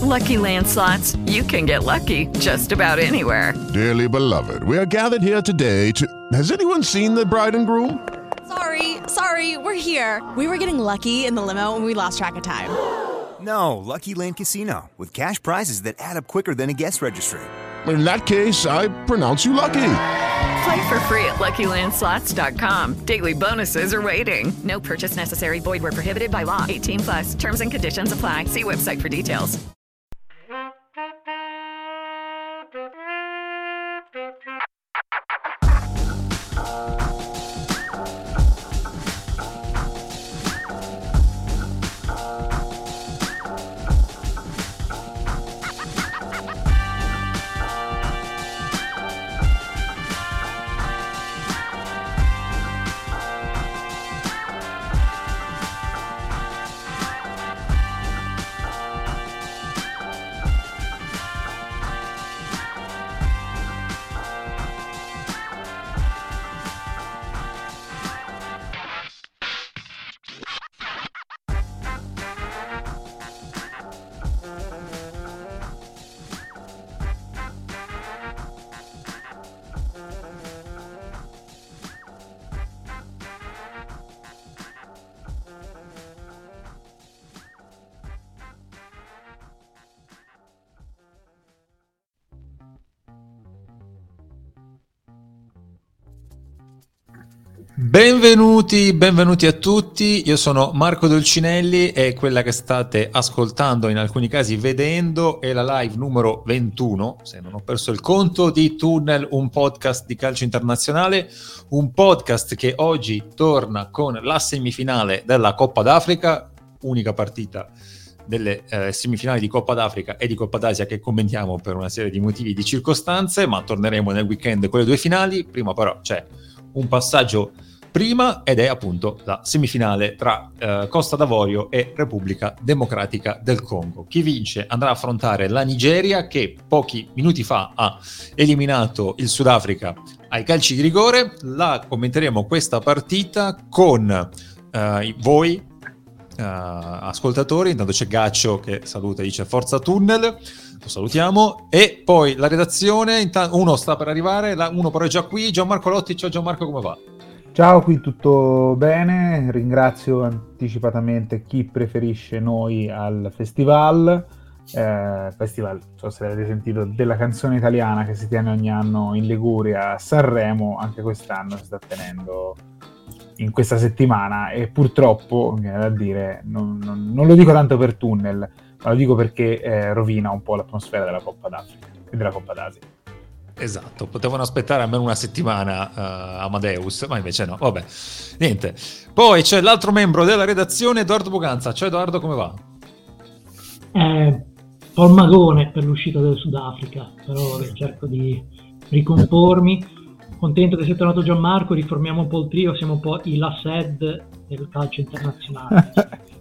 Lucky Land Slots, you can get lucky just about anywhere. Dearly beloved, we are gathered here today to... Has anyone seen the bride and groom? Sorry, we're here. We were getting lucky in the limo and we lost track of time. No, Lucky Land Casino, with cash prizes that add up quicker than a guest registry. In that case, I pronounce you lucky. Play for free at LuckyLandSlots.com. Daily bonuses are waiting. No purchase necessary. Void where prohibited by law. 18+. Terms and conditions apply. See website for details. Benvenuti a tutti, io sono Marco Dolcinelli e quella che state ascoltando, in alcuni casi vedendo, è la live numero 21, se non ho perso il conto, di Tunnel, un podcast di calcio internazionale, un podcast che oggi torna con la semifinale della Coppa d'Africa, unica partita delle semifinali di Coppa d'Africa e di Coppa d'Asia che commentiamo per una serie di motivi e di circostanze, ma torneremo nel weekend con le due finali. Prima però c'è un passaggio prima ed è appunto la semifinale tra Costa d'Avorio e Repubblica Democratica del Congo. Chi vince andrà a affrontare la Nigeria, che pochi minuti fa ha eliminato il Sudafrica ai calci di rigore. La commenteremo questa partita con voi ascoltatori. Intanto c'è Gaccio che saluta e dice forza Tunnel, lo salutiamo, e poi la redazione, uno sta per arrivare, uno però è già qui, Gianmarco Lotti. Ciao Gianmarco, come va? Ciao, qui tutto bene, ringrazio anticipatamente chi preferisce noi al festival, non so se avete sentito, della canzone italiana che si tiene ogni anno in Liguria a Sanremo. Anche quest'anno si sta tenendo in questa settimana e purtroppo, viene da dire, non lo dico tanto per Tunnel, ma lo dico perché rovina un po' l'atmosfera della Coppa d'Africa e della Coppa d'Asia. Esatto, potevano aspettare almeno una settimana Amadeus, ma invece no, vabbè, niente. Poi c'è l'altro membro della redazione, Edoardo Boganza. Ciao Edoardo, come va? Un po' il magone per l'uscita del Sudafrica, però cerco di ricompormi. Contento che sia tornato Gianmarco, riformiamo un po' il trio, siamo un po' i Lassed del calcio internazionale.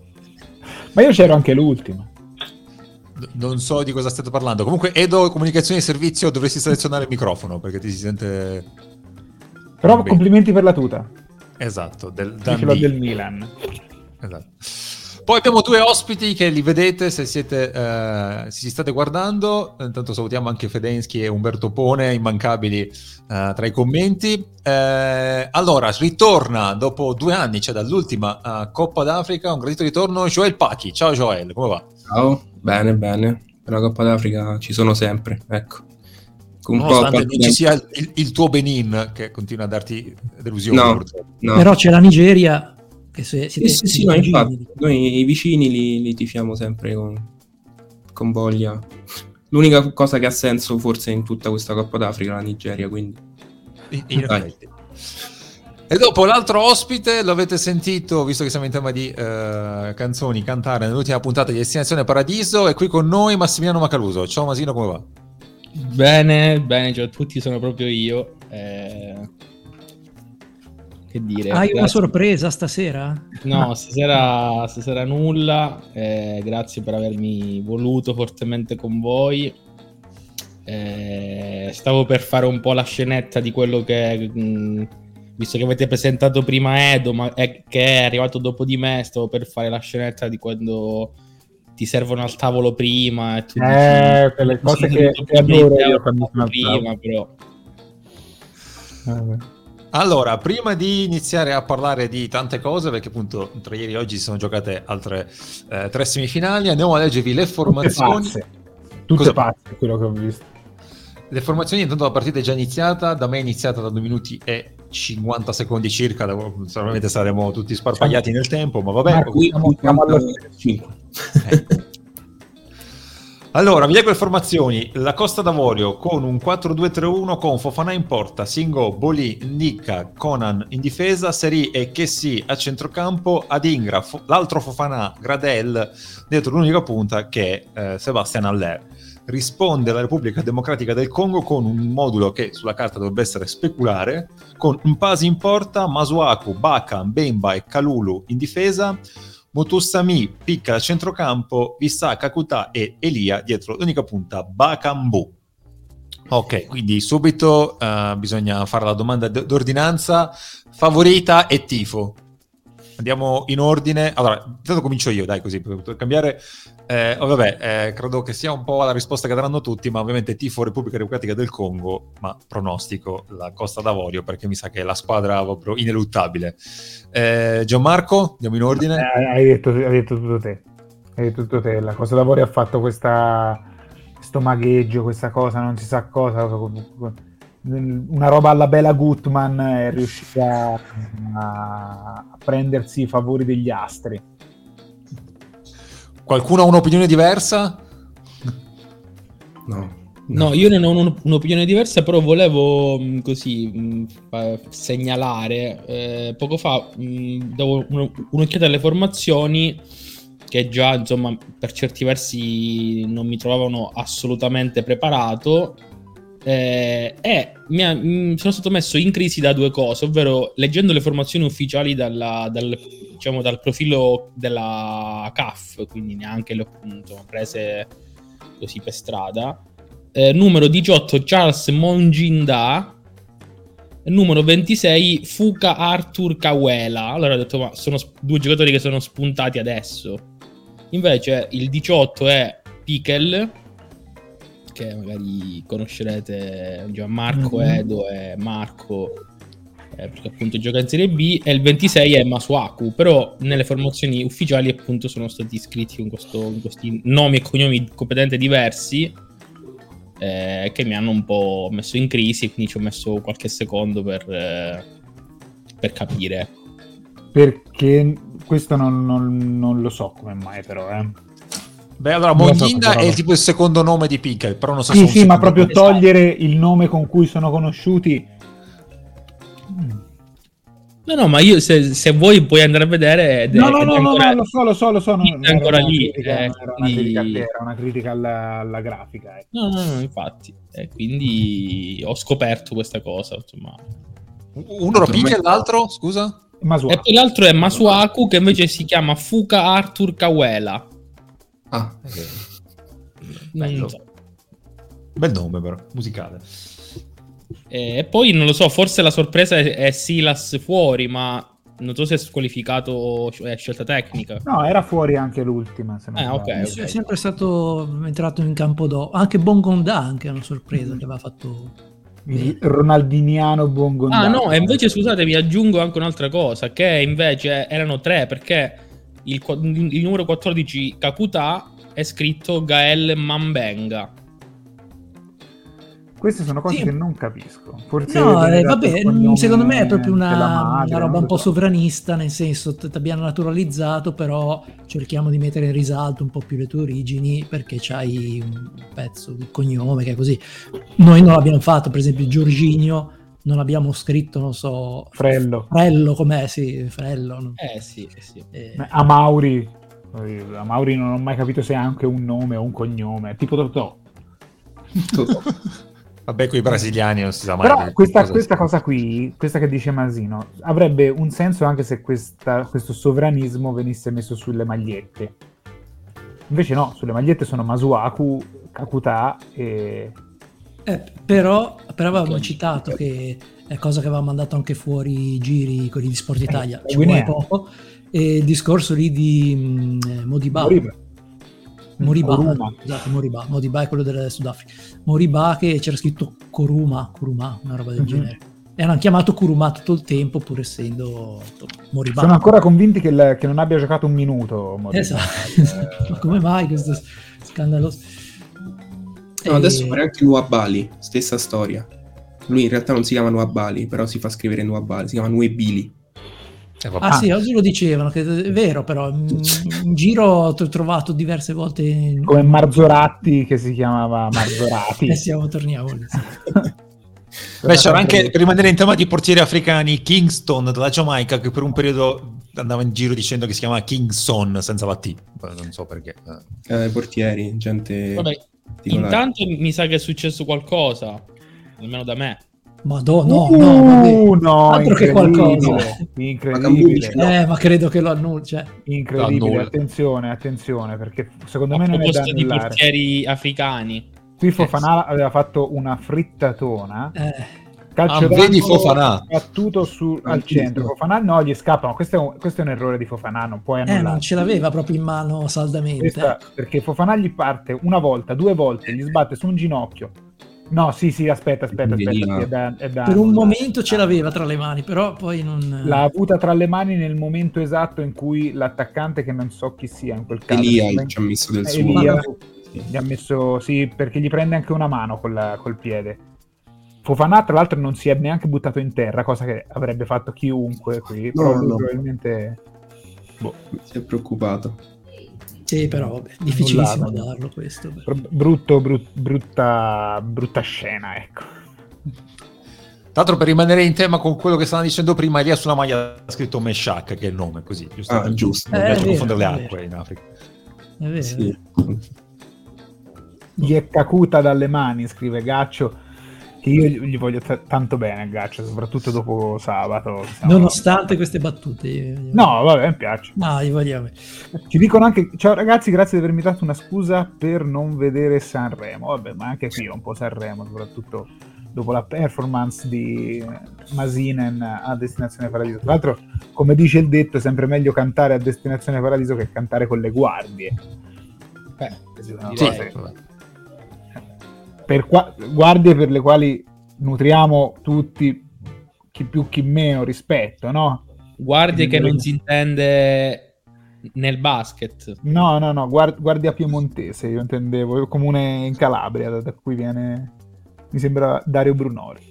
Ma io c'ero anche l'ultima. Non so di cosa state parlando. Comunque, Edo, comunicazioni di servizio, dovresti selezionare il microfono perché ti si sente. Però bene. Complimenti per la tuta. Esatto, del Milan. Esatto. Poi abbiamo due ospiti che li vedete se siete si state guardando. Intanto salutiamo anche Fedensky e Umberto Pone, immancabili tra i commenti. Allora, ritorna dopo 2 anni, cioè dall'ultima Coppa d'Africa, un gradito ritorno, Joel Pachi. Ciao Joel, come va? Ciao, bene. Per la Coppa d'Africa ci sono sempre, ecco. Nonostante non ci sia il tuo Benin che continua a darti delusioni. No. Però c'è la Nigeria. Che sì, no, infatti noi i vicini li tifiamo sempre con voglia. L'unica cosa che ha senso forse in tutta questa Coppa d'Africa è la Nigeria, quindi in effetti. E dopo l'altro ospite lo avete sentito, visto che siamo in tema di canzoni, cantare nell'ultima puntata di Destinazione Paradiso. È qui con noi Massimiliano Macaluso. Ciao Masino, come va? Bene, ciao a tutti, sono proprio io. Che dire? Hai una sorpresa stasera? No, stasera nulla. Grazie per avermi voluto fortemente con voi. Stavo per fare un po' la scenetta di quello che, visto che avete presentato prima Edo, ma che è arrivato dopo di me, stavo per fare la scenetta di quando ti servono al tavolo prima e tu quelle cose che adoro io quando sono prima, però. Allora, prima di iniziare a parlare di tante cose, perché appunto tra ieri e oggi si sono giocate altre 3 semifinali, andiamo a leggervi le formazioni. Tutte pazze, quello che ho visto. Le formazioni, intanto la partita è già iniziata, da me è iniziata da 2 minuti e 50 secondi circa, probabilmente saremo tutti sparpagliati nel tempo, ma vabbè. Siamo allo 5. Allora, vi leggo le formazioni. La Costa d'Avorio con un 4-2-3-1 con Fofana in porta, Singo, Bolì, Ndicka, Conan in difesa, Seri e Kessi a centrocampo, Adingra, l'altro Fofana, Gradel, dietro l'unica punta che è Sebastian Haller. Risponde la Repubblica Democratica del Congo con un modulo che sulla carta dovrebbe essere speculare, con Mpasi in porta, Masuaku, Baka, Bemba e Kalulu in difesa, Mutusami picca a centrocampo, Issa, Kakuta e Elia dietro l'unica punta Bakambu. Ok, quindi subito bisogna fare la domanda d'ordinanza, favorita e tifo. Andiamo in ordine. Allora, intanto comincio io, dai, così per cambiare. Credo che sia un po' la risposta che daranno tutti, ma ovviamente tifo Repubblica Democratica del Congo, ma pronostico la Costa d'Avorio, perché mi sa che è la squadra proprio ineluttabile. Gianmarco, andiamo in ordine. Hai detto tutto te. Hai detto tutto te. La Costa d'Avorio ha fatto questo magheggio, questa cosa, non si sa cosa, una roba alla Bela Gutman, è riuscita a prendersi i favori degli astri. Qualcuno ha un'opinione diversa? No, io non ho un'opinione diversa, però volevo segnalare poco fa davo un'occhiata alle formazioni che già, insomma, per certi versi non mi trovavano assolutamente preparato, e sono stato messo in crisi da 2 cose, ovvero leggendo le formazioni ufficiali dal profilo della CAF, quindi neanche le ho prese così per strada. Numero 18 Charles Monginda, numero 26 Fuka Arthur Kawela. Allora ho detto, ma sono 2 giocatori che sono spuntati adesso. Invece il 18 è Piquel, che magari conoscerete, Gianmarco, Edo e Marco, perché appunto gioca in Serie B, e il 26 è Masuaku, però nelle formazioni ufficiali appunto sono stati iscritti con questi nomi e cognomi completamente diversi, che mi hanno un po' messo in crisi, e quindi ci ho messo qualche secondo per capire. Perché questo non lo so come mai, però Beh, allora Monginda è tipo il secondo nome di Piquel, però non so se sì, ma proprio togliere il nome con cui sono conosciuti. No, ma io se vuoi puoi andare a vedere. No, lo so. È ancora lì. Era una critica alla grafica. No, infatti. Quindi ho scoperto questa cosa. Insomma. Uno era Piquel, l'altro, scusa? Masuaku. E poi l'altro è Masuaku, che invece si chiama Fuka Arthur Kawela. Ah, non so. Bel nome però, musicale. E poi non lo so, forse la sorpresa è Silas fuori, ma non so se è squalificato o è scelta tecnica. No, era fuori anche l'ultima. Se non okay. È sempre stato entrato in campo dopo. Anche Bongonda, anche è una sorpresa che aveva fatto il ronaldiniano Bongonda. Ah no, e invece scusate, vi aggiungo anche un'altra cosa, che invece erano 3, perché il numero 14 Kakuta è scritto Gael Mambenga. Queste sono cose che non capisco. Forse secondo me è proprio una roba un po' sovranista, nel senso ti abbiamo naturalizzato, però cerchiamo di mettere in risalto un po' più le tue origini, perché c'hai un pezzo di cognome che è così. Noi non l'abbiamo fatto, per esempio Giorginio non abbiamo scritto, non so, Frello com'è? Sì, Frello, no? Sì. Amauri non ho mai capito se è anche un nome o un cognome, tipo Totò. Vabbè, qui i brasiliani non si sa mai. Però questa cosa qui, questa che dice Masino, avrebbe un senso anche se questo sovranismo venisse messo sulle magliette. Invece no, sulle magliette sono Masuaku, Kakuta e... Però avevamo citato che è cosa che aveva mandato anche fuori i giri quelli di Sport Italia, ci vuole poco, e il discorso lì di Modiba. Moriba, scusate, Moriba è quello del Sudafrica. Moriba, che c'era scritto Kuruma, una roba del genere. E hanno chiamato Kuruma tutto il tempo, pur essendo Moriba. Sono ancora convinti che non abbia giocato un minuto. Moriba. Esatto. Ma come mai questo scandaloso? No, adesso pare anche Nuabali, stessa storia. Lui in realtà non si chiama Nuabali, però si fa scrivere Nuabali, si chiama Nuebili. Sì, oggi lo dicevano, che è vero, però in giro ho trovato diverse volte come Marzoratti, che si chiamava Marzorati. Torniamo lì. Beh, c'era anche, per rimanere in tema di portieri africani, Kingston della Giamaica, che per un periodo andava in giro dicendo che si chiama Kingston senza la T, non so perché. Portieri, gente. Vabbè, intanto mi sa che è successo qualcosa, almeno da me. No, altro che qualcosa incredibile. Ma credo che lo annuncia. Incredibile, attenzione, perché secondo me non è da di portieri africani. Qui Fofana aveva fatto una frittatona. Calcio vedi Fofana battuto al centro. Fofana no, gli scappano. Questo è un errore di Fofana, non puoi annullare. Non ce l'aveva proprio in mano saldamente. Perché Fofana gli parte una volta, 2 volte, gli sbatte su un ginocchio. No, sì, aspetta. È da per un momento ce l'aveva tra le mani, però poi non... L'ha avuta tra le mani nel momento esatto in cui l'attaccante, che non so chi sia in quel caso... Elia ci ha messo del suo. Gli ha messo, sì, perché gli prende anche una mano col piede. Fofana, tra l'altro, non si è neanche buttato in terra, cosa che avrebbe fatto chiunque qui, però lui probabilmente... si è preoccupato. Sì, però vabbè, difficilissimo darlo questo. Brutta scena, ecco. Tra l'altro, per rimanere in tema con quello che stavano dicendo prima, Elia sulla maglia ha scritto Meshach, che è il nome, così, giusto? Giusto. Non piace confondere le acque in Africa. È vero. Sì. Gli è cacuta dalle mani, scrive Gaccio, che io gli voglio tanto bene a Gaccio, soprattutto dopo sabato. Nonostante queste battute. No, vabbè, mi piace. No, gli vogliamo. Ci dicono anche, ciao ragazzi, grazie di avermi dato una scusa per non vedere Sanremo. Vabbè, ma anche qui è un po' Sanremo, soprattutto dopo la performance di Masinen a Destinazione Paradiso. Tra l'altro, come dice il detto, è sempre meglio cantare a Destinazione Paradiso che cantare con le guardie. Guardie per le quali nutriamo tutti, chi più chi meno, rispetto, no? Guardie che non si intende nel basket. No, guardia piemontese, io intendevo, comune in Calabria, da cui viene, mi sembra, Dario Brunori.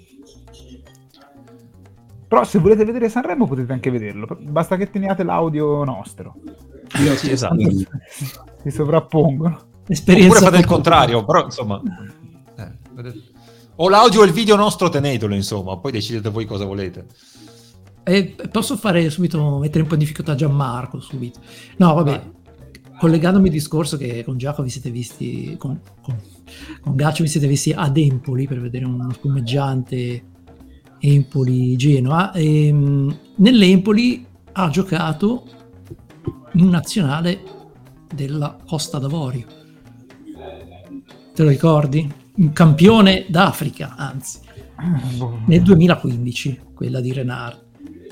Però se volete vedere Sanremo potete anche vederlo, basta che teniate l'audio nostro. Sì, esatto. Si sovrappongono. Oppure fate il contrario, però insomma... o l'audio e il video nostro tenetelo, insomma, poi decidete voi cosa volete. Posso fare subito, mettere un po' in difficoltà Gianmarco subito. No, vabbè, collegandomi al discorso che con Giacomo vi siete visti, con Gaccio vi siete visti ad Empoli per vedere uno spumeggiante Empoli-Genoa. Nell'Empoli ha giocato in nazionale della Costa d'Avorio. Te lo ricordi? Un campione d'Africa, anzi, nel 2015, quella di Renard.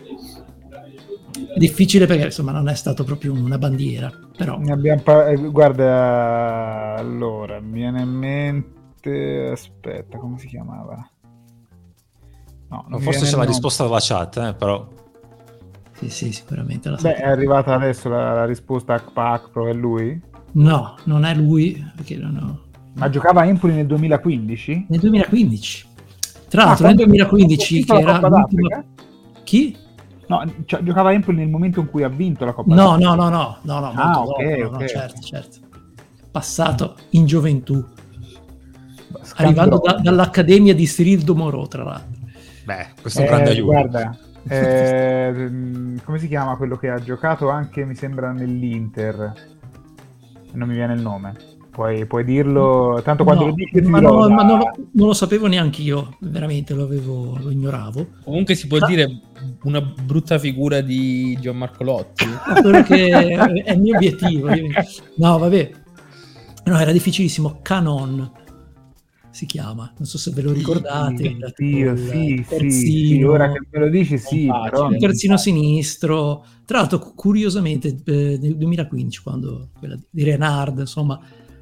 È difficile perché insomma non è stato proprio una bandiera, però guarda, allora mi viene in mente, aspetta, come si chiamava? No, forse c'è la risposta dalla chat, però sì, sicuramente è arrivata adesso la risposta a Pac, è lui? No, non è lui, perché no. Ma giocava a Empoli nel 2015? Nel 2015. Tra l'altro nel 2015 che era l'ultima... Chi? No, giocava a Empoli nel momento in cui ha vinto la Coppa d'Africa. No, ok. Certo. Passato in gioventù. Arrivando dall'Accademia di Cyril Moreau, tra l'altro. Questo è un grande aiuto. Guarda, come si chiama quello che ha giocato anche, mi sembra, nell'Inter? Non mi viene il nome. Puoi dirlo, tanto quando lo dici non lo sapevo neanche io, veramente lo ignoravo. Comunque si può dire una brutta figura di Gianmarco Lotti. Quello che è il mio obiettivo. No, vabbè. No, era difficilissimo. Canon si chiama, non so se ve lo ricordate. Sì, ora che me lo dici, sì. Però... Il terzino sinistro. Tra l'altro, curiosamente, nel 2015, quando quella di Renard, insomma,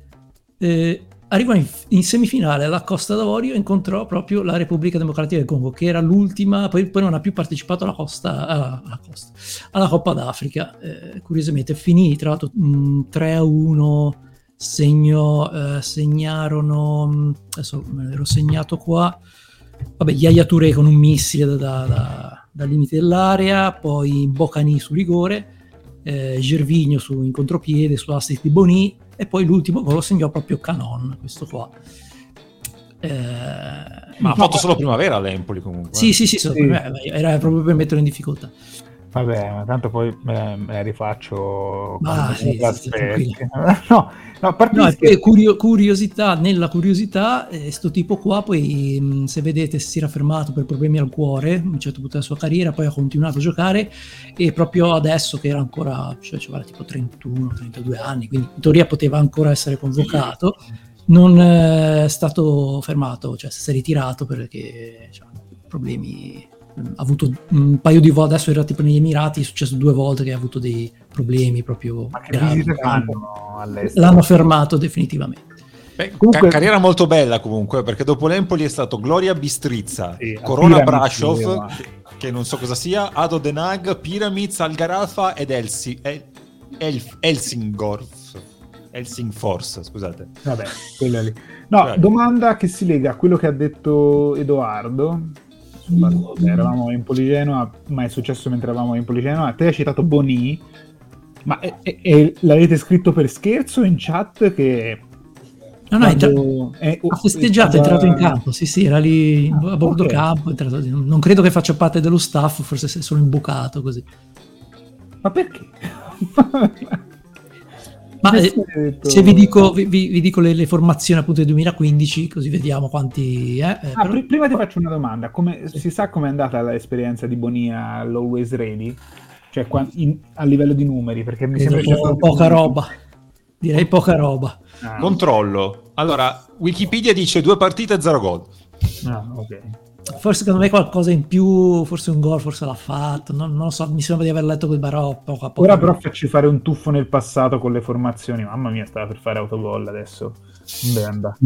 Arrivò in semifinale alla Costa d'Avorio e incontrò proprio la Repubblica Democratica del Congo, che era l'ultima, poi non ha più partecipato alla Coppa d'Africa. Curiosamente finì tra l'altro 3-1, segnarono, adesso me l'ero segnato qua, vabbè, Yaya Touré con un missile dal limite dell'area, poi Bocani su rigore, Gervinho in contropiede su assist di Boni, e poi l'ultimo gol lo segnò proprio Canon, questo qua. Ma ha fatto solo primavera all'Empoli comunque. Sì. Era proprio per metterlo in difficoltà. Vabbè, ma tanto poi me la rifaccio. Curiosità, nella curiosità, sto tipo qua poi, se vedete, si era fermato per problemi al cuore a un certo punto della sua carriera, poi ha continuato a giocare, e proprio adesso che era ancora, cioè tipo 31-32 anni, quindi in teoria poteva ancora essere convocato, non è stato fermato, cioè si è ritirato perché problemi. Ha avuto un paio di volte, adesso era tipo negli Emirati, è successo 2 volte che ha avuto dei problemi proprio gravi. L'hanno fermato definitivamente. Comunque, carriera molto bella comunque, perché dopo l'Empoli è stato Gloria Bistrizza, Corona Brasov, che non so cosa sia, Ado Denag, Pyramids, Algaralfa ed Helsingfors, scusate. Vabbè, quella lì. No, domanda che si lega a quello che ha detto Edoardo. Eravamo in Poligenoa, ma è successo mentre eravamo in Poligenoa. Te hai citato Boni, ma l'avete scritto per scherzo in chat? Che ha festeggiato, è entrato in campo, sì, era lì a bordo campo, non credo che faccia parte dello staff, forse si è solo imbucato così. Ma perché? Ma se vi dico le formazioni appunto del 2015, così vediamo quanti però... Prima ti faccio una domanda. Si sa com'è andata l'esperienza di Boni all'Always Ready? Cioè a livello di numeri, perché mi sembra poca roba. Direi poca roba. Controllo. Allora, Wikipedia dice 2 partite e 0 gol. Ok. Forse secondo me qualcosa in più, forse un gol, forse l'ha fatto, non lo so, mi sembra di aver letto quel barò poco a poco. Ora però facci fare un tuffo nel passato con le formazioni, mamma mia, stava per fare autogol adesso. Bemba.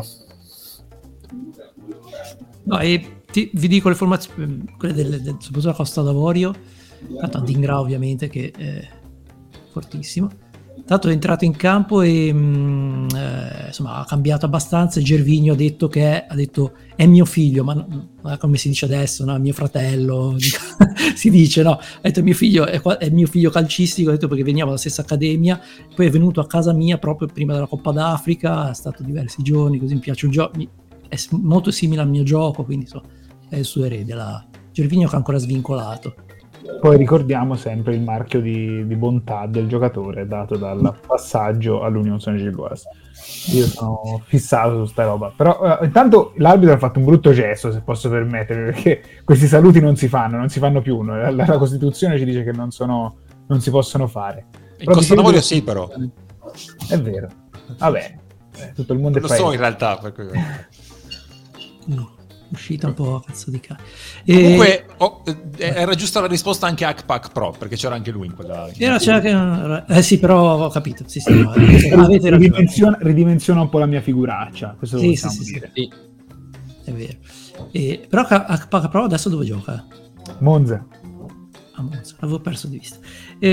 No, e vi dico le formazioni, quelle soprattutto della Costa d'Avorio, tanto Adingra ovviamente che è fortissimo. Tanto è entrato in campo e insomma ha cambiato abbastanza. Gervinho ha detto è mio figlio, ma come si dice adesso, no? Mio fratello si dice, no? Ha detto mio figlio è mio figlio calcistico, ha detto perché veniamo dalla stessa accademia, poi è venuto a casa mia proprio prima della Coppa d'Africa, è stato diversi giorni, così mi piace un gioco, è molto simile al mio gioco, quindi è il suo erede, Gervinho che è ancora svincolato. Poi ricordiamo sempre il marchio di bontà del giocatore dato dal passaggio all'Union Saint-Gilloise. Io sono fissato su sta roba, però intanto l'arbitro ha fatto un brutto gesto, se posso permettere, perché questi saluti non si fanno più. La Costituzione ci dice che non si possono fare. In Costa d'Avorio sì, però è vero. Vabbè, tutto il mondo lo so in realtà, perché... uscita un po' a cazzo di cane. Comunque era giusta la risposta anche a Akpak Pro, perché c'era anche lui in quella. Sì, però ho capito. Sì, ridimensiona un po' la mia figuraccia. Questo lo possiamo dire. Sì. È vero. Però Akpak Pro adesso dove gioca? Monza. Monza, l'avevo perso di vista.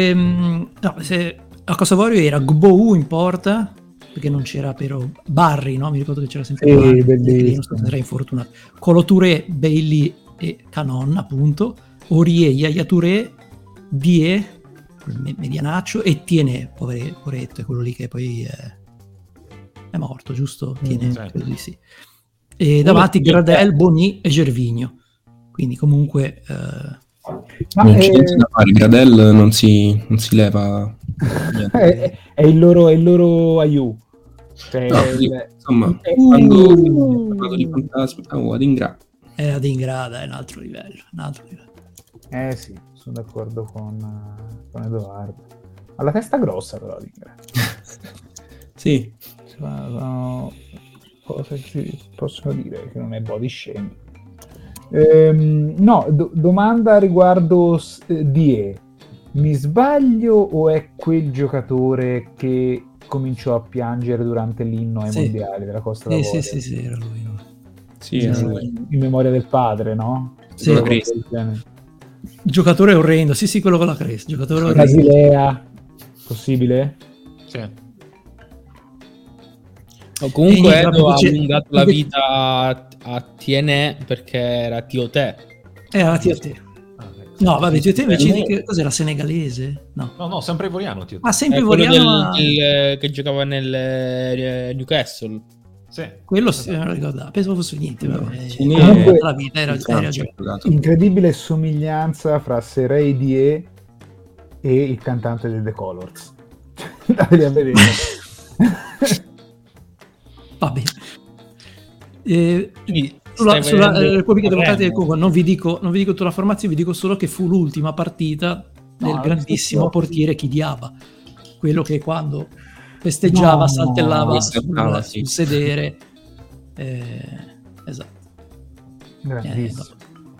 A Costa d'Avorio era Gbou in porta, perché non c'era però Barry, no? Mi ricordo che c'era sempre Barry, non so se era infortunato. Kolo Touré, Bailey e Canon, appunto. Aurier, Yaya Touré, Die, medianaccio, e Tiene, poveretto, è quello lì che poi è morto, giusto? Tiene, credo di sì. E davanti Gradel, Boni e Gervinho. Quindi comunque... non c'è niente da fare, Gradel non si leva... è il loro aiuto. Cioè, insomma, quando ho parlato di fantasmi, Adingra è un altro livello. Sì, sono d'accordo con Edoardo. Ha la testa grossa però Adingra. Sì, sono cose che si possono dire che non è body shaming. Domanda riguardo Die. Mi sbaglio o è quel giocatore che cominciò a piangere durante l'inno ai mondiali della Costa d'Avorio. Sì, era lui. No? Sì, era lui. In memoria del padre, no? Sì. Il giocatore orrendo, sì, quello con la cresta. Basilea, possibile? Sì. Comunque Edo ha allungato la vita a TNE perché era Tio Te. Era Tio Te. No, vabbè, Tio Te invece di che cos'era, senegalese? No, sempre ivoriano Tio Te. Ah, sempre ivoriano, che giocava nel Newcastle. Sì. Quello sì, non lo ricordavo, pensavo fosse niente, vabbè. Comunque, la vita era incredibile somiglianza fra Serei Die e il cantante dei The Colors. Dateli a vedere. Va bene. Sulla Repubblica Democratica del Congo non vi dico tutta la formazione, vi dico solo che fu l'ultima partita del grandissimo portiere Chidiaba, quello che quando festeggiava saltellava sul sedere. Esatto. Grandissimo.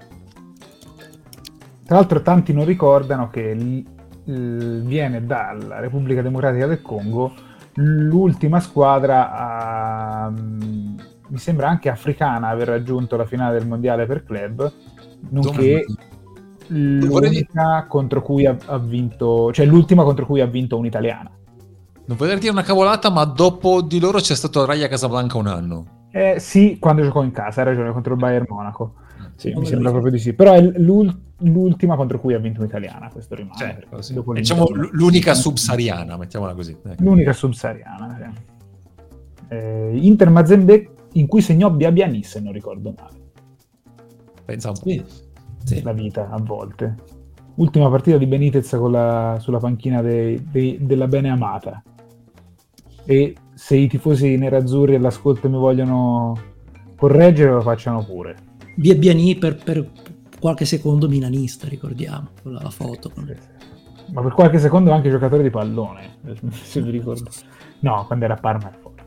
Tra l'altro tanti non ricordano che viene dalla Repubblica Democratica del Congo l'ultima squadra mi sembra anche africana aver raggiunto la finale del mondiale per club, nonché l'unica contro cui ha vinto, cioè l'ultima contro cui ha vinto un'italiana. Non poter dire una cavolata, ma dopo di loro c'è stato Raja Casablanca un anno. Sì, quando giocò in casa, hai ragione, contro il Bayern Monaco. Sì, mi sembra proprio di sì. Però è l'ultima contro cui ha vinto un'italiana, questo rimane. Sì. Diciamo l'unica subsahariana, mettiamola così. L'unica subsahariana. Inter Mazembe, in cui segnò Biabiani, se non ricordo male. Pensa un po'. Sì. La vita, a volte. Ultima partita di Benitez sulla panchina della bene amata. E se i tifosi nerazzurri all'ascolto mi vogliono correggere, lo facciano pure. Biabiani per qualche secondo milanista, ricordiamo, con la foto. Ma per qualche secondo anche giocatore di pallone, se vi ricordo. No, quando era a Parma è forte.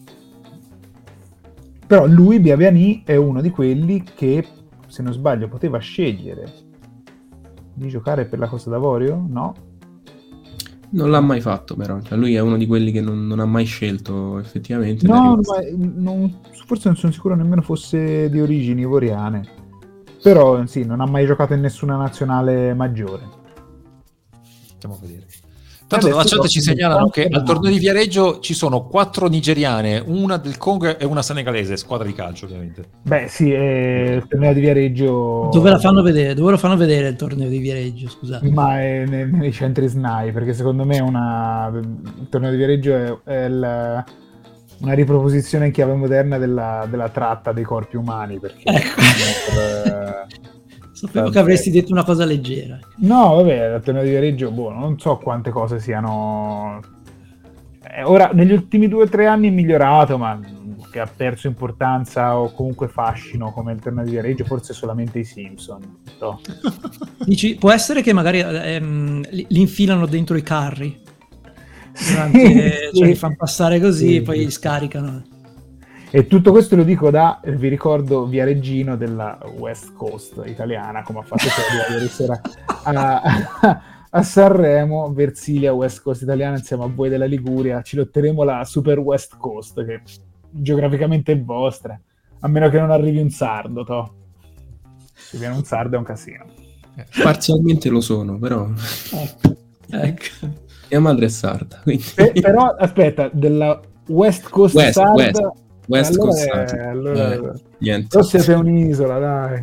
Però lui, Biabiani, è uno di quelli che, se non sbaglio, poteva scegliere di giocare per la Costa d'Avorio? No? Non l'ha mai fatto, però. Cioè, lui è uno di quelli che non ha mai scelto, effettivamente. No, forse non sono sicuro nemmeno fosse di origini ivoriane. Però, sì, non ha mai giocato in nessuna nazionale maggiore. Andiamo a vedere. Tanto dalla chat ci segnalano che al torneo di Viareggio ci sono 4 nigeriane, una del Congo e una senegalese, squadra di calcio ovviamente. Beh sì, il torneo di Viareggio... Dove lo fanno vedere il torneo di Viareggio, scusate? Ma è nei centri SNAI, perché secondo me il torneo di Viareggio è una riproposizione in chiave moderna della tratta dei corpi umani, perché... Sapevo che avresti detto una cosa leggera. No, vabbè, il torneo di Viareggio, non so quante cose siano... ora, negli ultimi 2 o 3 anni è migliorato, ma che ha perso importanza o comunque fascino come il torneo di Viareggio, forse solamente i Simpson. No. Dici, può essere che magari li infilano dentro i carri? Cioè li fanno passare così e poi li scaricano. E tutto questo lo dico vi ricordo, viareggino della West Coast italiana, come ha fatto ieri sera a Sanremo. Versilia West Coast italiana insieme a voi della Liguria, ci lotteremo la Super West Coast, che geograficamente è vostra, a meno che non arrivi un sardo, se viene un sardo è un casino. Parzialmente lo sono, però ecco. Mia madre è sarda, quindi... però aspetta, della West Coast sarda West Coast allora niente. Però siete un'isola, dai.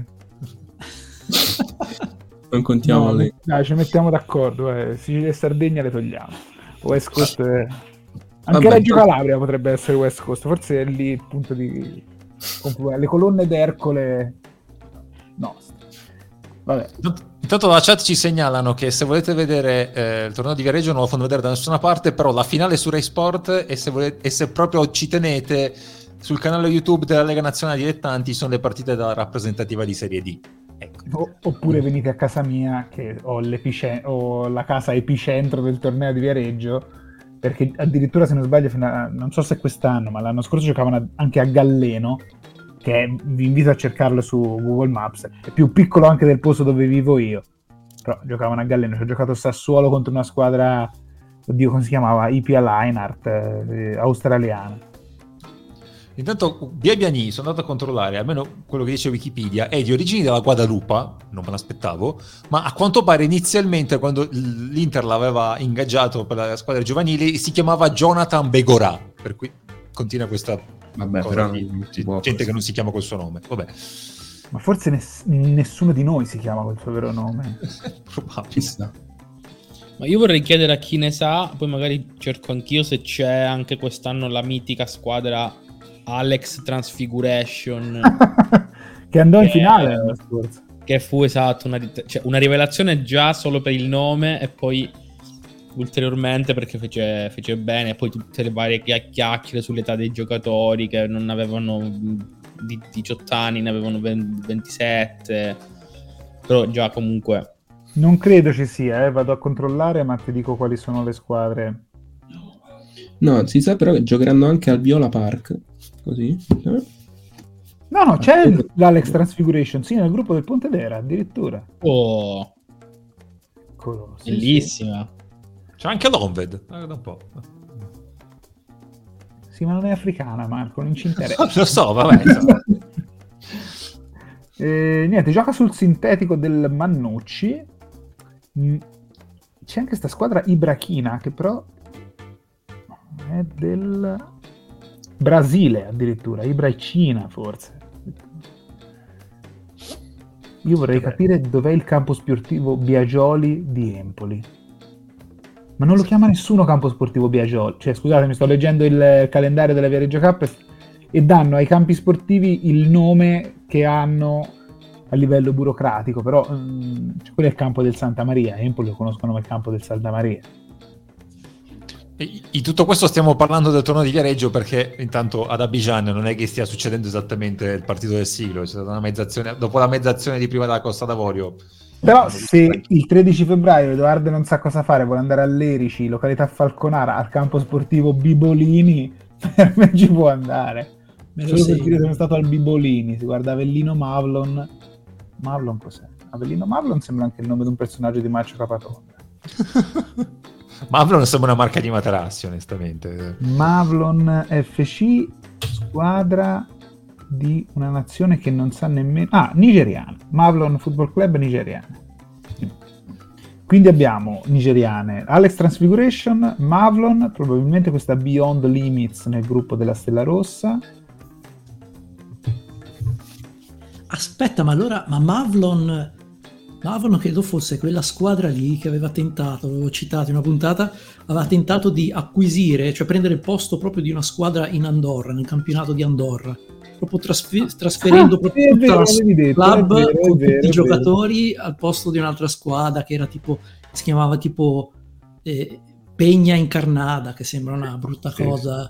Non contiamo lì. Dai, ci mettiamo d'accordo. Sicilia e Sardegna le togliamo. West Coast anche Reggio Calabria potrebbe essere West Coast, forse è lì il punto di le colonne d'Ercole nostre. Vabbè. Intanto dalla chat ci segnalano che se volete vedere il torneo di Viareggio non lo fanno vedere da nessuna parte, però la finale su Rai Sport e se proprio ci tenete, sul canale YouTube della Lega Nazionale Dilettanti sono le partite della rappresentativa di Serie D. Ecco. Oppure venite a casa mia, che ho la casa epicentro del torneo di Viareggio, perché addirittura, se non sbaglio, non so se quest'anno, ma l'anno scorso giocavano anche a Galleno, che vi invito a cercarlo su Google Maps, è più piccolo anche del posto dove vivo io, però giocavano a Galleno. Ci ho giocato a Sassuolo contro una squadra oddio, come si chiamava? Ipia Leinart, australiana. Intanto Biabiani, sono andato a controllare, almeno quello che dice Wikipedia, è di origini della Guadalupa, non me l'aspettavo, ma a quanto pare inizialmente quando l'Inter l'aveva ingaggiato per la squadra giovanili si chiamava Jonathan Begorà, per cui continua questa cosa di gente che non si chiama col suo nome. Vabbè. Ma forse nessuno di noi si chiama col suo vero nome. Probabile. Ma io vorrei chiedere a chi ne sa, poi magari cerco anch'io se c'è anche quest'anno la mitica squadra Alex Transfiguration che andò in finale l'anno scorso, che fu esatto una rivelazione già solo per il nome e poi ulteriormente perché fece bene, e poi tutte le varie chiacchiere sull'età dei giocatori che non avevano 18 anni, ne avevano 27, però già comunque non credo ci sia, vado a controllare, ma ti dico quali sono le squadre. No, si sa però che giocheranno anche al Viola Park. Così? No, c'è l'Alex Transfiguration, sì, nel gruppo del Pontedera, addirittura. Oh, sì, bellissima. Sì. C'è anche l'Onved, guarda un po'. Sì, ma non è africana, Marco, non ci interessa. Lo so, vabbè. Niente, gioca sul sintetico del Mannucci. C'è anche sta squadra Ibrachina, che però è del Brasile addirittura, Ibrachina forse. Io vorrei capire dov'è il campo sportivo Biagioli di Empoli, ma non lo chiama nessuno campo sportivo Biagioli. Cioè, scusatemi, sto leggendo il calendario della Viareggio Cup e danno ai campi sportivi il nome che hanno a livello burocratico, però quello è il campo del Santa Maria, Empoli lo conoscono come il campo del Santa Maria. In tutto questo stiamo parlando del torneo di Viareggio perché intanto ad Abidjan non è che stia succedendo esattamente il partito del siglo, c'è stata una mezzazione, dopo la mezzazione di prima della Costa d'Avorio. Però se il 13 febbraio Edoardo non sa cosa fare, vuole andare all'Erici, località Falconara, al campo sportivo Bibolini, per me ci può andare. Solo per dire sono stato al Bibolini, si guarda Avellino Mavlon. Mavlon cos'è? Avellino Mavlon sembra anche il nome di un personaggio di Marcio Capatonda. Mavlon sembra una marca di materassi, onestamente. Mavlon FC, squadra di una nazione che non sa nemmeno... nigeriana. Mavlon Football Club nigeriana. Quindi abbiamo nigeriane, Alex Transfiguration, Mavlon, probabilmente questa Beyond Limits nel gruppo della Stella Rossa. Aspetta, ma allora, Mavlon credo fosse quella squadra lì che aveva tentato, avevo citato in una puntata, aveva tentato di acquisire, cioè prendere il posto proprio di una squadra in Andorra, nel campionato di Andorra, proprio trasferendo proprio tutta la club con tutti i giocatori al posto di un'altra squadra che era tipo, si chiamava tipo Peña Incarnada, che sembra una brutta cosa.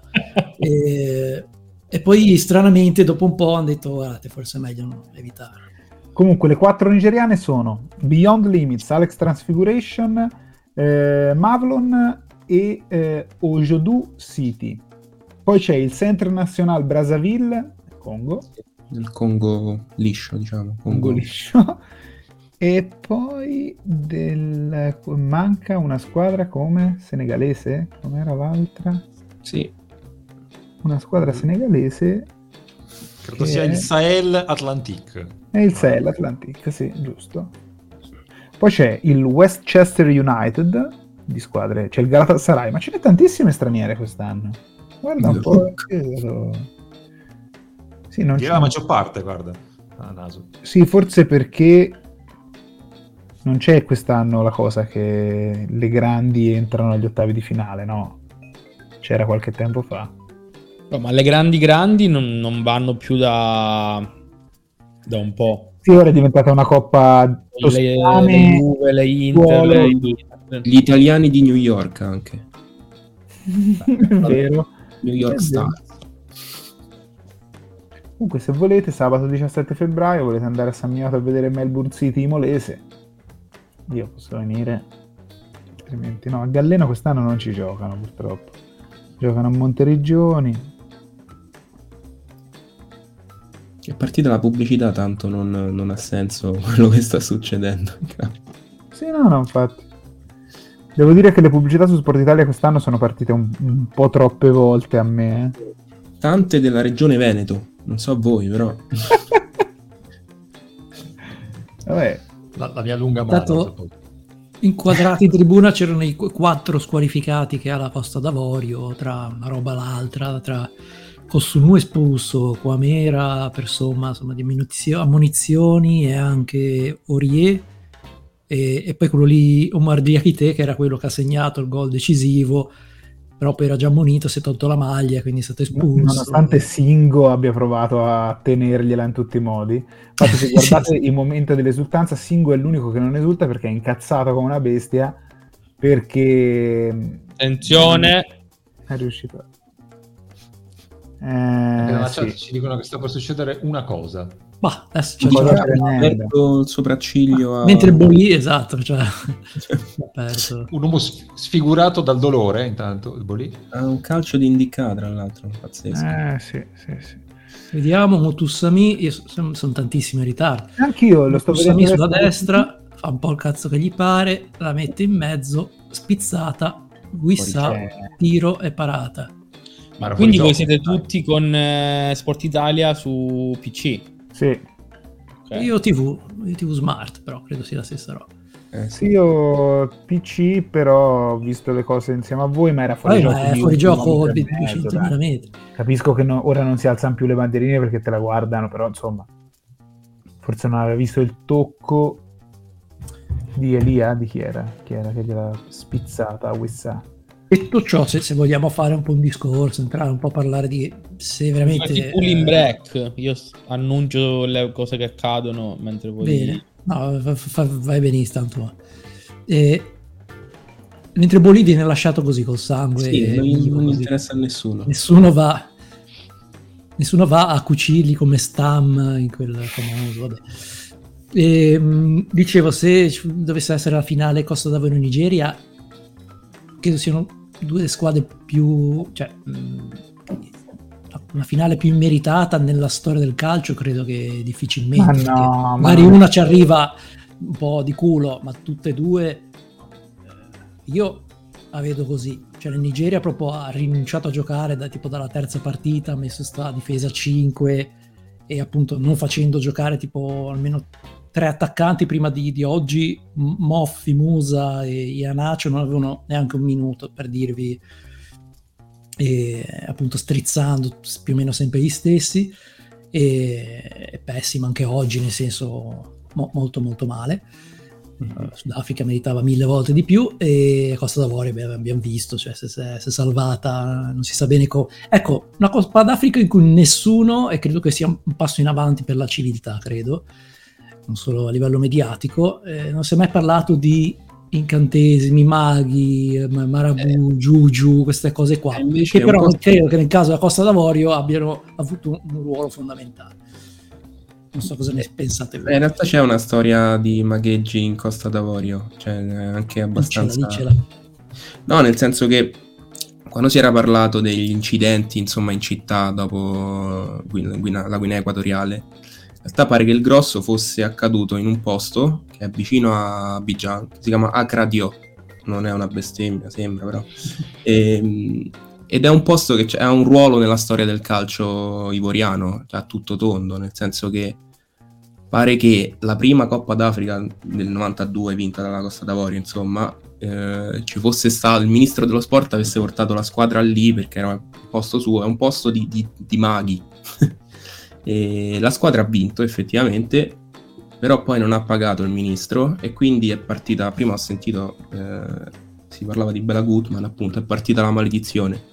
E poi stranamente dopo un po' hanno detto guardate, forse è meglio evitare. Comunque le 4 nigeriane sono Beyond Limits, Alex Transfiguration, Mavlon e Ojodu City. Poi c'è il Centre National Brazzaville, Congo. Il Congo liscio, diciamo. Congo liscio. E poi manca una squadra come senegalese? Com'era l'altra? Sì. Una squadra senegalese. Credo sia il Sahel Atlantic. È il Sahel Atlantic, sì, giusto. Poi c'è il Westchester United di squadre, c'è il Galatasaray, ma ce ne tantissime straniere quest'anno. Guarda un po'. Sì, non c'è la maggior parte, guarda. Naso. Sì, forse perché non c'è quest'anno la cosa che le grandi entrano agli ottavi di finale, no? C'era qualche tempo fa. No, ma le grandi non vanno più da un po'. Sì, ora è diventata una coppa toscane, le Juve, le Inter, gli italiani di New York anche. È vero. New York Stars. Comunque, se volete, sabato 17 febbraio volete andare a San Miniato a vedere Melbourne City Imolese, io posso venire, altrimenti no. A Galleno quest'anno non ci giocano, purtroppo. Giocano a Monteriggioni. A partire dalla pubblicità tanto non ha senso quello che sta succedendo. Sì, no, infatti. Devo dire che le pubblicità su Sport Italia quest'anno sono partite un po' troppe volte a me. Tante della regione Veneto, non so voi, però. Vabbè. La mia lunga mano. Inquadrati in tribuna c'erano i 4 squalificati che ha la Costa d'Avorio, tra una roba e l'altra, tra Cossunu espulso, Quamera per somma di ammonizioni, e anche Aurier, e poi quello lì Omar Diakité, che era quello che ha segnato il gol decisivo, però poi era già ammonito, si è tolto la maglia, quindi è stato espulso. Nonostante Singo abbia provato a tenergliela in tutti i modi. Infatti, se guardate il momento dell'esultanza, Singo è l'unico che non esulta perché è incazzato come una bestia, perché attenzione, è riuscito. Nella Sì. chat ci dicono che sta per succedere una cosa. Ma adesso Ha aperto il sopracciglio mentre Bolì, esatto, un uomo sfigurato dal dolore, intanto il Bolì ha un calcio di indicà, tra l'altro, pazzesco. Sì. Vediamo Motussami, io sono tantissimi in ritardo. Anch'io lo sto vedendo Motussami sulla destra, fa un po' il cazzo che gli pare, la mette in mezzo, spizzata, Wissa, tiro e parata. Ma quindi voi siete tutti con Sport Italia su PC? Sì. Okay. Io TV Smart, però credo sia la stessa roba. Sì, io PC, però ho visto le cose insieme a voi, ma era fuori gioco. È fuori gioco di 200.000 metri. Capisco che ora non si alzano più le bandierine perché te la guardano, però insomma, forse non aveva visto il tocco di Elia, di chi era che gliela spizzata a Wissa. Detto ciò, se vogliamo fare un po' un discorso, entrare un po' a parlare di se veramente in break, io annuncio le cose che accadono mentre voi... Bene, no, vai benissimo tanto. Mentre Bolì viene lasciato così col sangue, sì, non interessa a nessuno. Nessuno va a cucirli come Stam in quel famoso, vabbè. Dicevo, se dovesse essere la finale Costa d'Avorio Nigeria, credo siano due squadre più, cioè una finale più immeritata nella storia del calcio, credo che difficilmente. Magari una ci arriva un po' di culo, ma tutte e due io la vedo così. Cioè la Nigeria proprio ha rinunciato a giocare dalla terza partita, ha messo sta difesa 5 e appunto non facendo giocare tipo almeno 3 attaccanti prima di oggi. Moffi, Musa e Ianacio non avevano neanche un minuto, per dirvi, e appunto strizzando più o meno sempre gli stessi, e è pessimo anche oggi, nel senso molto molto male. Sudafrica meritava 1000 volte di più, e Costa d'Avorio abbiamo visto, cioè se è salvata non si sa bene ecco, una Coppa d'Africa in cui nessuno, e credo che sia un passo in avanti per la civiltà, credo, non solo a livello mediatico, non si è mai parlato di incantesimi, maghi, marabù, juju, queste cose qua, che però non credo che nel caso della Costa d'Avorio abbiano avuto un ruolo fondamentale. Non so cosa ne pensate voi. In realtà c'è una storia di magheggi in Costa d'Avorio, cioè anche abbastanza... Dicela. No, nel senso che quando si era parlato degli incidenti, insomma, in città dopo la Guinea Equatoriale, in realtà pare che il grosso fosse accaduto in un posto che è vicino a Abidjan, che si chiama Accra-Dio, non è una bestemmia, sembra, però. Ed è un posto che ha un ruolo nella storia del calcio ivoriano, a tutto tondo, nel senso che pare che la prima Coppa d'Africa del 92 vinta dalla Costa d'Avorio, insomma, ci fosse stato il ministro dello sport, avesse portato la squadra lì perché era un posto suo, è un posto di maghi. E la squadra ha vinto effettivamente, però poi non ha pagato il ministro, e quindi è partita, prima ho sentito si parlava di Bela Gutman, appunto, è partita la maledizione.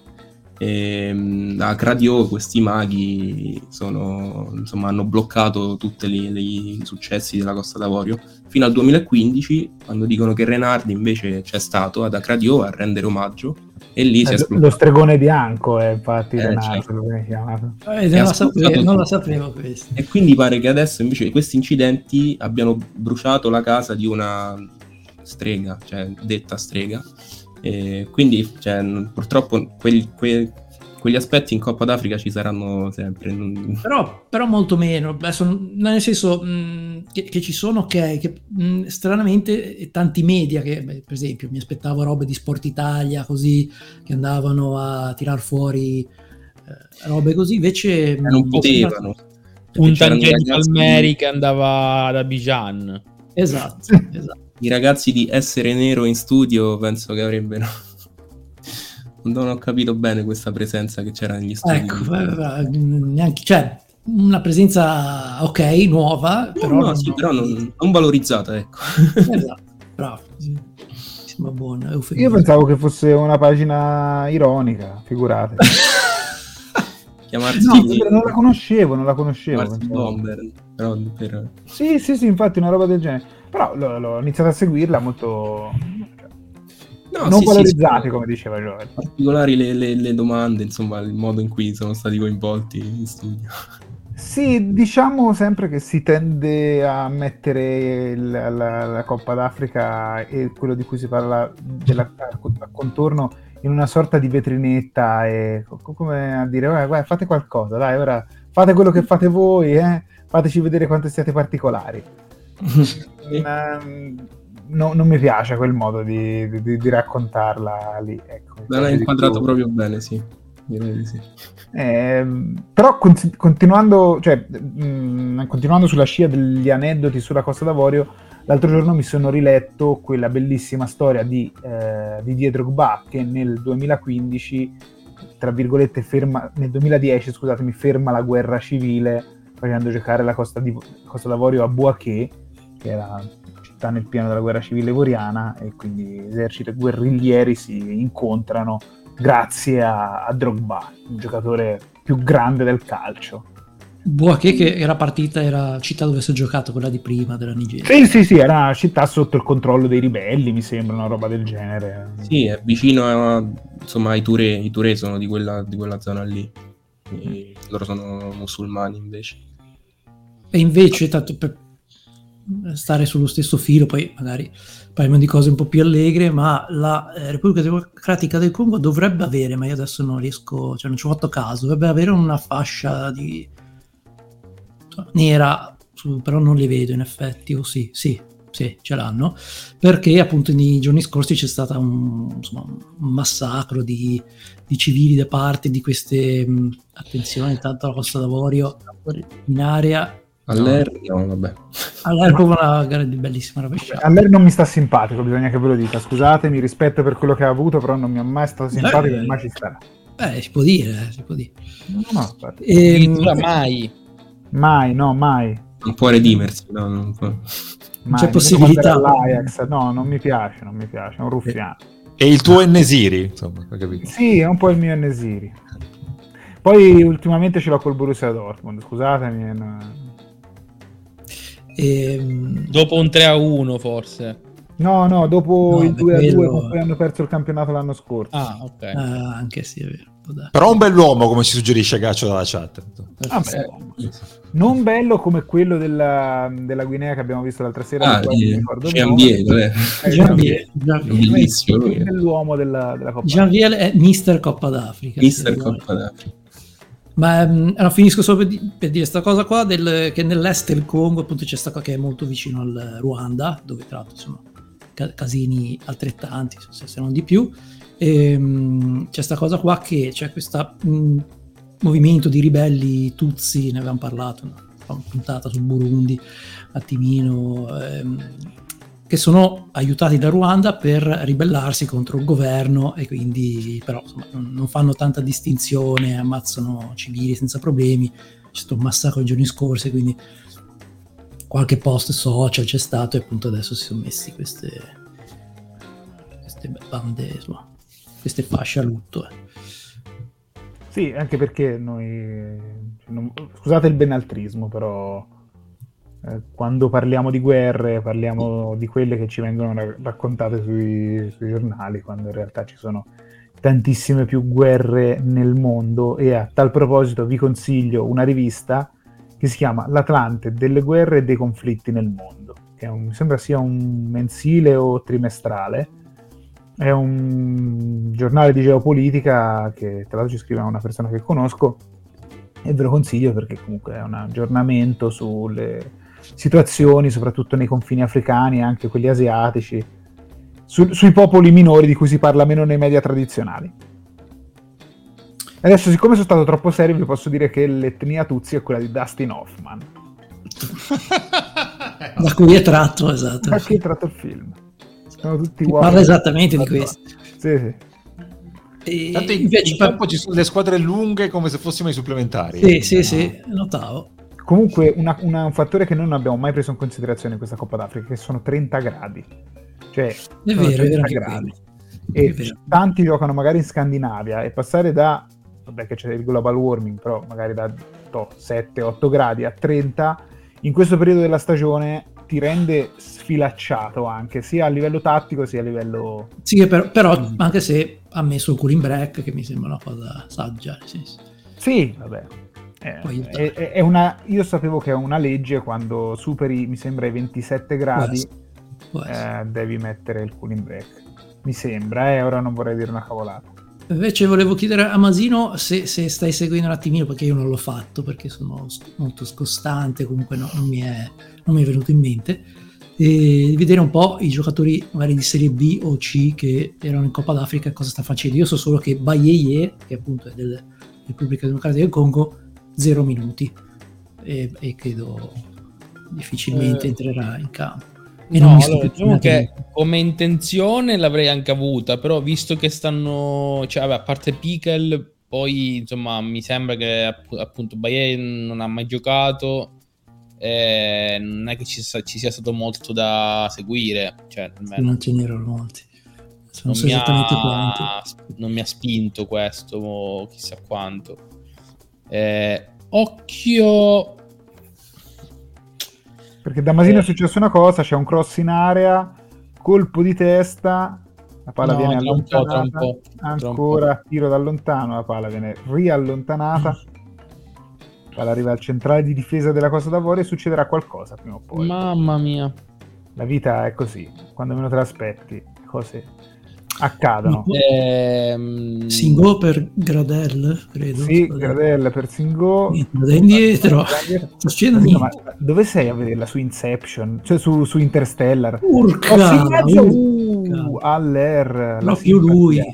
Da Cradio questi maghi hanno bloccato tutti i successi della Costa d'Avorio fino al 2015, quando dicono che Renard invece c'è stato ad Accra-Dio a rendere omaggio, e lì si è lo stregone bianco è infatti Renard, certo. Lo viene chiamato. Non la sapevo questo. E quindi pare che adesso invece questi incidenti abbiano bruciato la casa di una strega, cioè detta strega. Quindi purtroppo quegli aspetti in Coppa d'Africa ci saranno sempre. Però molto meno, nel senso che ci sono, ok, che stranamente tanti media che per esempio mi aspettavo robe di Sport Italia così, che andavano a tirar fuori robe così, invece non potevano. Un Tangenti Palmeri che andava ad Abidjan. Esatto. I ragazzi di Essere Nero in studio penso che avrebbero... Non ho capito bene questa presenza che c'era negli studi. Ecco, neanche, cioè, una presenza ok, nuova, però non valorizzata, ecco. Esatto, bravo. Sembra buono. Io pensavo che fosse una pagina ironica, figurate. Chiamarsi... No, non la conoscevo. Bomber, però Sì, infatti una roba del genere. Però l'ho iniziato a seguirla molto... non valorizzati, come diceva Joel. Particolari le domande, insomma, il modo in cui sono stati coinvolti in studio. Sì, diciamo sempre che si tende a mettere la Coppa d'Africa e quello di cui si parla a contorno in una sorta di vetrinetta, e come a dire guarda, fate qualcosa, dai, ora fate quello che fate voi, fateci vedere quanto siete particolari. Non mi piace quel modo di raccontarla lì, ecco. L'hai inquadrato proprio bene, sì. Direi di sì. Però continuando sulla scia degli aneddoti sulla Costa d'Avorio, l'altro giorno mi sono riletto quella bellissima storia di Didier Drogba, che nel 2015, tra virgolette, nel 2010, scusatemi, ferma la guerra civile facendo giocare la Costa d'Avorio a Bouaké, che era città nel pieno della guerra civile ivoriana, e quindi esercito e guerriglieri si incontrano grazie a Drogba, il giocatore più grande del calcio. Bouaké, che era città dove si è giocato, quella di prima della Nigeria. Sì, era una città sotto il controllo dei ribelli, mi sembra, una roba del genere. Sì, è vicino ai Touré. I Touré sono di quella zona lì. Loro sono musulmani invece. E invece, tanto per stare sullo stesso filo, poi magari parliamo di cose un po' più allegre, ma la Repubblica Democratica del Congo dovrebbe avere, ma io adesso non riesco, cioè non ci ho fatto caso, dovrebbe avere una fascia nera, però non li vedo in effetti, o sì, ce l'hanno, perché appunto nei giorni scorsi c'è stato un massacro di civili da parte di queste, attenzione, intanto la Costa d'Avorio in area. All'Air, no, vabbè. All'Air proprio una bellissima rovesciata. All'Air non mi sta simpatico, bisogna che ve lo dica. Scusatemi, rispetto per quello che ha avuto, però non mi è mai stato simpatico e mai ci sarà. Si può dire. No, mai. Non può redimersi, no, non può. Non c'è possibilità. L'Ajax, no, non mi piace, è un ruffiano. E il tuo Enesiri, insomma, ho capito. Sì, è un po' il mio Enesiri. Poi ultimamente ce l'ho col Borussia Dortmund, scusatemi. Dopo un 3-1 forse. No, dopo il 2-2 con cui hanno perso il campionato l'anno scorso. Ok. Anche sì, è vero. Però un bell'uomo, come ci suggerisce Gaccio dalla chat. Non bello come quello della Guinea che abbiamo visto l'altra sera. Janvier, bellissimo. L'uomo della Coppa Janvier è Mister Coppa d'Africa. Coppa d'Africa. Ma finisco solo per dire questa cosa qua, che nell'est del Congo appunto c'è sta qua che è molto vicino al Ruanda, dove tra l'altro sono casini altrettanti, se non di più. C'è sta cosa qua che c'è questo movimento di ribelli Tutsi, ne avevamo parlato, una puntata sul Burundi un attimino, che sono aiutati da Ruanda per ribellarsi contro il governo, e quindi però insomma, non fanno tanta distinzione, ammazzano civili senza problemi. C'è stato un massacro i giorni scorsi, quindi qualche post social c'è stato, e appunto adesso si sono messi queste bande, insomma, queste fasce a lutto. Sì, anche perché noi, scusate il benaltrismo, però quando parliamo di guerre parliamo di quelle che ci vengono raccontate sui giornali, quando in realtà ci sono tantissime più guerre nel mondo. E a tal proposito vi consiglio una rivista che si chiama L'Atlante delle guerre e dei conflitti nel mondo, che mi sembra sia un mensile o trimestrale, È un giornale di geopolitica che tra l'altro ci scrive una persona che conosco e ve lo consiglio perché comunque è un aggiornamento sulle situazioni, soprattutto nei confini africani e anche quelli asiatici, sui popoli minori di cui si parla meno nei media tradizionali. Adesso, siccome sono stato troppo serio, vi posso dire che l'etnia Tutsi è quella di Dustin Hoffman. Da cui è tratto, esatto. Da cui è tratto il film. Sono tutti uomini. Parla esattamente di questo. Sì, sì. E tanto in campo ci sono le squadre lunghe come se fossimo i supplementari. Sì, notavo. Comunque un fattore che noi non abbiamo mai preso in considerazione in questa Coppa d'Africa, che sono 30 gradi. Cioè, è vero, gradi. E tanti giocano magari in Scandinavia e passare da, vabbè che c'è il global warming, però magari da 7-8 gradi a 30 in questo periodo della stagione ti rende sfilacciato anche sia a livello tattico sia a livello... Sì, però anche se ha messo il cooling break, che mi sembra una cosa saggia, nel senso. Sì, vabbè. È una, io sapevo che è una legge, quando superi, mi sembra, i 27 gradi devi mettere il cooling break. Mi sembra, ora non vorrei dire una cavolata. Invece volevo chiedere a Masino se stai seguendo un attimino, perché io non l'ho fatto, perché sono molto scostante, comunque non mi è venuto in mente, e vedere un po' i giocatori magari di Serie B o C che erano in Coppa d'Africa cosa sta facendo. Io so solo che Bayeye, che appunto è della Repubblica Democratica del Congo, 0 minuti e credo difficilmente entrerà in campo. No, allora, diciamo che come intenzione l'avrei anche avuta, però visto che stanno, cioè vabbè, a parte Piquel, poi insomma mi sembra che appunto Bayer non ha mai giocato, non è che ci sia stato molto da seguire, cioè non ce n'erano molti, non mi ha spinto questo, chissà quanto. Occhio, perché da Masino è successa una cosa, c'è un cross in area, colpo di testa, la palla viene allontanata, ancora tiro da lontano, la palla viene riallontanata, la palla arriva al centrale di difesa della Costa d'Avorio e succederà qualcosa prima o poi. Mamma mia. La vita è così, quando meno te l'aspetti, cose accadono. Singo per Gradel, credo. Sì, Gradel per Singo. Da indietro. Ma dove sei a vederla? Su Inception? Cioè su Interstellar? Urca! Aller. Proprio lui.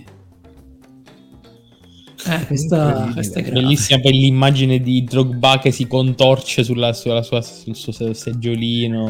Questa è bellissima poi l'immagine di Drogba che si contorce sul suo seggiolino.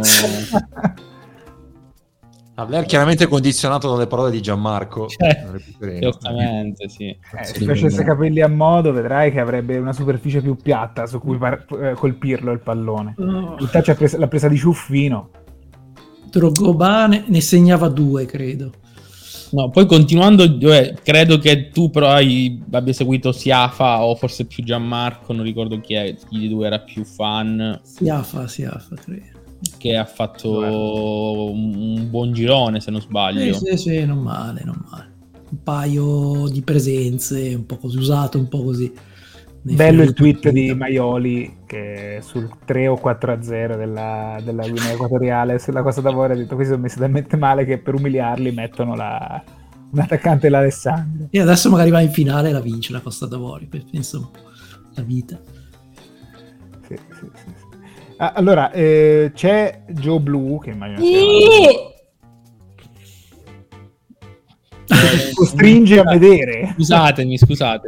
Aller chiaramente condizionato dalle parole di Gianmarco. Certamente, sì. Se facesse capelli a modo, vedrai che avrebbe una superficie più piatta su cui colpirlo il pallone. In realtà l'ha presa di ciuffino. Drogba ne segnava 2, credo. No, poi continuando, credo che tu però abbia seguito Siafa o forse più Gianmarco, non ricordo chi di due era più fan. Siafa, credo. Che ha fatto un buon girone, se non sbaglio. Sì, non male. Un paio di presenze, un po' così usato, un po' così. Bello il tweet di Maioli che sul 3 o 4-0 della Guinea Equatoriale sulla Costa d'Avorio ha detto: questi sono messi talmente male che per umiliarli mettono un attaccante l'Alessandro. E adesso magari va in finale e la vince la Costa d'Avorio, penso un po' la vita. Sì. Allora, c'è Joe Blue che immagino costringe a vedere. Scusatemi.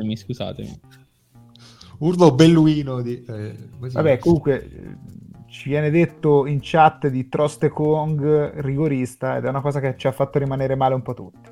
Urlo belluino vabbè, comunque ci viene detto in chat di Troste Kong rigorista ed è una cosa che ci ha fatto rimanere male un po' tutti.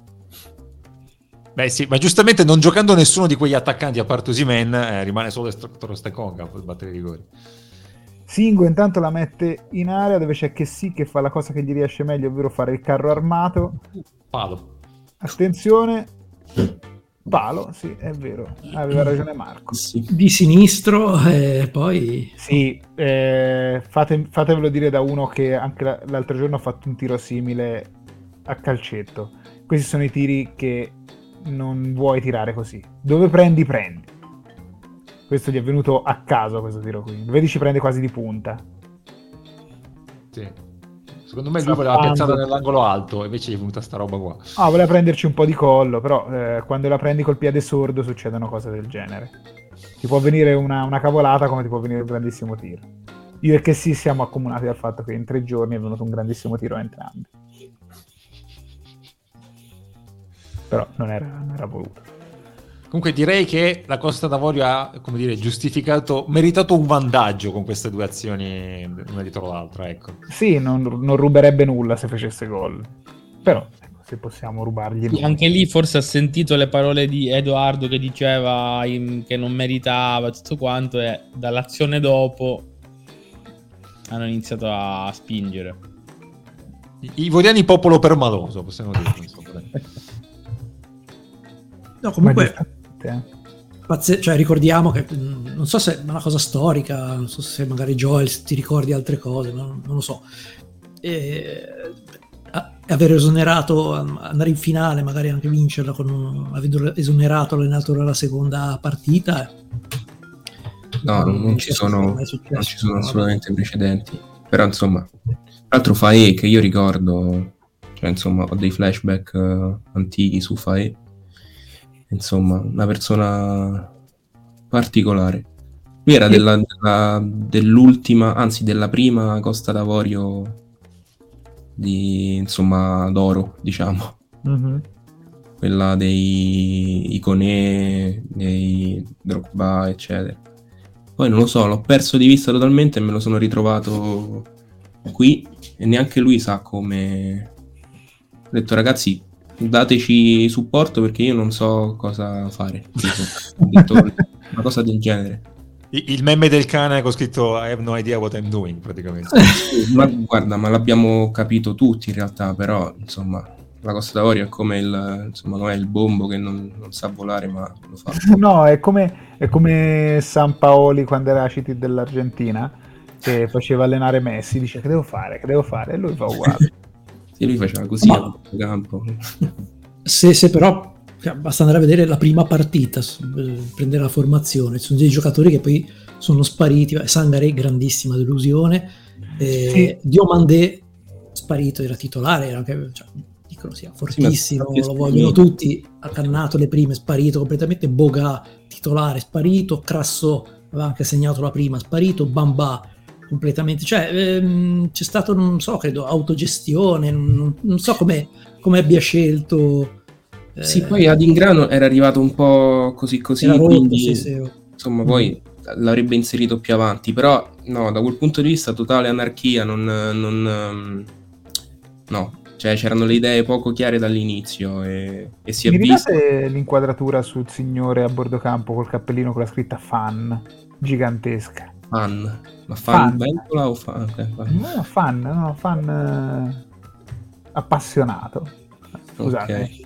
Beh sì, ma giustamente non giocando nessuno di quegli attaccanti a parte Osimhen, rimane solo Troste Kong a battere i rigori. Singo intanto la mette in area dove c'è che fa la cosa che gli riesce meglio, ovvero fare il carro armato. Palo. Attenzione. Palo, sì, è vero. Aveva ragione Marco. Sì. Di sinistro e poi... Sì, fatevelo dire da uno che anche l'altro giorno ha fatto un tiro simile a calcetto. Questi sono i tiri che non vuoi tirare così. Dove prendi. Questo gli è venuto a caso, questo tiro qui. Vedi, ci prende quasi di punta. Sì. Secondo me lui voleva piazzarla nell'angolo alto, invece gli è venuta sta roba qua. Voleva prenderci un po' di collo, però quando la prendi col piede sordo succedono cose del genere. Ti può venire una cavolata come ti può venire un grandissimo tiro. Io e che sì siamo accomunati dal fatto che in 3 giorni è venuto un grandissimo tiro a entrambi. Però non era voluto. Comunque direi che la Costa d'Avorio ha, come dire, meritato un vantaggio con queste 2 azioni una dietro l'altra, ecco. Sì, non ruberebbe nulla se facesse gol. Però se possiamo rubargli sì, anche lì forse ha sentito le parole di Edoardo che diceva che non meritava tutto quanto, e dall'azione dopo hanno iniziato a spingere. I voriani popolo permaloso, possiamo dire. No, comunque cioè, ricordiamo che non so se è una cosa storica, non so se magari Joel ti ricordi altre cose, non lo so. Aver esonerato, andare in finale, magari anche vincerla avendo esonerato l'allenatore alla seconda partita. No, non ci sono assolutamente precedenti. Però insomma, tra l'altro Faé, che io ricordo, cioè insomma ho dei flashback antichi su Faé, insomma una persona particolare. Lui era dell'ultima, anzi della prima Costa d'Avorio d'oro, diciamo. Mm-hmm. Quella dei Iconé, dei Drogba, eccetera. Poi non lo so, l'ho perso di vista totalmente e me lo sono ritrovato qui e neanche lui sa come. Ho detto ragazzi, dateci supporto perché io non so cosa fare. Ho detto una cosa del genere. Il meme del cane con scritto I have no idea what I'm doing, praticamente. Ma guarda, ma l'abbiamo capito tutti in realtà, però insomma la Costa d'Avorio è come il bombo che non sa volare ma lo fa. No, è come Sampaoli quando era City dell'Argentina, che faceva allenare Messi, dice che devo fare, e lui fa uguale. Sì, lui faceva così a campo. Se però basta andare a vedere la prima partita, prendere la formazione, ci sono dei giocatori che poi sono spariti. Sangaré, grandissima delusione, sì. Diomandé sparito, era titolare, era anche, dicono sia fortissimo, lo vogliono tutti, ha cannato le prime, sparito completamente. Boga titolare, sparito. Crasso aveva anche segnato la prima, sparito. Bamba completamente, c'è stato, non so, credo autogestione, non so come abbia scelto. Sì, poi ad Ingrano era arrivato un po' così, rotto, quindi sì. Insomma poi l'avrebbe inserito più avanti, però no, da quel punto di vista totale anarchia, no, cioè c'erano le idee poco chiare dall'inizio e si è visto. L'inquadratura sul signore a bordo campo col cappellino con la scritta fan gigantesca. Fan? Ma fan ventola o fan? No, fan appassionato. Scusate. Okay.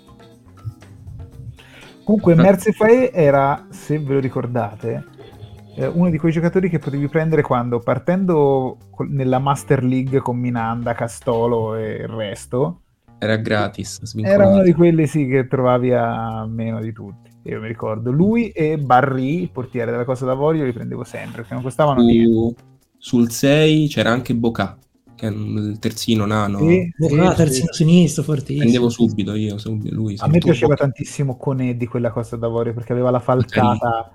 Comunque Merzefae era, se ve lo ricordate, uno di quei giocatori che potevi prendere quando, partendo nella Master League con Minanda, Castolo e il resto, era gratis, svincolato. Era uno di quelli sì che trovavi a meno di tutti. Io mi ricordo lui e Barry, il portiere della Costa d'Avorio, li prendevo sempre perché non costavano niente. Sul 6 c'era anche Bocà, che è il terzino nano. Bocà, terzino sinistro, fortissimo. Prendevo subito io, lui. A me piaceva tantissimo Koné di quella Costa d'Avorio perché aveva la falcata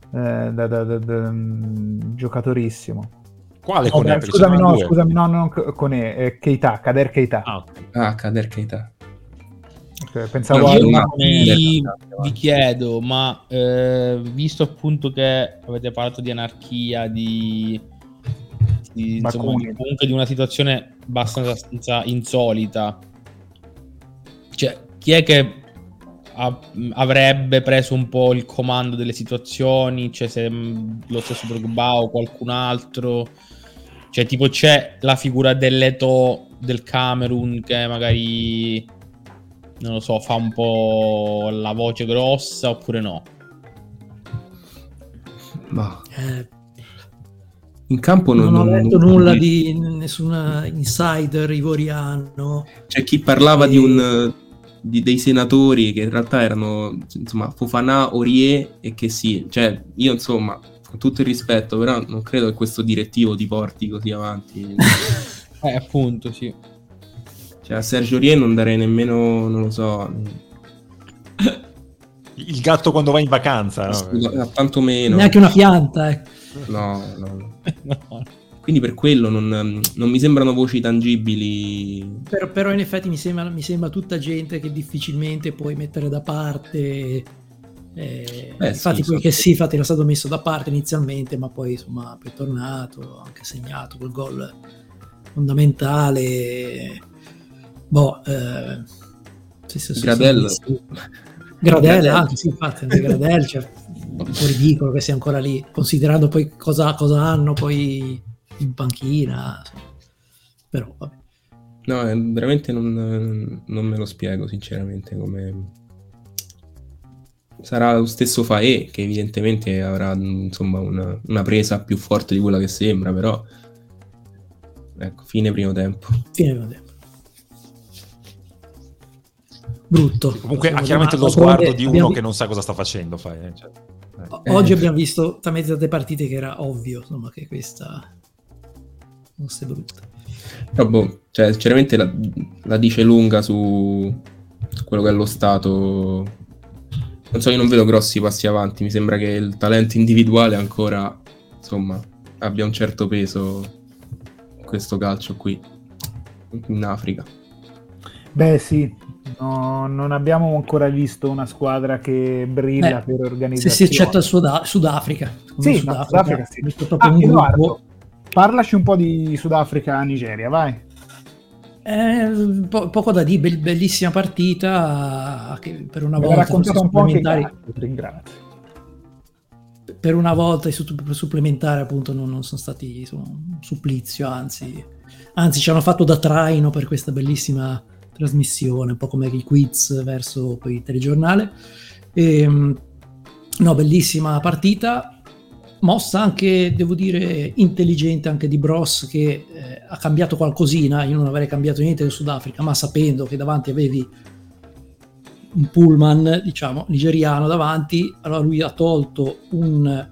giocatorissimo. Quale Koné? Scusami, non Koné, Keita, Kader Keita. Kader Keita. Pensavo vi chiedo, ma visto appunto che avete parlato di anarchia, insomma, comunque di una situazione abbastanza insolita, cioè chi è che avrebbe preso un po' il comando delle situazioni, cioè se lo stesso Drogba o qualcun altro, cioè tipo c'è la figura dell'Eto'o del Camerun che magari, non lo so, fa un po' la voce grossa oppure no? Ma in campo non ho letto nulla di nessun insider ivoriano. C'è chi parlava dei senatori che in realtà erano insomma Fofana, Aurier e che sì, cioè io insomma con tutto il rispetto però non credo che questo direttivo ti porti così avanti. Appunto, sì. Cioè a Sergio Aurier non darei nemmeno, non lo so, il gatto quando va in vacanza, no? Tanto meno. Neanche una pianta, No. Quindi per quello non mi sembrano voci tangibili. Però in effetti mi sembra tutta gente che difficilmente puoi mettere da parte. Infatti infatti era stato messo da parte inizialmente, ma poi insomma poi è tornato, anche segnato quel gol fondamentale. Gradel anche, sì, infatti Gradel, cioè, un po' ridicolo che sia ancora lì, considerando poi cosa hanno poi in panchina, però vabbè. No, veramente non me lo spiego sinceramente come sarà. Lo stesso Faé, che evidentemente avrà insomma una presa più forte di quella che sembra, però ecco, fine primo tempo. Brutto. Comunque ha chiaramente lo sguardo di uno che non sa cosa sta facendo. Oggi abbiamo visto talmente tante partite che era ovvio, insomma, che questa fosse brutta. Però cioè, sinceramente la dice lunga su quello che è lo stato. Non so, io non vedo grossi passi avanti. Mi sembra che il talento individuale ancora, insomma, abbia un certo peso in questo calcio qui in Africa. Beh sì, non abbiamo ancora visto una squadra che brilla per organizzazione. Se si eccetta il Sudafrica. Sì, Sudafrica sì. Edoardo, parlaci un po' di Sudafrica-Nigeria, vai. Poco da dire, bellissima partita che per una volta raccontato un po' anche per una volta i supplementari appunto non sono stati un supplizio, anzi ci hanno fatto da traino per questa bellissima trasmissione, un po' come il quiz verso poi il telegiornale. Bellissima partita, mossa anche, devo dire, intelligente anche di Bros, che ha cambiato qualcosina. Io non avrei cambiato niente del Sudafrica, ma sapendo che davanti avevi un pullman, diciamo, nigeriano davanti, allora lui ha tolto un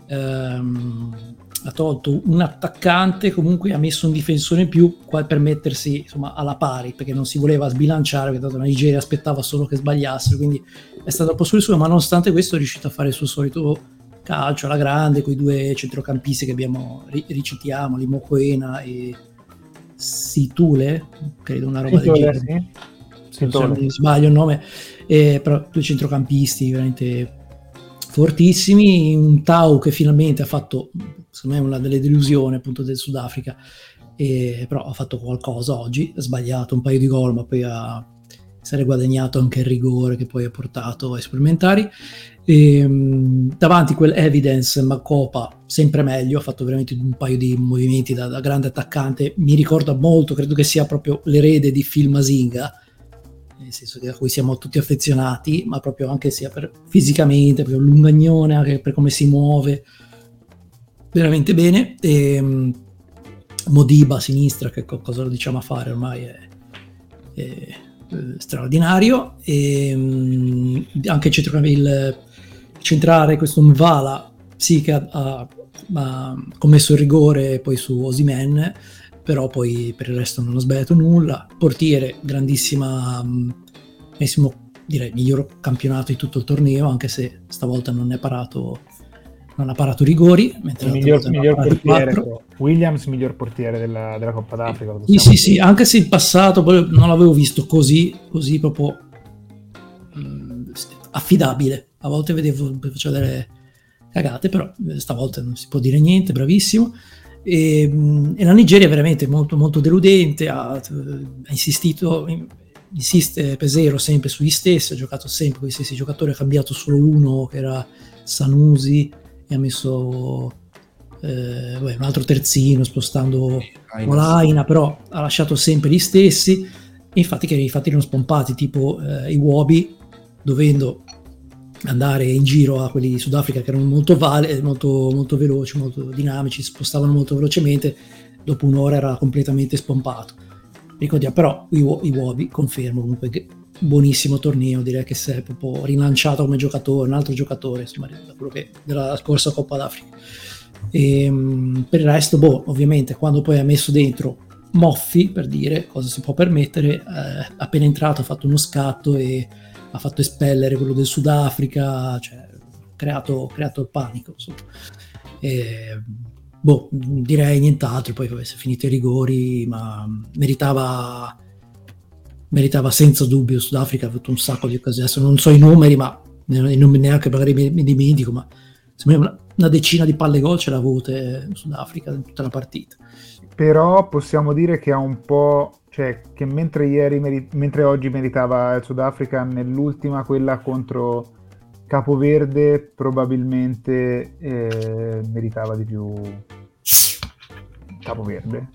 attaccante, comunque ha messo un difensore in più per mettersi insomma alla pari, perché non si voleva sbilanciare, perché tanto la Nigeria aspettava solo che sbagliassero, quindi è stato un po' sul suo, ma nonostante questo è riuscito a fare il suo solito calcio alla grande, con i due centrocampisti che abbiamo ricitiamo, Limoquena e Situle, credo una roba del genere, se non sbaglio il nome, però due centrocampisti veramente fortissimi, un Tau che finalmente ha fatto, secondo me, una delle delusioni appunto del Sudafrica, però ha fatto qualcosa oggi, ha sbagliato un paio di gol, ma poi si è guadagnato anche il rigore che poi ha portato ai supplementari. Davanti quel Evidence Makopa sempre meglio, ha fatto veramente un paio di movimenti da grande attaccante, mi ricorda molto, credo che sia proprio l'erede di Phil Mazinga, nel senso che a cui siamo tutti affezionati, ma proprio anche sia fisicamente, proprio lungagnone, anche per come si muove veramente bene. Modiba a sinistra, che cosa lo diciamo a fare ormai, è straordinario. Anche il centrale, questo Mvala, sì, che ha commesso il rigore poi su Osimhen, però poi per il resto non ho sbagliato nulla. Portiere, grandissimo, direi miglior campionato di tutto il torneo, anche se stavolta non ha parato rigori, mentre miglior portiere, Williams miglior portiere della Coppa d'Africa. Sì, anche se in passato non l'avevo visto così proprio affidabile. A volte faceva delle cagate, però stavolta non si può dire niente, bravissimo. E la Nigeria è veramente molto molto deludente, insiste Pesero sempre sugli stessi, ha giocato sempre con gli stessi giocatori, ha cambiato solo uno che era Sanusi e ha messo un altro terzino spostando Olaina, però ha lasciato sempre gli stessi, e infatti erano spompati tipo Iwobi, dovendo andare in giro a quelli di Sudafrica che erano molto veloci, molto dinamici, si spostavano molto velocemente, dopo un'ora era completamente spompato. Ricordiamo però Iwobi, confermo comunque che buonissimo torneo, direi che si è proprio rilanciato come giocatore, un altro giocatore insomma da quello che della scorsa Coppa d'Africa. E per il resto ovviamente quando poi ha messo dentro Moffi, per dire cosa si può permettere, appena entrato ha fatto uno scatto e ha fatto espellere quello del Sudafrica, cioè creato il panico, insomma. Direi nient'altro. Poi vabbè, si è finito i rigori, ma meritava senza dubbio. Sudafrica ha avuto un sacco di occasioni, adesso non so i numeri, ma neanche magari mi dimentico, ma una decina di palle gol ce l'ha avute Sudafrica in tutta la partita. Però possiamo dire che ha un po', cioè che mentre oggi meritava il Sudafrica, nell'ultima, quella contro Capoverde, probabilmente meritava di più Capoverde.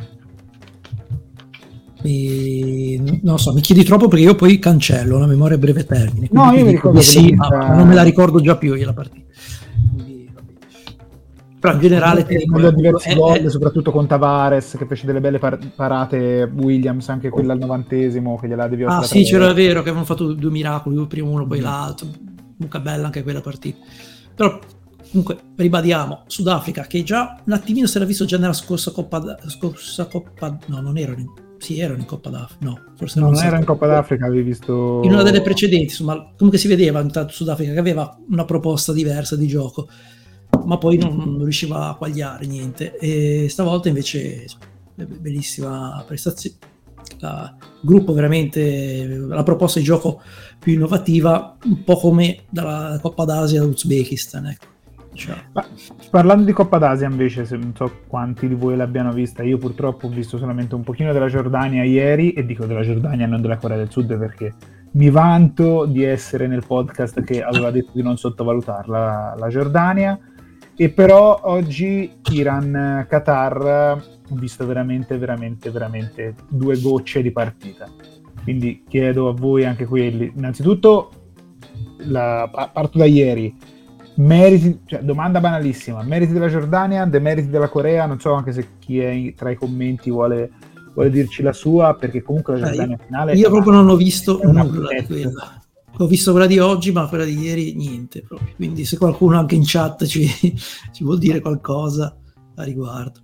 Non so, mi chiedi troppo perché io poi cancello la memoria a breve termine. No, io mi ricordo ma non me la ricordo già più io la partita. Però in generale diversi gol, soprattutto con Tavares che fece delle belle parate, Williams anche quella al 90esimo che gliela devi sì, c'era, vero che avevano fatto 2 miracoli, prima uno poi l'altro, mucca bella anche quella partita. Però comunque ribadiamo, Sudafrica che già un attimino si era visto già nella scorsa Coppa no, non erano erano in Coppa d'Africa, no, forse non era in Coppa d'Africa, avevi visto in una delle precedenti, insomma, comunque si vedeva intanto Sudafrica che aveva una proposta diversa di gioco, ma poi non riusciva a quagliare niente, e stavolta invece bellissima prestazione, gruppo veramente, la proposta di gioco più innovativa, un po' come dalla Coppa d'Asia all'Uzbekistan, ecco. Cioè. Parlando di Coppa d'Asia invece, se non so quanti di voi l'abbiano vista, io purtroppo ho visto solamente un pochino della Giordania ieri, e dico della Giordania, non della Corea del Sud, perché mi vanto di essere nel podcast che aveva detto di non sottovalutarla la Giordania, e però oggi Iran-Qatar ho visto veramente 2 gocce di partita, quindi chiedo a voi anche quelli, innanzitutto parto da ieri, meriti, cioè, domanda banalissima, meriti della Giordania, demeriti della Corea, non so anche se chi è tra i commenti vuole dirci la sua, perché comunque la Giordania finale io proprio non ho visto nulla di quella. Ho visto quella di oggi, ma quella di ieri niente proprio. Quindi se qualcuno anche in chat ci vuol dire qualcosa a riguardo.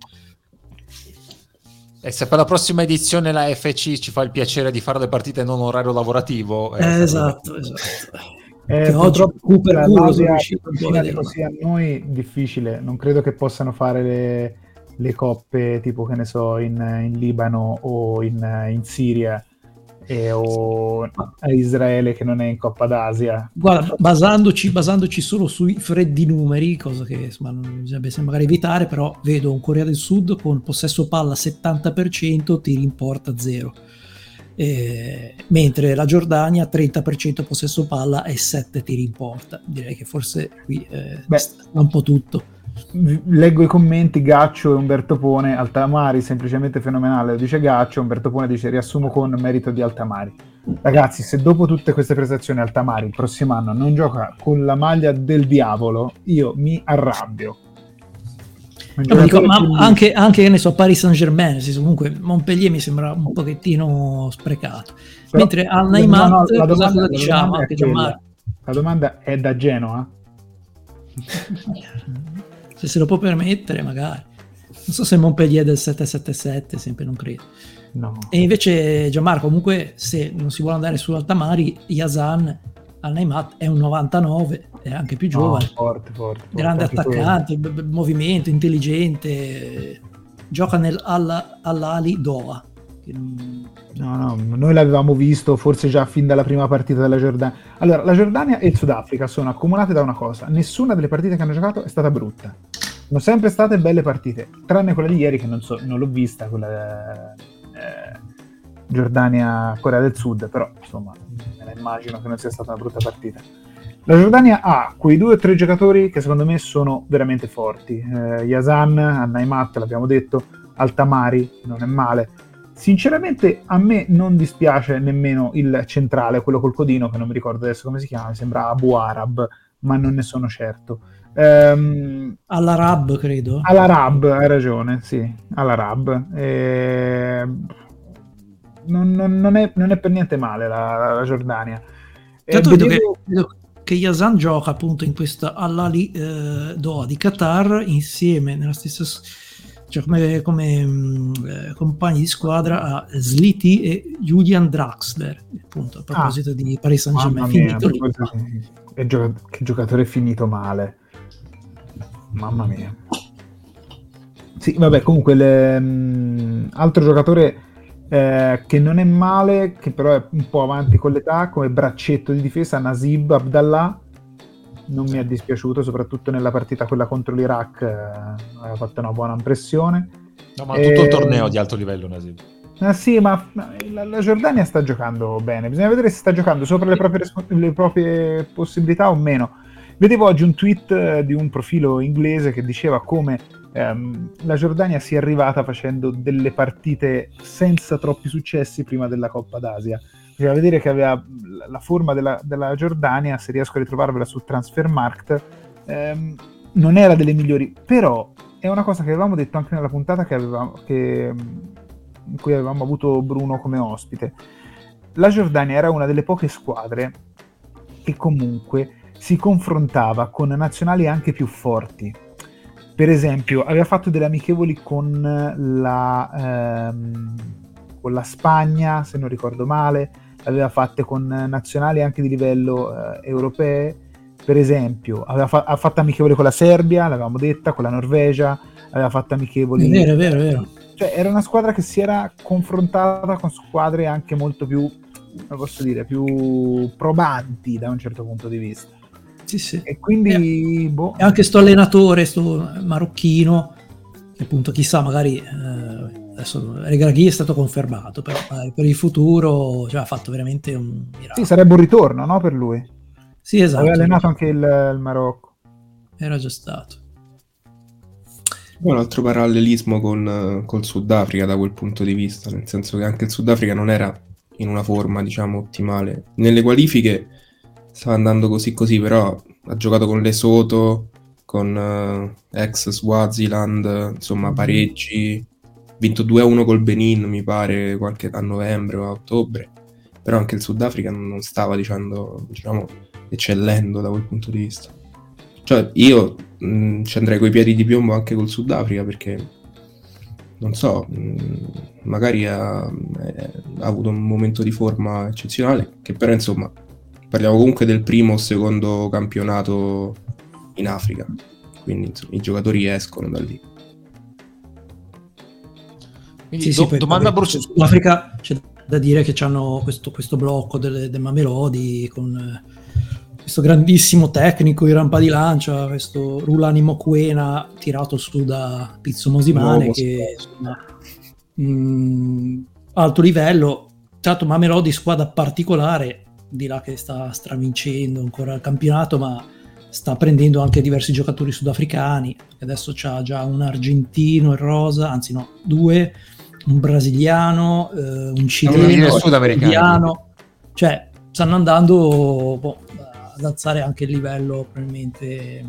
E se per la prossima edizione la FC ci fa il piacere di fare le partite non orario lavorativo, esatto. Che oggi per culo sono riuscito così a noi difficile, non credo che possano fare le coppe tipo, che ne so, in Libano o in Siria, o a Israele che non è in Coppa d'Asia. Guarda, basandoci solo sui freddi numeri, cosa che insomma non bisogna magari evitare, però vedo un Corea del Sud con possesso palla 70%, tiri in porta 0, mentre la Giordania 30% possesso palla e 7 tiri in porta. Direi che forse qui sta un po' tutto. Leggo i commenti, Gaccio e Umberto Pone, Altamari semplicemente fenomenale, lo dice Gaccio, Umberto Pone dice riassumo con merito di Altamari. Ragazzi, se dopo tutte queste prestazioni Altamari il prossimo anno non gioca con la maglia del diavolo, io mi arrabbio. Anche ne so, Paris Saint-Germain, comunque Montpellier mi sembra un pochettino sprecato. Però, mentre al Neymat cosa diciamo? Anche la domanda è da Genoa? Se lo può permettere magari, non so se Montpellier del 777, sempre non credo. No. E invece Gianmarco, comunque se non si vuole andare su Altamari, Yazan al Neymat è un 99, è anche più giovane, forte, grande attaccante, movimento, intelligente, gioca all'Ali Doha. No, noi l'avevamo visto forse già fin dalla prima partita della Giordania. Allora, la Giordania e il Sudafrica sono accomunate da una cosa: nessuna delle partite che hanno giocato è stata brutta, sono sempre state belle partite, tranne quella di ieri che non l'ho vista, quella Giordania-Corea del Sud, però insomma immagino che non sia stata una brutta partita. La Giordania ha quei 2 o 3 giocatori che secondo me sono veramente forti, Yazan, Neymat l'abbiamo detto, Altamari non è male. Sinceramente a me non dispiace nemmeno il centrale, quello col codino, che non mi ricordo adesso come si chiama, mi sembra Abu Arab, ma non ne sono certo. All'Arab, credo. All'Arab, hai ragione, sì, all'Arab. Non è per niente male la Giordania. Tanto vedo che Yazan gioca appunto in questa Al-Ahly Doha di Qatar, insieme nella stessa cioè come compagni di squadra a Sliti e Julian Draxler, appunto, a proposito di Paris Saint-Germain. Finito lì. Che giocatore finito male, mamma mia. Sì, vabbè, comunque altro giocatore che non è male, che però è un po' avanti con l'età, come braccetto di difesa, Nasib Abdallah. Non mi è dispiaciuto, soprattutto nella partita quella contro l'Iraq, aveva fatto una buona impressione. No, ma tutto il torneo di alto livello, Nasib. Sì, ma la Giordania sta giocando bene, bisogna vedere se sta giocando sopra le proprie possibilità o meno. Vedevo oggi un tweet di un profilo inglese che diceva come la Giordania sia arrivata facendo delle partite senza troppi successi prima della Coppa d'Asia. Bisogna vedere che aveva la forma della Giordania, se riesco a ritrovarvela su Transfermarkt, non era delle migliori, però è una cosa che avevamo detto anche nella puntata in cui avevamo avuto Bruno come ospite. La Giordania era una delle poche squadre che comunque si confrontava con nazionali anche più forti. Per esempio, aveva fatto delle amichevoli con la Spagna, se non ricordo male, aveva fatte con nazionali anche di livello europee. Per esempio, ha fatto amichevoli con la Serbia, l'avevamo detta, con la Norvegia, aveva fatto amichevoli... È vero. Cioè, era una squadra che si era confrontata con squadre anche molto più, come posso dire, più probanti da un certo punto di vista. Sì. E quindi e anche sto allenatore, sto marocchino, che appunto chissà, magari adesso Regragui è stato confermato, però per il futuro ha fatto veramente un miracolo. Sì, sarebbe un ritorno, no, per lui? Sì, esatto. Aveva allenato anche il Marocco. Era già stato. Un altro parallelismo col Sudafrica da quel punto di vista, nel senso che anche il Sudafrica non era in una forma, diciamo, ottimale. Nelle qualifiche stava andando così, però ha giocato con Lesotho, con ex Swaziland, insomma pareggi, vinto 2-1 col Benin, mi pare, a novembre o a ottobre, però anche il Sudafrica non stava diciamo, eccellendo da quel punto di vista. Cioè io ci andrei coi piedi di piombo anche col Sudafrica, perché non so, magari ha avuto un momento di forma eccezionale, che però insomma parliamo comunque del primo o secondo campionato in Africa, quindi insomma, i giocatori escono da lì. Quindi Sì, domanda Bruce. In Africa c'è da dire che hanno questo blocco del Mamelodi con questo grandissimo tecnico in rampa di lancia, questo Rulani Mokoena tirato su da Pizzo Mosimane, che insomma, alto livello. Tra l'altro Mamelodi squadra particolare, di là che sta stravincendo ancora il campionato, ma sta prendendo anche diversi giocatori sudafricani. Adesso c'ha già un argentino in rosa, anzi no, due, un brasiliano, un cileno, un sudamericano. Cioè stanno andando ad alzare anche il livello, probabilmente.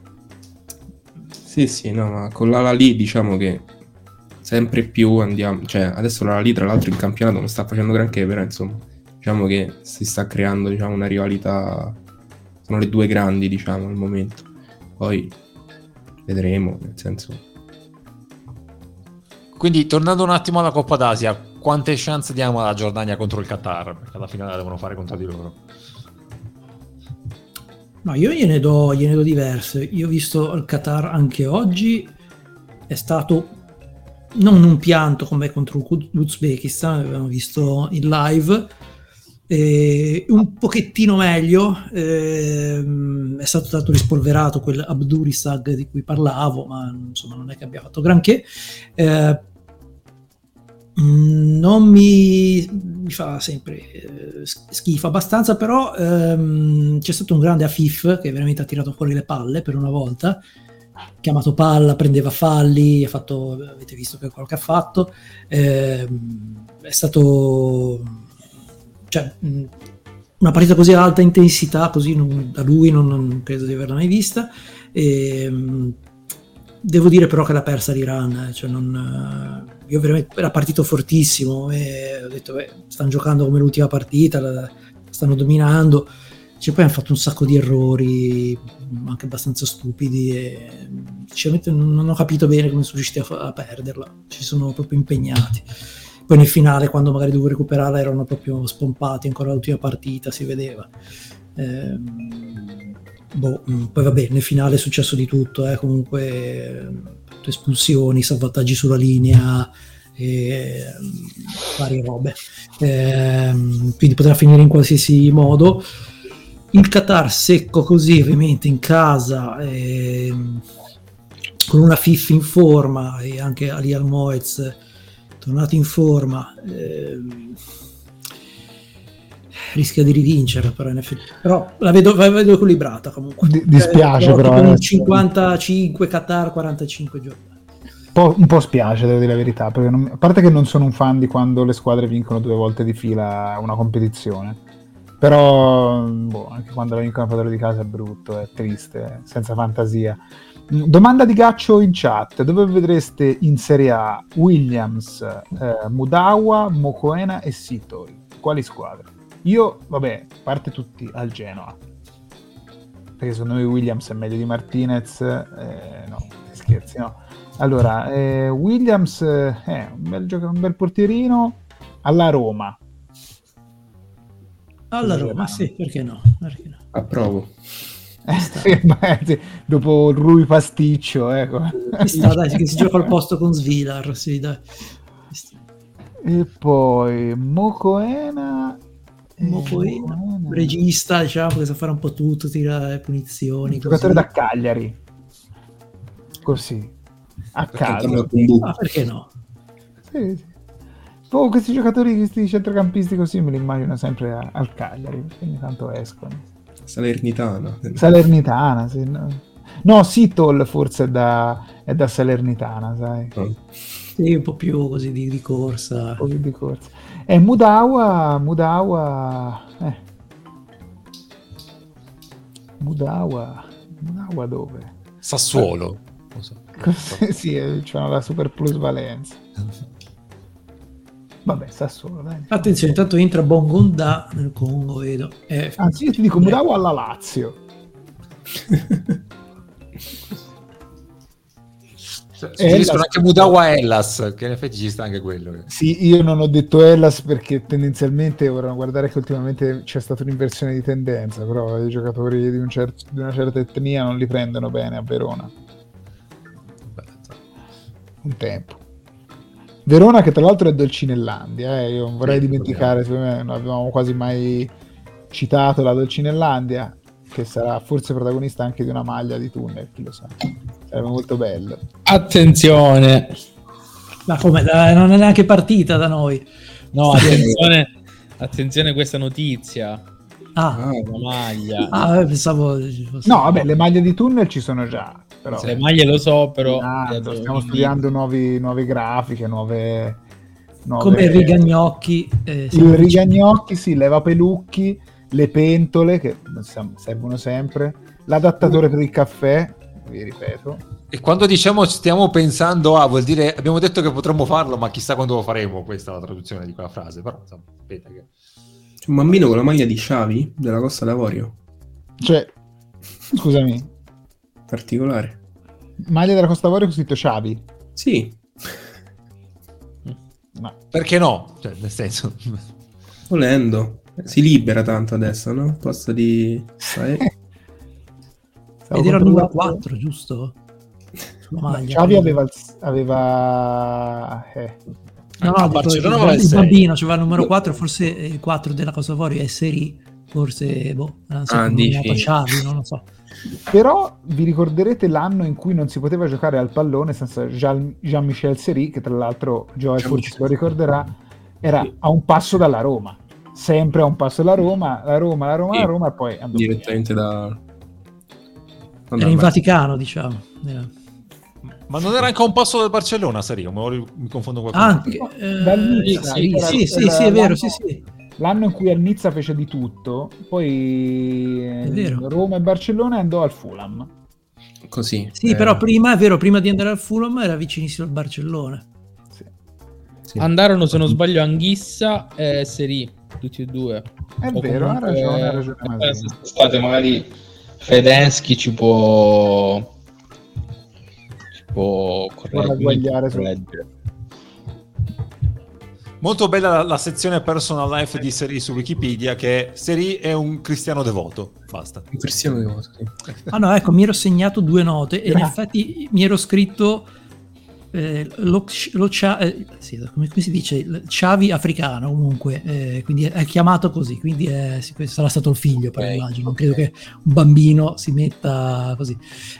Sì, no, ma con l'Al-Ahly diciamo che sempre più andiamo, cioè adesso l'Al-Ahly tra l'altro in campionato non sta facendo granché, però insomma diciamo che si sta creando, diciamo, una rivalità, sono le due grandi, diciamo, al momento. Poi vedremo, nel senso. Quindi tornando un attimo alla Coppa d'Asia, quante chance diamo alla Giordania contro il Qatar? Perché alla fine la devono fare contro di loro. No, io gliene do diverse. Io ho visto il Qatar anche oggi, è stato non un pianto come contro l'Uzbekistan, avevamo visto in live, un pochettino meglio, è stato tanto rispolverato quel Abdurisag di cui parlavo, ma insomma non è che abbia fatto granché. Non mi fa sempre schifo abbastanza, però c'è stato un grande Afif che veramente ha tirato fuori le palle per una volta, chiamato palla, prendeva falli, avete visto che quello che ha fatto, è stato, cioè, una partita così ad alta intensità, così da lui non credo di averla mai vista. Devo dire però che l'ha persa l'Iran, cioè io veramente era partito fortissimo e ho detto stanno giocando come l'ultima partita, la stanno dominando, poi hanno fatto un sacco di errori, anche abbastanza stupidi, e sinceramente non ho capito bene come sono riusciti a perderla. Ci sono proprio impegnati. Poi nel finale, quando magari dovevo recuperarla, erano proprio spompati, ancora l'ultima partita, si vedeva. Poi vabbè, nel finale è successo di tutto, comunque espulsioni, salvataggi sulla linea, varie robe, quindi poteva finire in qualsiasi modo. Il Qatar secco così, ovviamente in casa, con una FIF in forma, e anche Ali Almoez tornato in forma, rischia di rivincere, però in effetti, però la vedo equilibrata comunque. Dispiace però un 55 Qatar, 45 Giordania. Un po' spiace, devo dire la verità, perché a parte che non sono un fan di quando le squadre vincono 2 volte di fila una competizione, però anche quando la vincono padrone di casa è brutto, è triste, senza fantasia. Domanda di Gaccio in chat: dove vedreste in Serie A Williams, Mudawa, Mokoena e Sitori? Quali squadre? Io, vabbè, parte tutti al Genoa, perché secondo me Williams è meglio di Martinez. No, scherzi, no. Allora, Williams un bel portierino. Alla Roma. Alla Roma, sì, perché no? Approvo. Dopo il Rui pasticcio, ecco. Dai, che si gioca al posto con Svilar, sì, dai. E poi Mokoena, regista, diciamo, che sa fare un po' tutto, tira le punizioni, giocatore da Cagliari, così a caso. Perché no? Sì. Questi giocatori, questi centrocampisti così me li immagino sempre al Cagliari, perché ogni tanto escono. Salernitana, sì, no, Sitol forse è da Salernitana, sai. Sì, un po' più così di corsa. Un po' più di corsa. E Mudawa dove? Sassuolo. Sì, c'hanno la super plusvalenza. Vabbè, Sassuolo, dai. Attenzione, intanto entra Bongonda nel Congo, vedo. Anzi, io ti dico Mudawa alla Lazio. Ci dicono anche Mudawa Hellas, che in effetti ci sta anche quello. Sì, io non ho detto Hellas perché tendenzialmente vorrei guardare che ultimamente c'è stata un'inversione di tendenza, però i giocatori di una certa etnia non li prendono bene a Verona. Un tempo. Verona, che tra l'altro è Dolcinellandia, io non vorrei dimenticare, secondo me non avevamo quasi mai citato la Dolcinellandia, che sarà forse protagonista anche di una maglia di tunnel, chi lo sa, sarebbe molto bello. Attenzione, ma come, non è neanche partita da noi. No, attenzione questa notizia. La maglia. Pensavo no, vabbè, le maglie di tunnel ci sono già. Però, le maglie lo so, però stiamo studiando nuove grafiche, nuove come il rigagnocchi, il rigagnocchi, sì, leva pelucchi, le pentole che servono sempre, l'adattatore per il caffè, vi ripeto. E quando diciamo stiamo pensando vuol dire abbiamo detto che potremmo farlo, ma chissà quando lo faremo. Questa è la traduzione di quella frase, però sapete che c'è un bambino con la maglia di Xavi della Costa d'Avorio, cioè, scusami, particolare. Maglia della Costa d'Avorio con scritto Xavi? Sì. No. Perché no? Cioè, nel senso, volendo si libera tanto adesso, no? Posto di ed era il numero 4, giusto? Maglia, Xavi aveva no, Barcellona il bambino c'aveva il numero 4, forse il 4 della Costa d'Avorio è Seri, forse Xavi, non lo so. Però vi ricorderete l'anno in cui non si poteva giocare al pallone senza Jean-Michel Seri, che tra l'altro Joe forse se lo ricorderà, era a un passo dalla Roma, sempre a un passo dalla Roma, la Roma e poi andò direttamente era in Vaticano, diciamo. Ma non era anche a un passo dal Barcellona, Seri? Mi confondo qualcosa. Sì, è vero, sì. L'anno in cui al Nizza fece di tutto, poi Roma e Barcellona andò al Fulham. Così. Sì, però prima di andare al Fulham era vicinissimo al Barcellona. Sì. Andarono, se non sbaglio, Anghissa e Seri. tutti e due. È O vero, ha ragione Masini. State magari Fedensky ci può correggere. Molto bella la sezione personal life di Seri su Wikipedia, che Seri è un cristiano devoto, basta. Un cristiano devoto, sì. Ah no, ecco, mi ero segnato 2 note e in effetti mi ero scritto come si dice? Xavi africano comunque, quindi è chiamato così, quindi sarà stato il figlio, però immagino, non credo che un bambino si metta così.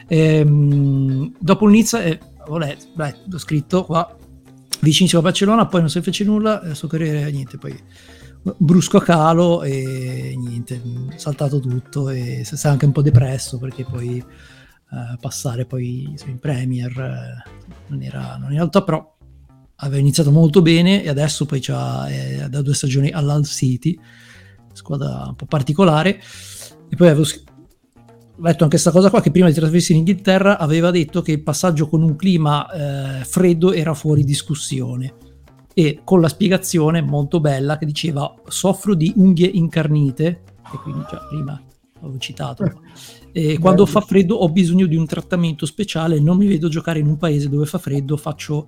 Dopo Nizza, l'ho scritto qua, vicinissimo a Barcellona, poi non si fece nulla, il suo carriera, niente, poi brusco calo e niente, saltato tutto e si è anche un po' depresso perché poi passare poi in Premier non era il top, però aveva iniziato molto bene e adesso poi c'ha da 2 stagioni all'Hull City, squadra un po' particolare, e poi avevo letto anche questa cosa qua, che prima di trasferirsi in Inghilterra aveva detto che il passaggio con un clima freddo era fuori discussione, e con la spiegazione molto bella che diceva: soffro di unghie incarnite, e quindi già prima avevo citato, e quando fa freddo ho bisogno di un trattamento speciale, non mi vedo giocare in un paese dove fa freddo, faccio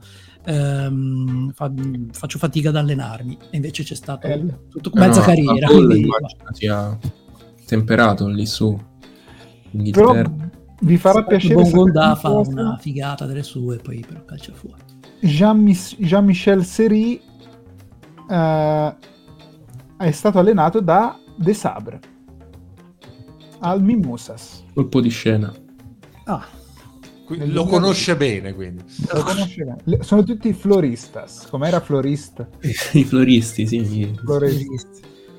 fatica ad allenarmi, e invece c'è stato tutto mezza carriera, quindi sia temperato lì su Però vi farà piacere Bongonda fa una figata delle sue, poi però calcia fuori. Jean-Michel Seri è stato allenato da De Sabre al Mimosas. Colpo di scena. Lo conosce bene, quindi. Lo conosce bene. Sono tutti floristas, com'era florista? I floristi, sì. Floristi.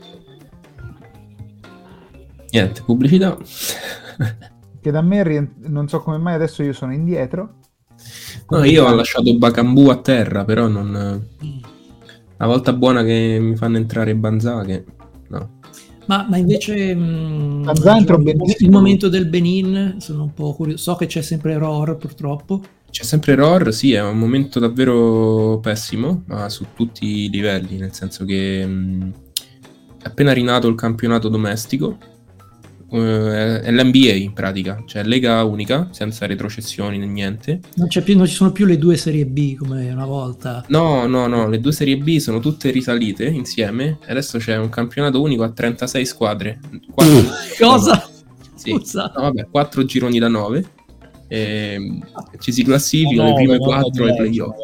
Niente, pubblicità. Che da me non so come mai adesso io sono indietro. No, io ho lasciato Bakambu a terra, però non... La volta buona che mi fanno entrare Banzà, che... No. Ma invece il momento del Benin sono un po' curioso. So che c'è sempre Rohr, purtroppo. C'è sempre Rohr, sì, è un momento davvero pessimo, ma su tutti i livelli, nel senso che è appena rinato il campionato domestico, è l'NBA in pratica, cioè lega unica, senza retrocessioni né niente. Non ci sono più le 2 serie B come una volta. No, le 2 serie B sono tutte risalite insieme e adesso c'è un campionato unico a 36 squadre. Cosa? Sì. No, vabbè, 4 gironi da 9 e ci si classificano le prime 4 ai playoff.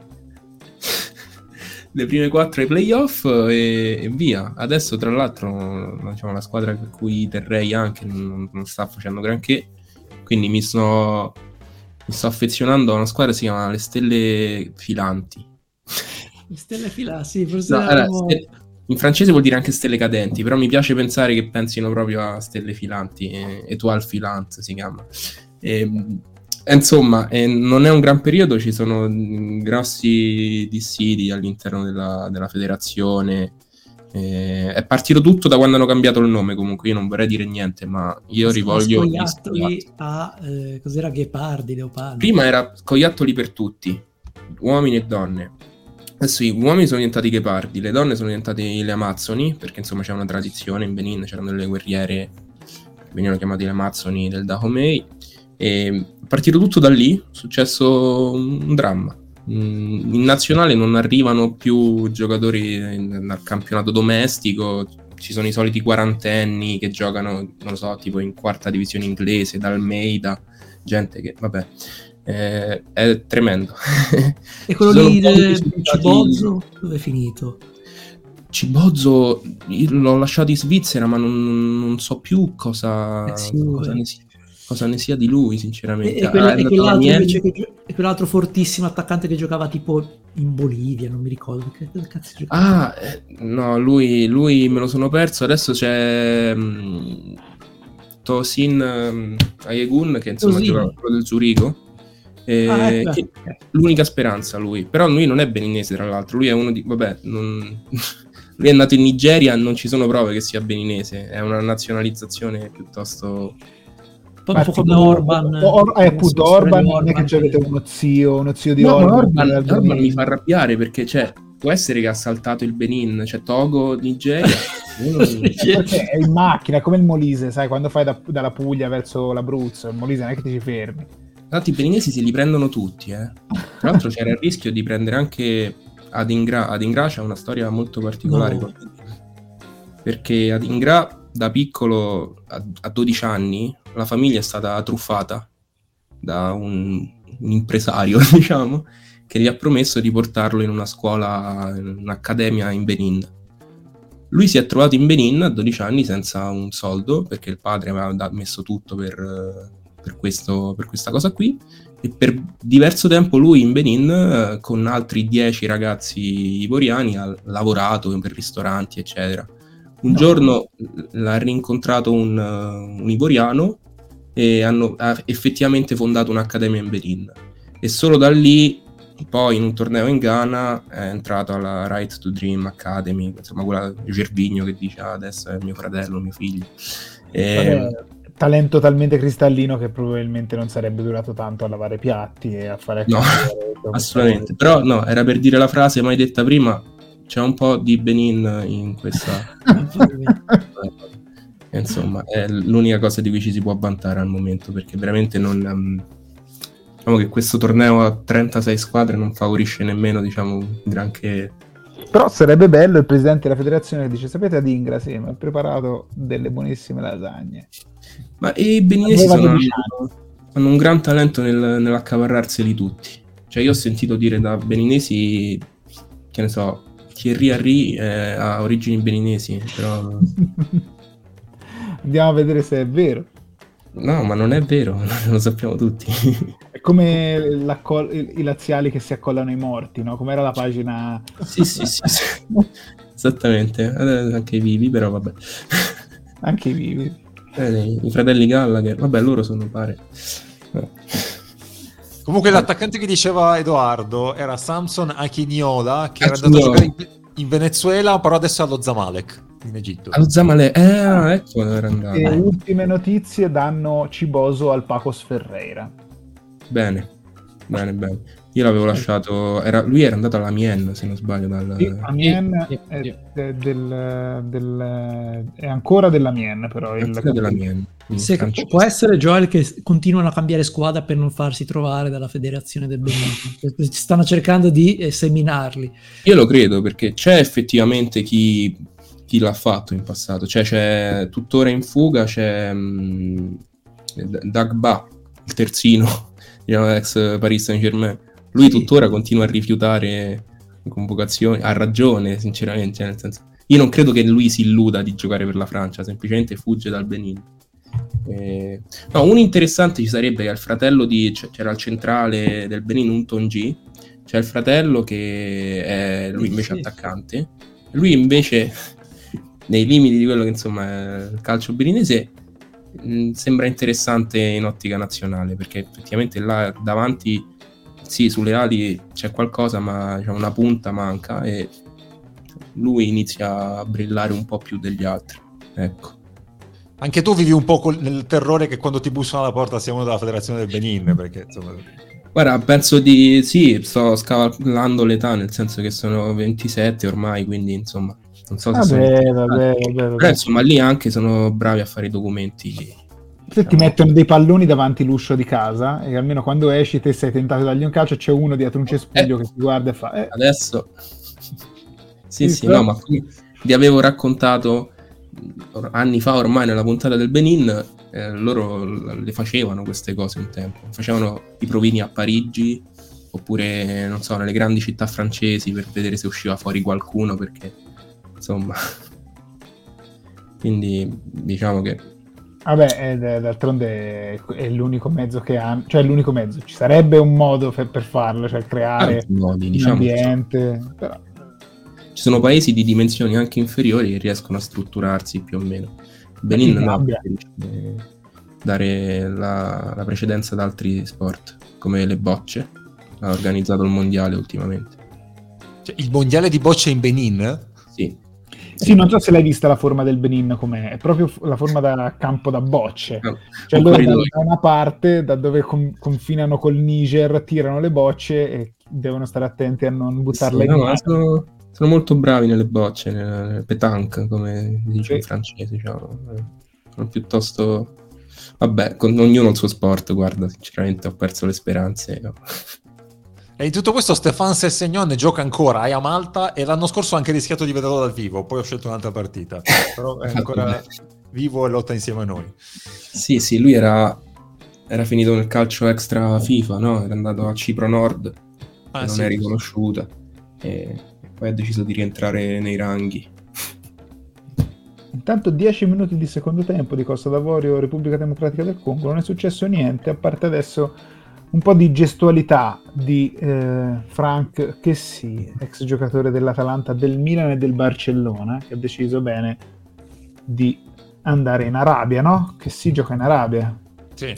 Le prime 4 ai playoff e via. Adesso tra l'altro, diciamo, la squadra per cui terrei anche non sta facendo granché, quindi mi sto affezionando a una squadra che si chiama le Stelle Filanti. Le Stelle Filanti, sì, forse in francese vuol dire anche stelle cadenti, però mi piace pensare che pensino proprio a Stelle Filanti, Étoile Filante si chiama. Insomma, non è un gran periodo, ci sono grossi dissidi all'interno della federazione. È partito tutto da quando hanno cambiato il nome, comunque io non vorrei dire niente, ma io rivoglio scoiattoli a cos'era, Ghepardi, Leopardi. Prima era scoiattoli per tutti, uomini e donne. Adesso gli uomini sono diventati ghepardi, le donne sono diventate le amazzoni, perché insomma c'è una tradizione in Benin, c'erano delle guerriere che venivano chiamate le amazzoni del Dahomey. E è partito tutto da lì, è successo un dramma. In nazionale non arrivano più giocatori dal campionato domestico, ci sono i soliti quarantenni che giocano, non lo so, tipo in 4ª divisione inglese, da Almeida, gente che, vabbè, è tremendo. E quello lì del Cibozzo, dove è finito? Cibozzo l'ho lasciato in Svizzera, ma non so più cosa ne sia di lui, sinceramente. E quell'altro invece e quell'altro fortissimo attaccante che giocava tipo in Bolivia, non mi ricordo che cazzo giocava. No, lui me lo sono perso. Adesso c'è Tosin Ayegun, che insomma gioca quello del Zurigo, che è l'unica speranza lui, però lui non è beninese, tra l'altro lui è uno di lui è nato in Nigeria, non ci sono prove che sia beninese, è una nazionalizzazione piuttosto un po' come Orban. Orban non è che avete uno zio di Orban mi fa arrabbiare perché può essere che ha saltato il Benin, cioè Togo, Nigeria. Perché è in macchina, è come il Molise, sai, quando fai dalla Puglia verso l'Abruzzo, il Molise non è che ti ci fermi. Infatti i beninesi se li prendono tutti, Tra l'altro c'era il rischio di prendere anche Adingra c'ha una storia molto particolare, perché Adingra da piccolo, a 12 anni, la famiglia è stata truffata da un impresario, diciamo, che gli ha promesso di portarlo in una scuola, in un'accademia in Benin. Lui si è trovato in Benin a 12 anni senza un soldo, perché il padre aveva messo tutto per questa cosa qui, e per diverso tempo lui in Benin, con altri 10 ragazzi ivoriani, ha lavorato per ristoranti, eccetera. Un giorno l'ha rincontrato un ivoriano e ha effettivamente fondato un'accademia in Benin, e solo da lì poi in un torneo in Ghana è entrato alla Right to Dream Academy, insomma quella Gervigno che dice adesso è mio fratello, mio figlio. Talento talmente cristallino che probabilmente non sarebbe durato tanto a lavare piatti e a fare assolutamente, però no, era per dire la frase mai detta prima, c'è un po' di Benin in questa insomma è l'unica cosa di cui ci si può vantare al momento, perché veramente non diciamo che questo torneo a 36 squadre non favorisce nemmeno, diciamo, granché. Però sarebbe bello il presidente della federazione che dice: sapete, ad Ingra sì, mi ha preparato delle buonissime lasagne. Ma i beninesi hanno un gran talento nell'accaparrarseli tutti. Cioè io ho sentito dire da beninesi, che ne so, Thierry Henry ha origini beninesi, però andiamo a vedere se è vero. No, ma non è vero, lo sappiamo tutti. È come i laziali che si accollano ai morti, no? Come era la pagina... Sì. Esattamente, anche i vivi, però vabbè. Anche i vivi. I fratelli Gallagher, vabbè, loro sono pare. Comunque l'attaccante che diceva Edoardo era Samson Akiniola, che era andato a giocare in Venezuela, però adesso è allo Zamalek in Egitto. Allo Zamalek, ecco dove era andato. Le ultime notizie danno Ciboso al Pacos Ferreira. Bene. Io l'avevo lasciato, lui era andato all'Amiens, se non sbaglio. Amiens è ancora dell'Amiens, però. Può essere, Joel, che continuano a cambiare squadra per non farsi trovare dalla federazione del Benin. Stanno cercando di seminarli. Io lo credo, perché c'è effettivamente chi l'ha fatto in passato. Cioè c'è tuttora in fuga, c'è Dagba, il terzino, ex Paris Saint-Germain. Lui tuttora continua a rifiutare le convocazioni, ha ragione sinceramente, nel senso, io non credo che lui si illuda di giocare per la Francia, semplicemente fugge dal Benin. No, un interessante ci sarebbe che il fratello c'era il centrale del Benin, un Tongi, c'è il fratello che è lui invece attaccante, lui invece nei limiti di quello che insomma è il calcio beninese sembra interessante in ottica nazionale, perché effettivamente là davanti sì, sulle ali c'è qualcosa, ma diciamo, una punta manca e lui inizia a brillare un po' più degli altri, ecco. Anche tu vivi un po' nel terrore che quando ti bussano alla porta sia uno della federazione del Benin, perché insomma... Guarda, penso sì, sto scavallando l'età, nel senso che sono 27 ormai, quindi insomma non so se vabbè. Però insomma lì anche sono bravi a fare i documenti. Se ti mettono dei palloni davanti l'uscio di casa e almeno quando esci te sei tentato di dargli un calcio, c'è uno dietro un cespuglio che ti guarda e fa adesso sì, no, ma vi avevo raccontato anni fa ormai nella puntata del Benin, loro le facevano queste cose un tempo, facevano i provini a Parigi oppure non so nelle grandi città francesi per vedere se usciva fuori qualcuno, perché insomma quindi diciamo che vabbè, d'altronde è l'unico mezzo che hanno, cioè l'unico mezzo, ci sarebbe un modo per farlo, cioè creare modi, un ambiente, però ci sono paesi di dimensioni anche inferiori che riescono a strutturarsi più o meno. Benin no, dare la precedenza ad altri sport come le bocce, ha organizzato il mondiale ultimamente. Cioè, il mondiale di bocce in Benin? Sì, non so se l'hai vista la forma del Benin com'è, è proprio la forma da campo da bocce, cioè loro da una parte, da dove confinano col Niger, tirano le bocce e devono stare attenti a non buttarla in no, mare. sono molto bravi nelle bocce, nelle pétanque, come si dice in francese, diciamo. Sono piuttosto... Vabbè, con ognuno il suo sport, guarda, sinceramente ho perso le speranze. No. E in tutto questo Stéphane Sessegnon gioca ancora a Malta e l'anno scorso ho anche rischiato di vederlo dal vivo, poi ho scelto un'altra partita, però è ancora vivo e lotta insieme a noi. Sì, lui era finito nel calcio extra FIFA, no? Era andato a Cipro Nord, che non è riconosciuta, e poi ha deciso di rientrare nei ranghi. Intanto 10 minuti di secondo tempo di Costa d'Avorio, Repubblica Democratica del Congo, non è successo niente, a parte adesso un po' di gestualità di Franck Kessy, ex giocatore dell'Atalanta, del Milan e del Barcellona, che ha deciso bene di andare in Arabia, no? Kessy gioca in Arabia. Sì.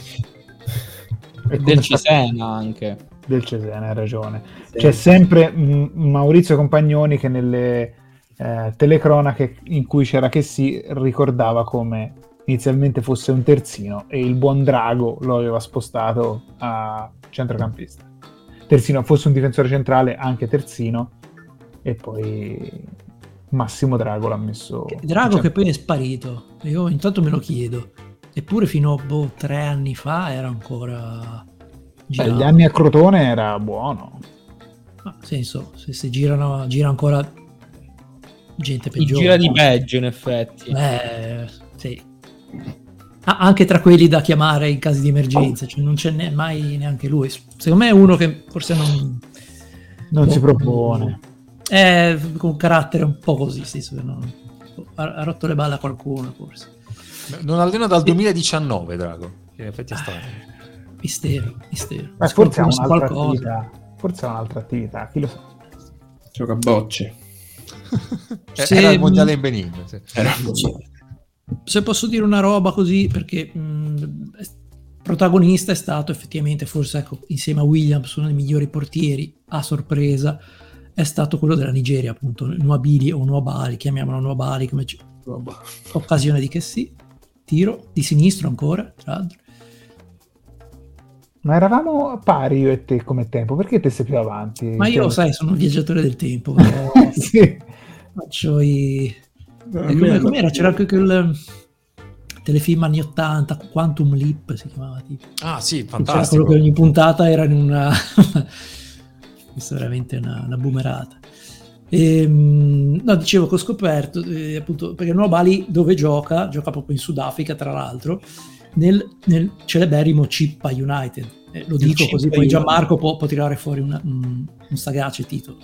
Del Cesena anche. Del Cesena, hai ragione. Sì. C'è sempre Maurizio Compagnoni che nelle telecronache in cui c'era Kessy ricordava come inizialmente fosse un terzino e il buon Drago lo aveva spostato a centrocampista. Terzino, fosse un difensore centrale, anche terzino, e poi Massimo Drago l'ha messo... Drago che poi è sparito, io intanto me lo chiedo, eppure fino a 3 anni fa era ancora... Beh, gli anni a Crotone era buono. Ma senso, se gira ancora gente peggiore. Gira di peggio in effetti. Sì. Anche tra quelli da chiamare in casi di emergenza, cioè non c'è mai neanche lui. Secondo me è uno che forse non si propone. È con un carattere un po' così, ha rotto le balle a qualcuno forse. Non allena dal 2019 Drago, che in effetti è strano. Mistero. Ma forse ha un'altra attività, chi lo sa. Gioca a bocce. Era il mondiale in Benin. Sì. Se posso dire una roba così, perché protagonista è stato effettivamente, forse ecco, insieme a Williams, uno dei migliori portieri a sorpresa, è stato quello della Nigeria, appunto, Nwabali o Nwabali, chiamiamolo Nwabali, come occasione di Kessy, tiro di sinistro ancora, tra l'altro. Ma eravamo pari io e te come tempo, perché te sei più avanti? Ma io, sai, sono un viaggiatore del tempo, sì. Faccio com'era? C'era anche quel telefilm anni 80, Quantum Leap si chiamava tipo. Ah sì, fantastico. C'era quello che ogni puntata era in una questa è veramente una boomerata. No, dicevo che ho scoperto appunto, perché Nwabali dove gioca proprio in Sudafrica, tra l'altro nel celeberrimo Chippa United, lo dico così poi Gianmarco può tirare fuori un sagace titolo.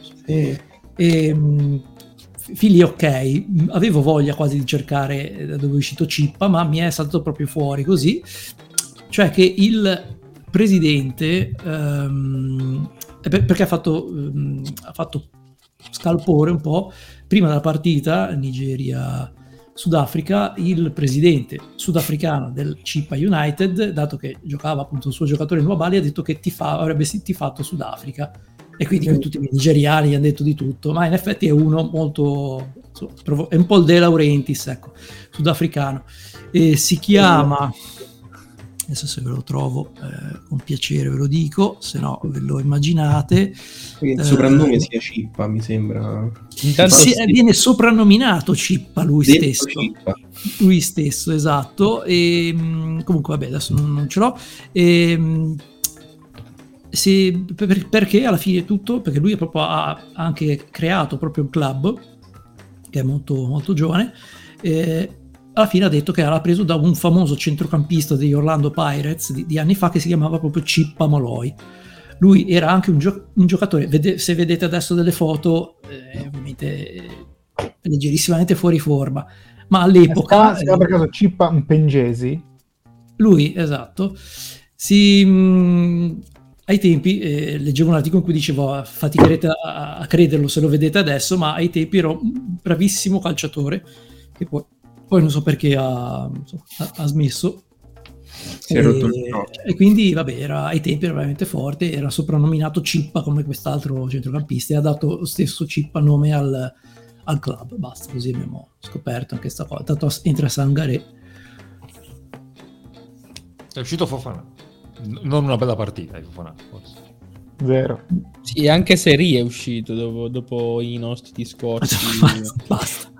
Figli, ok, avevo voglia quasi di cercare da dove è uscito Chippa, ma mi è saltato proprio fuori così, cioè che il presidente perché ha fatto scalpore un po' prima della partita Nigeria-Sudafrica. Il presidente sudafricano del Chippa United, dato che giocava appunto il suo giocatore Nwabali, ha detto che avrebbe tifato Sudafrica, e quindi tutti i nigeriani gli hanno detto di tutto, ma in effetti è uno molto, è un po' il De Laurentiis, ecco, sudafricano, e si chiama, adesso se ve lo trovo con piacere ve lo dico, se no ve lo immaginate. Il soprannome sia Chippa, mi sembra. Viene soprannominato Chippa lui stesso. Chippa. Lui stesso, esatto. E comunque vabbè, adesso non ce l'ho. Perché alla fine tutto, perché lui ha anche creato proprio un club che è molto, molto giovane, alla fine ha detto che era preso da un famoso centrocampista degli Orlando Pirates di anni fa che si chiamava proprio Chippa Molloy. Lui era anche un giocatore, se vedete adesso delle foto, ovviamente leggerissimamente fuori forma, ma all'epoca... Si chiama per caso Chippa Mpengesi? Lui, esatto. Ai tempi leggevo un articolo in cui dicevo faticherete a crederlo se lo vedete adesso, ma ai tempi era un bravissimo calciatore che poi non so perché ha smesso. Si è rotto il ginocchio. E quindi vabbè, ai tempi era veramente forte, era soprannominato Chippa come quest'altro centrocampista e ha dato lo stesso Chippa nome al club. Basta, così abbiamo scoperto anche questa cosa. Tanto entra Sangaré. È uscito Fofana. Non una bella partita di Fofana, forse. Zero. Sì, anche Seri è uscito dopo i nostri discorsi. Basta.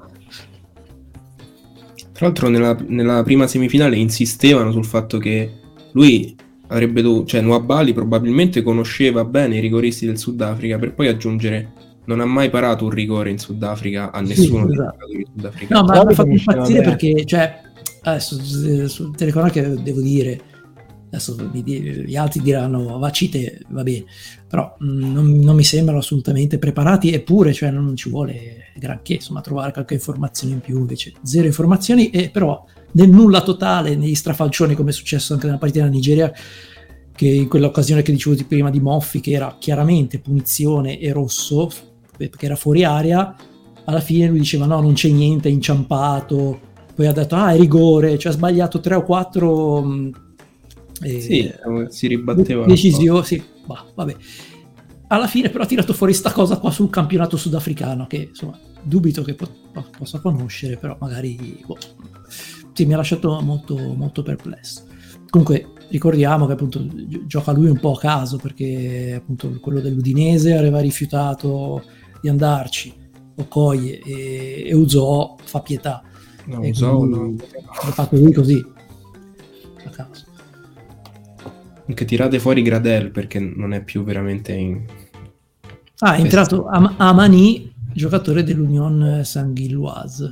Tra l'altro nella prima semifinale insistevano sul fatto che lui avrebbe dovuto, cioè Nwabali probabilmente conosceva bene i rigoristi del Sudafrica, per poi aggiungere non ha mai parato un rigore in Sudafrica a nessuno dei giocatori sudafricani. No, ma mi ha fatto impazzire perché, cioè, adesso sul telecronaca devo dire, adesso gli altri diranno vacite, va bene, però non mi sembrano assolutamente preparati, eppure cioè, non ci vuole granché, insomma, trovare qualche informazione in più, invece zero informazioni, e però nel nulla totale, negli strafalcioni, come è successo anche nella partita della Nigeria, che in quell'occasione che dicevo prima di Moffi, che era chiaramente punizione e rosso perché era fuori area, alla fine lui diceva no, non c'è niente, è inciampato, poi ha detto è rigore, cioè ha sbagliato 3 o 4 sì, si ribatteva decisioni, sì, vabbè. Alla fine però ha tirato fuori sta cosa qua sul campionato sudafricano, che insomma dubito che possa conoscere, però magari sì, mi ha lasciato molto, molto perplesso. Comunque ricordiamo che appunto gioca lui un po' a caso, perché appunto quello dell'Udinese aveva rifiutato di andarci, Okoye e Uzò fa pietà, no, e Uzò l'ha fatto lui così a caso. Anche tirate fuori Gradel, perché non è più veramente è entrato Amani, giocatore dell'Union Saint-Gilloise,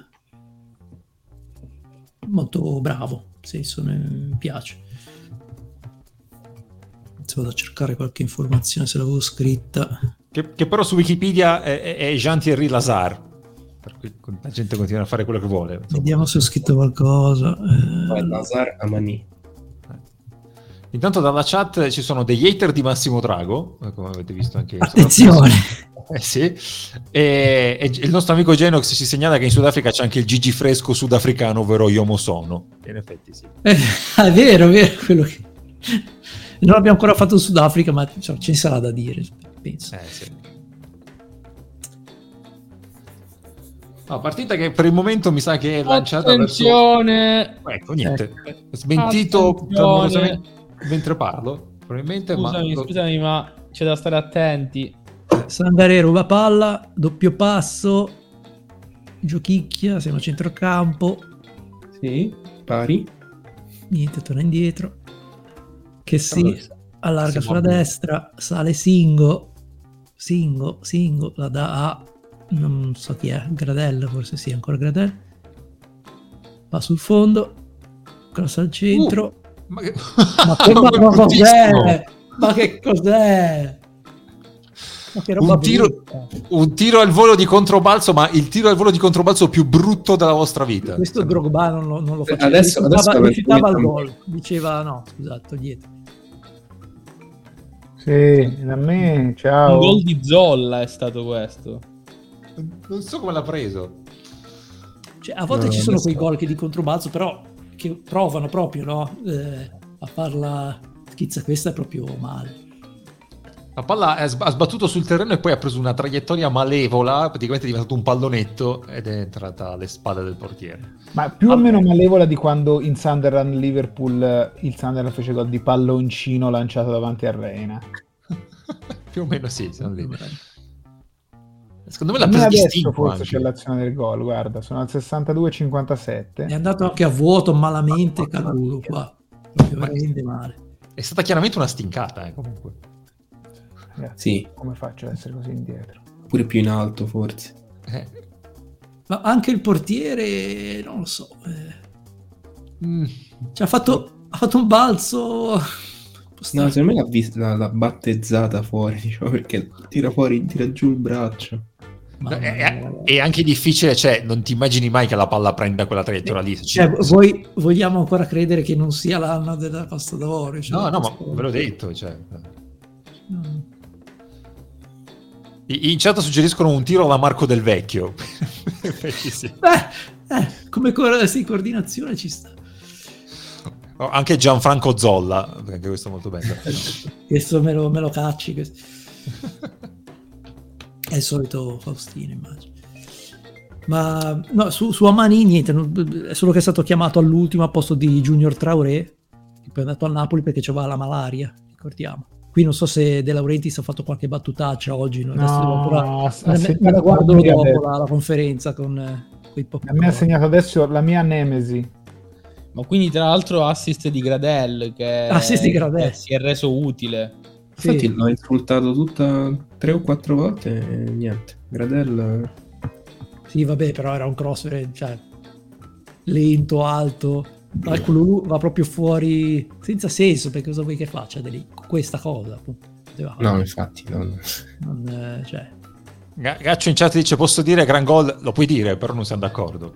molto bravo, sì, mi piace. Vado a cercare qualche informazione se l'avevo scritta, che però su Wikipedia è Jean-Thierry Lazare, per cui la gente continua a fare quello che vuole, insomma. Vediamo se ho scritto qualcosa. Lazare Amani. Intanto dalla chat ci sono degli hater di Massimo Drago, come avete visto anche. Attenzione! Sì. E il nostro amico Genox ci segnala che in Sudafrica c'è anche il Gigi Fresco sudafricano, ovvero Yomo Sono. In effetti sì. È vero, quello che... Non abbiamo ancora fatto il Sudafrica, ma ce ne sarà da dire, penso. Sì. No, partita che per il momento mi sa che è lanciata Attenzione! verso... Ecco, niente. Smentito clamorosamente mentre parlo, probabilmente. Scusami, ma c'è da stare attenti. Sangaré ruba palla, doppio passo, giochicchia, siamo a centrocampo. Sì, pari. Niente, torna indietro. Che si allarga sulla destra, sale Singo, la dà a non so chi è, Gradel, forse sì, ancora Gradel. Va sul fondo, cross al centro. Ma cos'è? Ma che cos'è? Ma che roba un tiro al volo di controbalzo, ma il tiro al volo di controbalzo più brutto della vostra vita. Questo Drogba non lo faceva. Adesso rifiutava il gol, diceva no, scusate, togliete. Sì, da me, ciao. Un gol di Zolla è stato questo. Non so come l'ha preso. Cioè, a volte ci sono quei gol che di controbalzo, però che provano proprio, no? A farla schizza, questa è proprio male. La palla ha sbattuto sul terreno e poi ha preso una traiettoria malevola, praticamente è diventato un pallonetto ed è entrata alle spalle del portiere. Ma più o meno malevola di quando in Sunderland Liverpool il Sunderland fece gol di palloncino lanciato davanti a Reina. Più o meno sì, sono lì. Secondo me l'ha presa adesso forse c'è l'azione del gol, guarda, sono al 62-57. È andato anche a vuoto malamente Calulu qua, proprio veramente male. È stata chiaramente una stincata, comunque. Ragazzi, sì. Come faccio ad essere così indietro? Pure più in alto forse. Ma anche il portiere, non lo so. Cioè, ha fatto un balzo. No, secondo me l'ha battezzata fuori, diciamo, perché tira giù il braccio. È anche difficile, cioè non ti immagini mai che la palla prenda quella traiettoria lì. Vogliamo ancora credere che non sia l'anno della Costa d'Oro? Cioè, no, ma ve l'ho detto, cioè. In chat suggeriscono un tiro alla Marco Del Vecchio. Sì. Come coordinazione ci sta. Anche Gianfranco Zolla, anche questo è molto bello. Questo me lo cacci. Questo. È il solito Faustino, immagino. Ma no, su Amani niente, è solo che è stato chiamato all'ultimo a posto di Junior Traoré, che poi è andato a Napoli perché c'aveva la malaria, ricordiamo. Qui non so se De Laurentiis ha fatto qualche battutaccia oggi, no? Me la guardo dopo la conferenza con quei a me ha segnato adesso la mia nemesi. Ma quindi tra l'altro assist di Gradel che si è reso utile. Infatti l'ho insultato tutta 3 o 4 volte e niente. Gradel... Sì, vabbè, però era un cross, cioè, lento, alto. Quello va proprio fuori senza senso, perché cosa vuoi che faccia questa cosa? No, infatti. Cioè. Gaccio in chat dice: posso dire gran gol? Lo puoi dire, però non siamo d'accordo.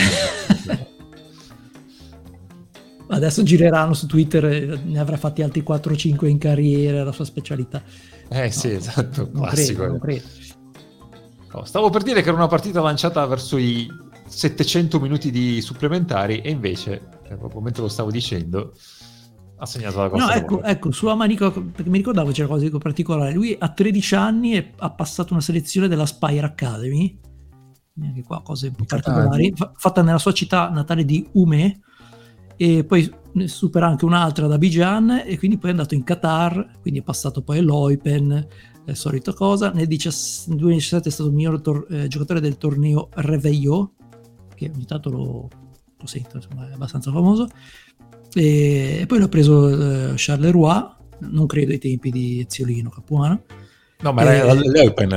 Adesso gireranno su Twitter, ne avrà fatti altri 4-5 in carriera, la sua specialità. Sì, esatto, non classico. Non credo. Stavo per dire che era una partita lanciata verso i 700 minuti di supplementari e invece, proprio mentre lo stavo dicendo, ha segnato la cosa. No, ecco, su Amanico, perché mi ricordavo c'era qualcosa di particolare. Lui a 13 anni ha passato una selezione della Spire Academy, anche qua cose un po' particolari, fatta nella sua città natale di Ume, e poi ne supera anche un'altra ad Abidjan, e quindi poi è andato in Qatar, quindi è passato poi all'Oipen, solita cosa. Nel 2017 è stato il miglior giocatore del torneo Reveillot, che ogni tanto lo sento, insomma è abbastanza famoso, e poi l'ho preso Charleroi, non credo ai tempi di Eziolino Capuano. No, ma era l'Oipen.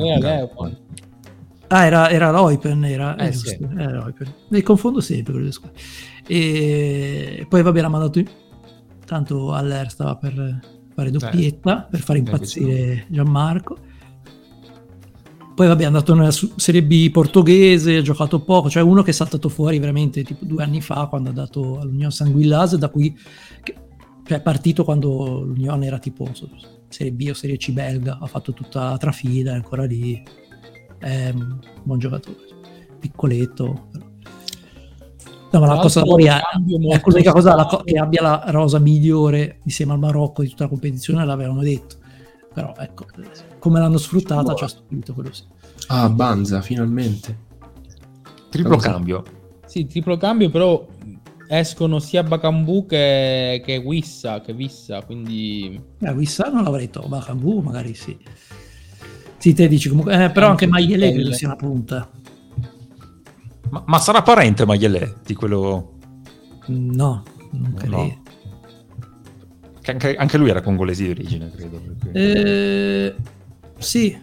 Era l'Oipen, sì. Era l'Oipen. Mi confondo sempre con le squadre. E poi vabbè, l'ha mandato tanto Haller stava per fare doppietta, per fare impazzire Gianmarco. Poi vabbè, è andato nella Serie B portoghese, ha giocato poco, cioè uno che è saltato fuori veramente tipo 2 anni fa quando ha dato all'Unione Sanguillase, da cui è partito quando l'Unione era tipo Serie B o Serie C belga, ha fatto tutta la trafila, è ancora lì, è un buon giocatore, piccoletto. Però. No, ma la cosa da poi è l'unica cosa che abbia la rosa migliore insieme al Marocco di tutta la competizione, l'avevano detto. Però ecco, come l'hanno sfruttata ci ha stupito, quello sì. Ah, Banza, finalmente. Triplo cambio. Sì, triplo cambio, però escono sia Bakambu che Wissa, quindi... Wissa non l'avrei detto, Bakambu magari sì. Sì, te dici comunque, però anche Maglielé credo sia una punta. Ma sarà parente Maglielé di quello? No, non credo. No. Anche lui era congolese di origine, credo. Sì.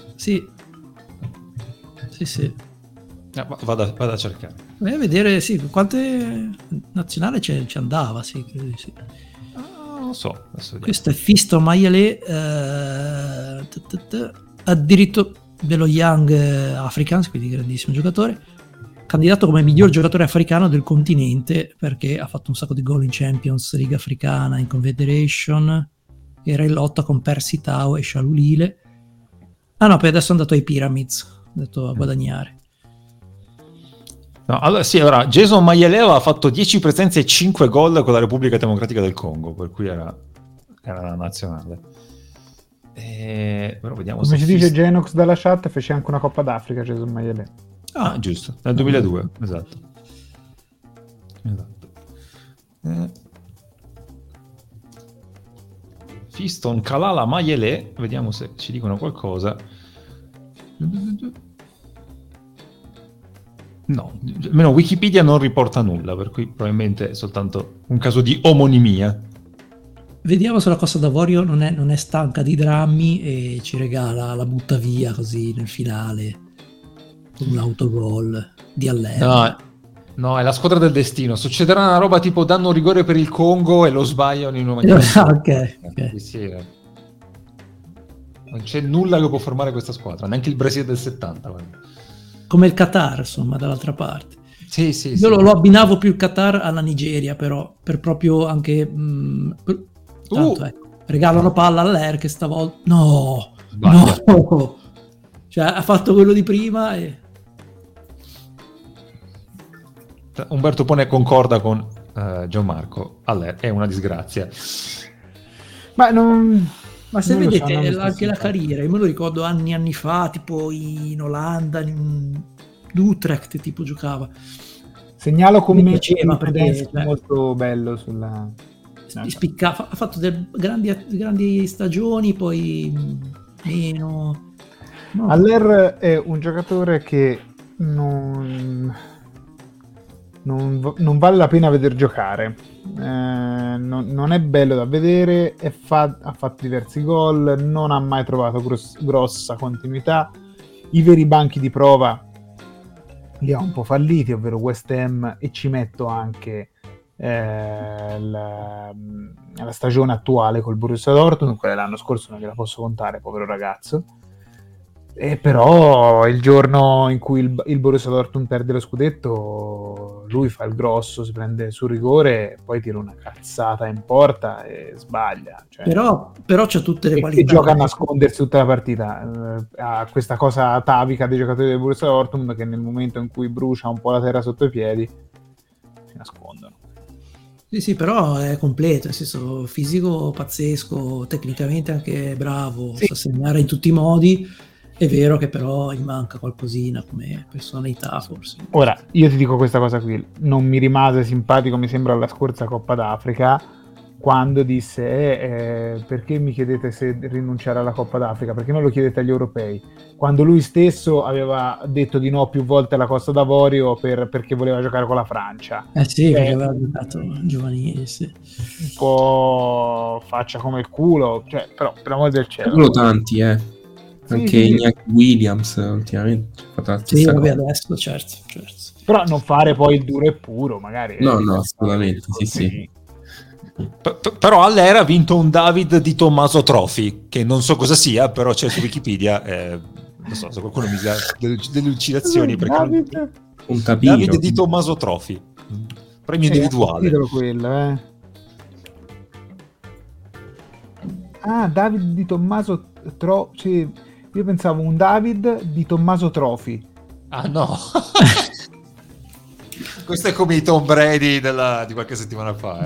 Vado a cercare. Vai a vedere, sì, quante nazionali ci andava, sì, credo di sì. Non so. Questo è Fiston Maglielé, addirittura dello Young Africans, quindi grandissimo giocatore. Candidato come miglior giocatore africano del continente perché ha fatto un sacco di gol in Champions League africana, in Confederation, era in lotta con Percy Tau e Shalulile. Poi adesso è andato ai Pyramids, è andato a guadagnare. No, allora Jason Maglielé aveva fatto 10 presenze e 5 gol con la Repubblica Democratica del Congo, per cui era la nazionale. Però vediamo come ci dice Genox dalla chat, fece anche una Coppa d'Africa Jason Maglielé. Giusto, nel 2002, esatto. Fiston Kalala Maglielé, vediamo se ci dicono qualcosa. No, almeno Wikipedia non riporta nulla, per cui probabilmente è soltanto un caso di omonimia. Vediamo se la Costa d'Avorio non è stanca di drammi e ci regala la butta via così nel finale. Un autogol di Haller. No, è la squadra del destino. Succederà una roba tipo danno un rigore per il Congo e lo sbagliano in una maniera. Ok. Sì. Non c'è nulla che può formare questa squadra, neanche il Brasile del 70. Guarda. Come il Qatar, insomma, dall'altra parte. Sì. Io lo abbinavo più il Qatar alla Nigeria, però, per proprio anche... tanto, ecco, regalano palla all'Air che stavolta... No! Cioè, ha fatto quello di prima e... Umberto Pone concorda con Gianmarco. Haller è una disgrazia. Ma se vedete anche la carriera, io me lo ricordo anni fa, tipo in Olanda, in Utrecht, tipo giocava. Segnalo commento perché molto bello sulla... ha fatto grandi stagioni, poi meno. No. Aller è un giocatore che non vale la pena vedere giocare. Non è bello da vedere, ha fatto diversi gol, non ha mai trovato grossa continuità. I veri banchi di prova li ha un po' falliti, ovvero West Ham, e ci metto anche la stagione attuale col Borussia Dortmund. Quella dell'anno scorso non gliela posso contare, povero ragazzo. E però il giorno in cui il Borussia Dortmund perde lo scudetto, lui fa il grosso, si prende sul rigore, poi tira una cazzata in porta e sbaglia. Cioè, però c'ha tutte le qualità. E gioca a nascondersi tutta la partita. Ha questa cosa atavica dei giocatori del Borussia Dortmund, che nel momento in cui brucia un po' la terra sotto i piedi si nascondono. Sì, però è completo, nel senso, fisico pazzesco, tecnicamente anche bravo, sa segnare in tutti i modi. È vero che però gli manca qualcosina come personalità, forse. Ora, io ti dico questa cosa qui, non mi rimase simpatico, mi sembra, alla scorsa Coppa d'Africa, quando disse perché mi chiedete se rinunciare alla Coppa d'Africa, perché non lo chiedete agli europei, quando lui stesso aveva detto di no più volte alla Costa d'Avorio perché voleva giocare con la Francia. Sì, perché aveva giocato giovanile, sì. Un po' faccia come il culo, cioè, però per amore del cielo. Sono tanti, anche Iñaki Williams ultimamente ha fatto la stessa cosa. Adesso certo. Però non fare poi il duro e puro, magari. No, assolutamente, sì. Però all'era ha vinto un David di Tommaso Trophy, che non so cosa sia, però c'è su Wikipedia. Non so se qualcuno mi dà delle lucidazioni. Un tapiro. David di Tommaso Trophy, premio individuale. Quello, David di Tommaso Trophy. Io pensavo un David di Tommaso Trophy. Ah no. Questo è come i Tom Brady di qualche settimana fa.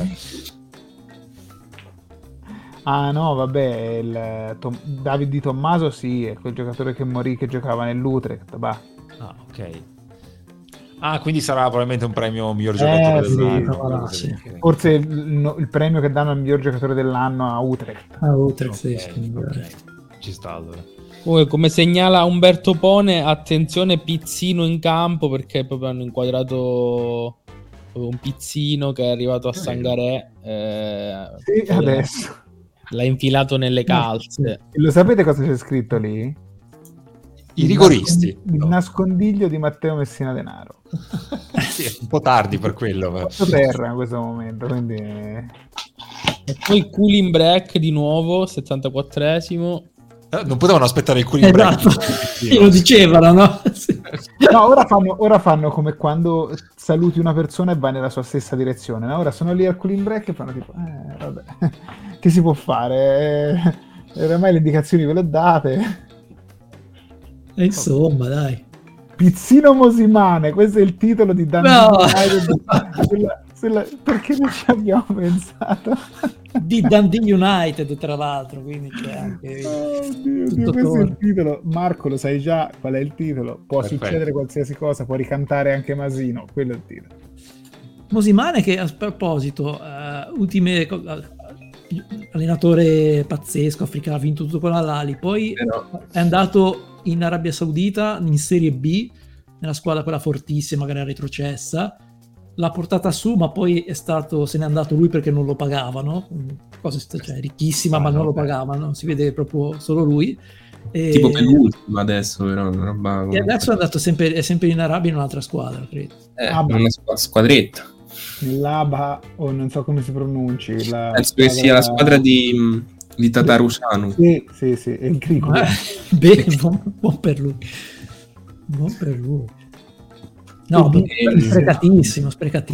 Ah no, vabbè, David Di Tommaso sì, è quel giocatore che morì, che giocava nell'Utrecht, bah. Ah, ok. Ah, quindi sarà probabilmente un premio miglior giocatore dell'anno. Sì. Forse il premio che danno al miglior giocatore dell'anno a Utrecht. A Utrecht, okay. Ci sta allora. Come segnala Umberto Pone, attenzione Pizzino in campo, perché proprio hanno inquadrato un Pizzino che è arrivato a Sangaré. Sì, adesso. L'ha infilato nelle calze. Lo sapete cosa c'è scritto lì? I rigoristi. Il nascondiglio di Matteo Messina Denaro. Sì, è un po' tardi per quello. Terra in questo momento, quindi... E poi cooling break di nuovo, 74esimo. Non potevano aspettare il cooling break. Lo dicevano, no? No, ora fanno come quando saluti una persona e vai nella sua stessa direzione, no? Ora sono lì al cooling break e fanno tipo vabbè, che si può fare? Ormai le indicazioni ve le date. E insomma, dai. Pizzino Mosimane, questo è il titolo di Dundee United. Perché non ci abbiamo pensato? Di Dundee United, tra l'altro, quindi c'è anche Oddio, questo è il titolo. Marco, lo sai già qual è il titolo? Può succedere qualsiasi cosa, può ricantare anche Masino, quello è il titolo. Mosimane, che a proposito, allenatore pazzesco, africano, ha vinto tutto con l'Al-Ahly, poi è andato in Arabia Saudita in Serie B, nella squadra quella fortissima che era retrocessa, l'ha portata su, ma poi se n'è andato lui perché non lo pagavano, cioè ricchissima ma non lo pagavano, si vede proprio solo lui. Tipo per l'ultima adesso, però una roba... E adesso è andato è sempre in Arabia in un'altra squadra, credo. Una squadretta. L'Aba, o non so come si pronunci. Penso che sia la squadra di Tatarusanu. Sì, è il Crico. Bene, buon per lui. Buon per lui. No, sprecatissimo.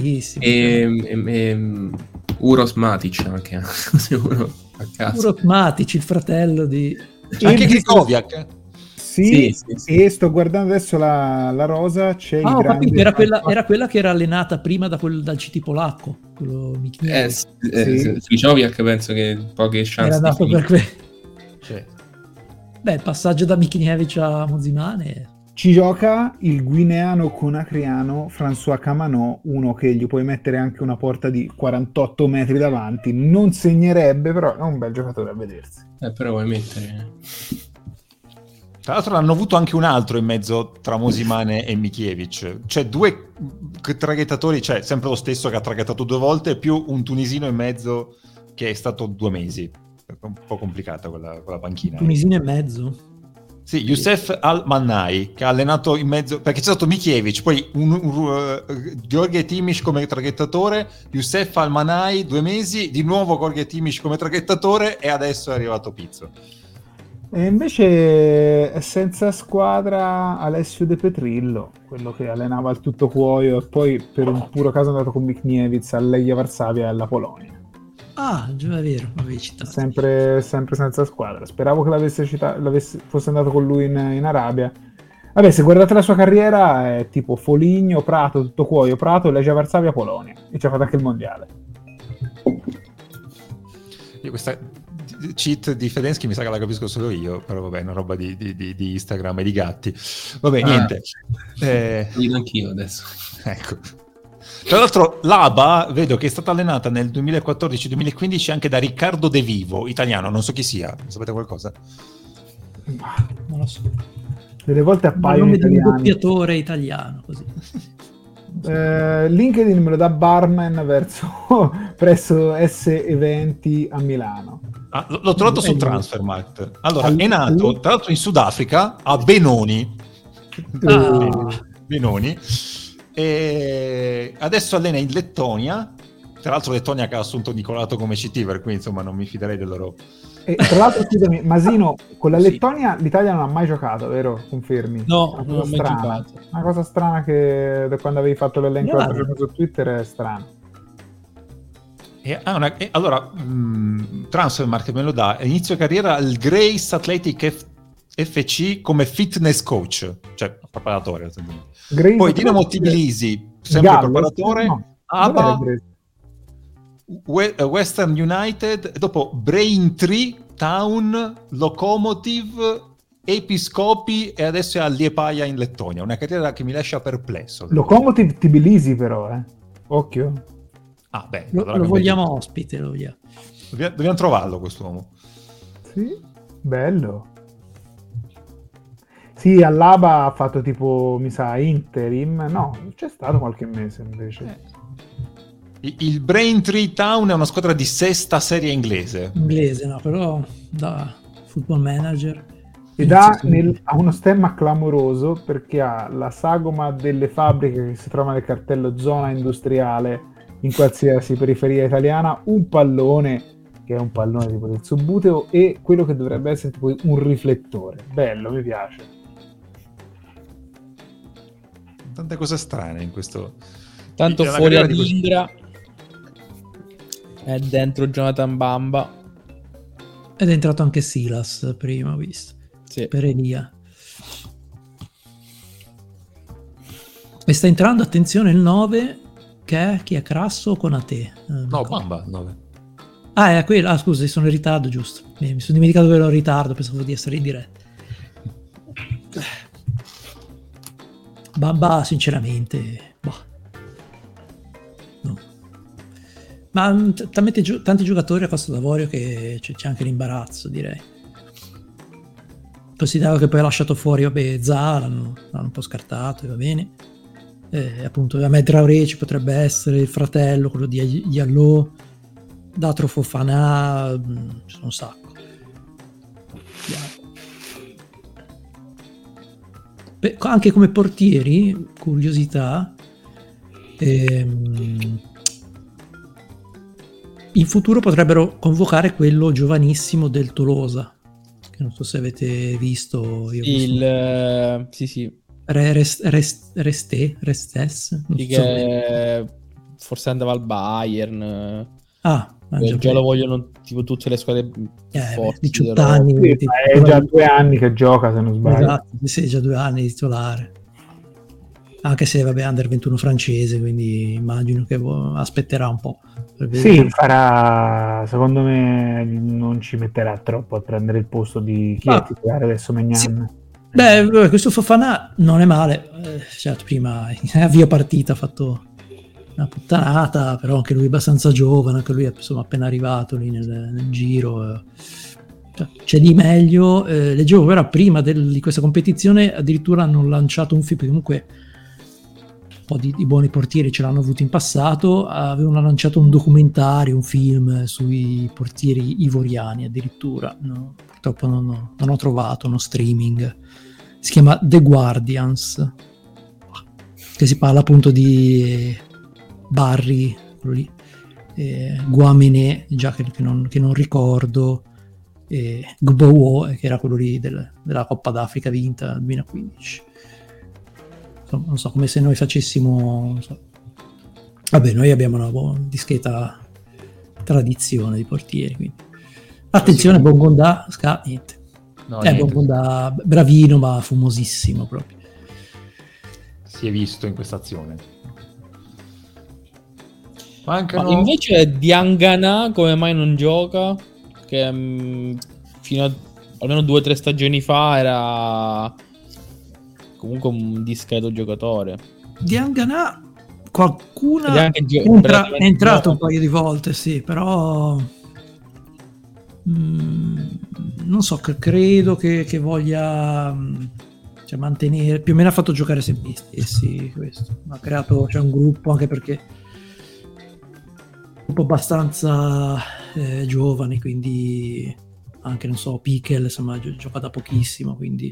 E Uros Matic anche. Uros Matic, il fratello di... Anche Krikoviak. Sì. E sto guardando adesso la rosa, c'è ho capito, era quella che era allenata prima dal CT polacco, quello Krikoviak penso che poche chance era andato per quello. Beh, il passaggio da Michniewicz a Mosimane. Ci gioca il guineano conacriano François Camanò, uno che gli puoi mettere anche una porta di 48 metri davanti, non segnerebbe, però è un bel giocatore a vedersi. Però vuoi mettere... Tra l'altro l'hanno avuto anche un altro in mezzo tra Mosimane e Michievic, cioè 2 traghettatori, cioè sempre lo stesso che ha traghettato 2 volte, più un tunisino in mezzo che è stato 2 mesi. È un po' complicata quella panchina. Tunisino e mezzo? Sì, Youssef Al-Mannai, che ha allenato in mezzo, perché c'è stato Michievic, poi Gheorghe Timiș come traghettatore, Youssef Al-Mannai 2 mesi, di nuovo Gheorghe Timiș come traghettatore e adesso è arrivato Pizzo. E invece è senza squadra Alessio De Petrillo, quello che allenava il tutto cuoio e poi per un puro caso è andato con Michniewicz a Legia Varsavia e alla Polonia. Ah, già è vero, l'avevi citato. Sempre senza squadra. Speravo che fosse andato con lui in Arabia. Vabbè, se guardate la sua carriera è tipo Foligno, Prato, tutto cuoio, Prato, Legia Varsavia, Polonia. E ci ha fatto anche il mondiale. Io questa cheat di Fedensky mi sa che la capisco solo io, però vabbè, è una roba di Instagram e di gatti. Vabbè, niente. Dico anch'io adesso. Ecco. Tra l'altro l'ABA vedo che è stata allenata nel 2014-2015 anche da Riccardo De Vivo, italiano, non so chi sia, sapete qualcosa? Non lo so. Delle volte appaiono italiani. Un doppiatore italiano, così. LinkedIn me lo dà barman presso S Eventi a Milano. L'ho trovato su Transfermarkt. Allora, è nato tra l'altro in Sudafrica a Benoni. Benoni. E adesso allena in Lettonia, tra l'altro Lettonia che ha assunto Nicolato come CT, per cui insomma non mi fiderei del loro. E tra l'altro scusami, Masino, con la Lettonia l'Italia non ha mai giocato, vero? Confermi? No, non ho mai giocato. Una cosa strana che da quando avevi fatto l'elenco su Twitter è strana. Allora Transfermarkt me lo dà, inizio carriera al Grace Athletic FC come fitness coach, cioè preparatore. Poi Dinamo Tbilisi, sempre Galles, preparatore, no. ABA, Western United, dopo Braintree Town, Lokomotiv, Episcopi e adesso è a Liepaja in Lettonia. Una carriera che mi lascia perplesso. Lokomotiv Tbilisi però, occhio. Ah, beh, allora lo vogliamo ospite, lo vogliamo. Dobbiamo trovarlo quest'uomo. Sì, bello. Sì, all'ABA ha fatto tipo, mi sa, interim. No, c'è stato qualche mese invece. Il Braintree Town è una squadra di 6ª serie inglese. Inglese, no, però da Football Manager. Ed ha uno stemma clamoroso perché ha la sagoma delle fabbriche che si trova nel cartello zona industriale in qualsiasi periferia italiana, un pallone che è un pallone tipo del Subbuteo e quello che dovrebbe essere tipo un riflettore. Bello, mi piace. Tante cose strane in questo. Tanto fuori ad Ingra è dentro Jonathan Bamba ed è entrato anche Silas prima, ho visto. Sì. Per Elia. E sta entrando, attenzione, il 9 che è chi è? Crasso o Konate? No, Bamba 9. Ah, è quello. Ah, scusa, sono in ritardo, giusto. Mi sono dimenticato che ero in ritardo, pensavo di essere in diretta. Bamba, sinceramente, no. Ma tanti giocatori a Costa d'Avorio che c'è anche l'imbarazzo, direi. Considerato che poi ha lasciato fuori, Zaha, l'hanno un po' scartato, va bene. Appunto, a me Traoré ci potrebbe essere il fratello, quello di Diallo, Datro Fofana, ci sono un sacco. Anche come portieri, curiosità, in futuro potrebbero convocare quello giovanissimo del Tolosa, che non so se avete visto. Sì. Restes, che forse andava al Bayern. Già lo vogliono tipo tutte le squadre forti. 18 anni. È già 2 anni che gioca, se non sbaglio. Esatto, sì, già 2 anni di titolare. Anche se, vabbè, under 21 francese, quindi immagino che aspetterà un po'. Sì, farà, secondo me non ci metterà troppo a prendere il posto di chi è titolare adesso, Maignan. Beh, questo Fofana non è male, certo prima avvio partita ha fatto una puttanata, però anche lui è abbastanza giovane, anche lui è insomma appena arrivato lì nel giro, c'è di meglio. Leggevo però prima di questa competizione addirittura hanno lanciato un film, perché comunque un po' di buoni portieri ce l'hanno avuto in passato, avevano lanciato un documentario, un film sui portieri ivoriani addirittura, no? Purtroppo non ho trovato uno streaming, si chiama The Guardians, che si parla appunto di Barry, quello lì, Guamene, già che non ricordo, Gbowo, che era quello lì della Coppa d'Africa vinta nel 2015. Insomma, non so, come se noi facessimo, non so. Vabbè, noi abbiamo una discreta tradizione di portieri, quindi attenzione, Bongonda, niente. No, Bongonda bravino ma fumosissimo proprio. Si è visto in questa azione. Mancano... invece Diangana come mai non gioca? Che fino a almeno 2 o 3 stagioni fa era comunque un discreto giocatore. Diangana qualcuna è entrato un paio di volte, sì, però non so, credo che voglia mantenere, più o meno ha fatto giocare sempre gli stessi, questo ha creato un gruppo, anche perché un po' abbastanza giovane, quindi anche non so, Piquel insomma gioca da pochissimo, quindi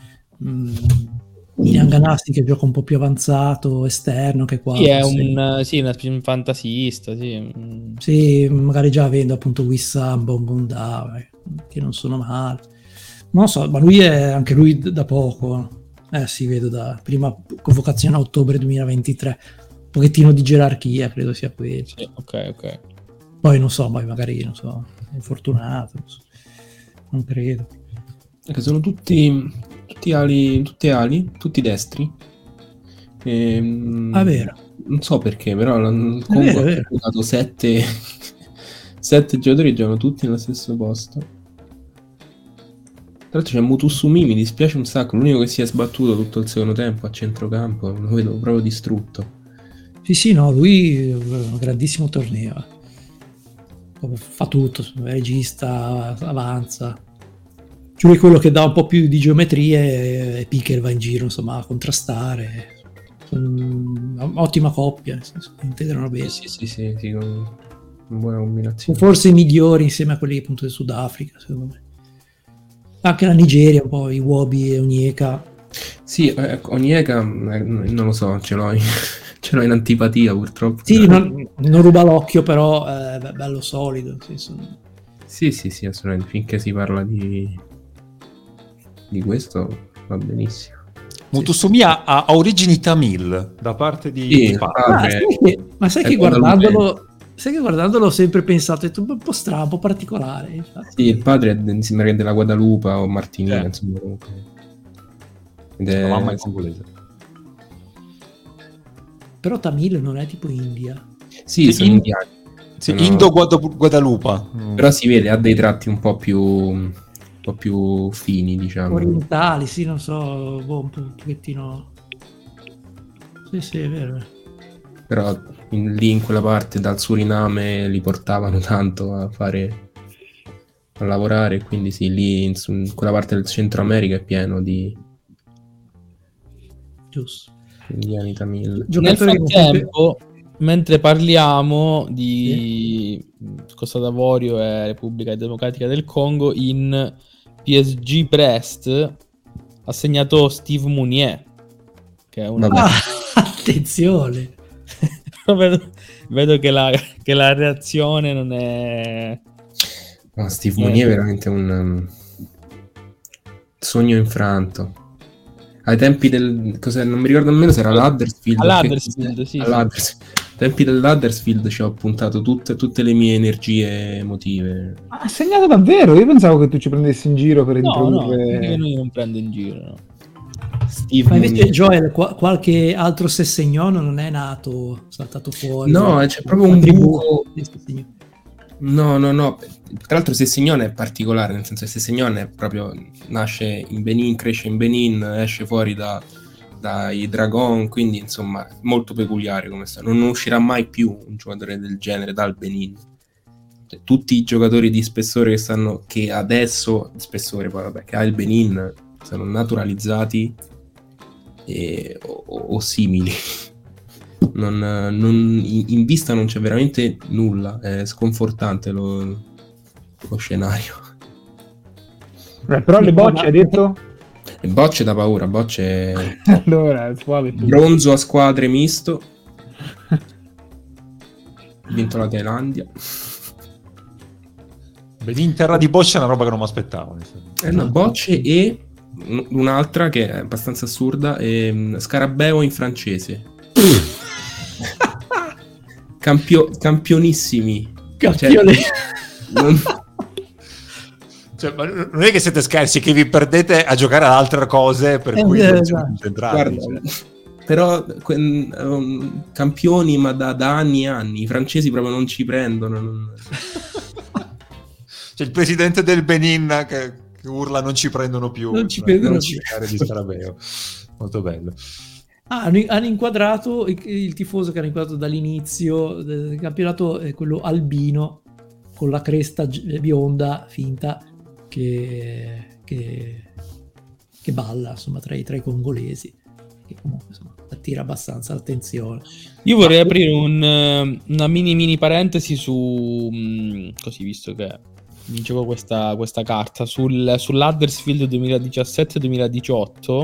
Dianganasti che gioca un po' più avanzato, esterno, che qua è un fantasista, sì, magari già avendo appunto Wissam, Bongonda, che non sono male, non so, ma lui è anche lui da poco, sì, vedo da prima convocazione a ottobre 2023, un pochettino di gerarchia credo sia quello. Sì, ok. Poi non so, magari non so, è infortunato, non credo. Sono tutti ali, tutti destri. Vero. Non so perché, però il Congo ha giocato 7 giocatori, giocano tutti nello stesso posto. Tra l'altro c'è Mutusumi, mi dispiace un sacco, l'unico che si è sbattuto tutto il secondo tempo a centrocampo, lo vedo proprio distrutto. Sì, no, lui è un grandissimo torneo. Fa tutto, regista, avanza. Cioè quello che dà un po' più di geometrie e Piquer va in giro, insomma, a contrastare. Ottima coppia, nel senso, integrano bene. Sì, una buona combinazione. Forse i migliori insieme a quelli appunto del Sudafrica, secondo me. Anche la Nigeria, un po' i Iwobi e Onyeka. Sì, Onyeka, non lo so, ce l'ho in antipatia purtroppo. Sì, non ruba l'occhio, però è bello solido. Sì, assolutamente, finché si parla di questo va benissimo. Mutusumi ha origini tamil da parte di padre. Ma sai che guardandolo ho sempre pensato, è un po' strano, un po' particolare. Infatti. Sì, il padre mi sembra che è della Guadalupa o Martinica, insomma. La mamma è congolese. Però Tamil non è tipo India. Sì, sono indiani. Sì, Indo-Guadalupa. Però si vede, ha dei tratti un po' più fini, diciamo. Orientali, sì, non so, un pochettino. Sì, è vero. Però lì in quella parte dal Suriname li portavano tanto a lavorare, quindi sì, lì in quella parte del Centro America è pieno di giusto indiani tamil. Nel frattempo, mentre parliamo di Costa d'Avorio e Repubblica Democratica del Congo, in PSG Brest ha segnato Steve Mounier, che è una attenzione. vedo che la reazione non è... No, Steve Mounier è veramente un sogno infranto. Ai tempi non mi ricordo nemmeno se era l'Huddersfield. Sì. Ai tempi dell'Huddersfield ci ho puntato tutte le mie energie emotive. Ha segnato davvero? Io pensavo che tu ci prendessi in giro per introdurre... No, io non prendo in giro, no. Ma invece Joel, qualche altro Sessegnon non è nato, saltato fuori? No, c'è proprio un buco. No. Tra l'altro Sessegnon è particolare, nel senso che Sessegnon è proprio, nasce in Benin, cresce in Benin, esce fuori dai Dragon, quindi insomma molto peculiare come sta. Non uscirà mai più un giocatore del genere dal Benin. Cioè, tutti i giocatori di spessore che adesso spessore poi vabbè, che ha il Benin sono naturalizzati o simili. In vista non c'è veramente nulla, è sconfortante lo scenario. Però le bocce hai detto? Le bocce da paura, bocce allora, bronzo a squadre misto. Ha vinto la Thailandia. In terra di bocce è una roba che non mi aspettavo. No, bocce e un'altra che è abbastanza assurda, è Scarabeo in francese. Campionissimi. Campione. Cioè, ma non è che siete scarsi, che vi perdete a giocare ad altre cose per cui non siete concentrati. Guarda, però campioni ma da anni e anni. I francesi proprio non ci prendono. C'è il presidente del Benin che urla non ci prendono più. Non ci prendono più. Di Scarabeo. Molto bello. Hanno inquadrato il tifoso che hanno inquadrato dall'inizio del campionato, è quello albino con la cresta bionda finta che balla insomma tra i congolesi, che comunque insomma attira abbastanza l'attenzione. Io vorrei aprire una mini parentesi su così, visto che mi gioco questa carta sull'Huddersfield 2017-2018,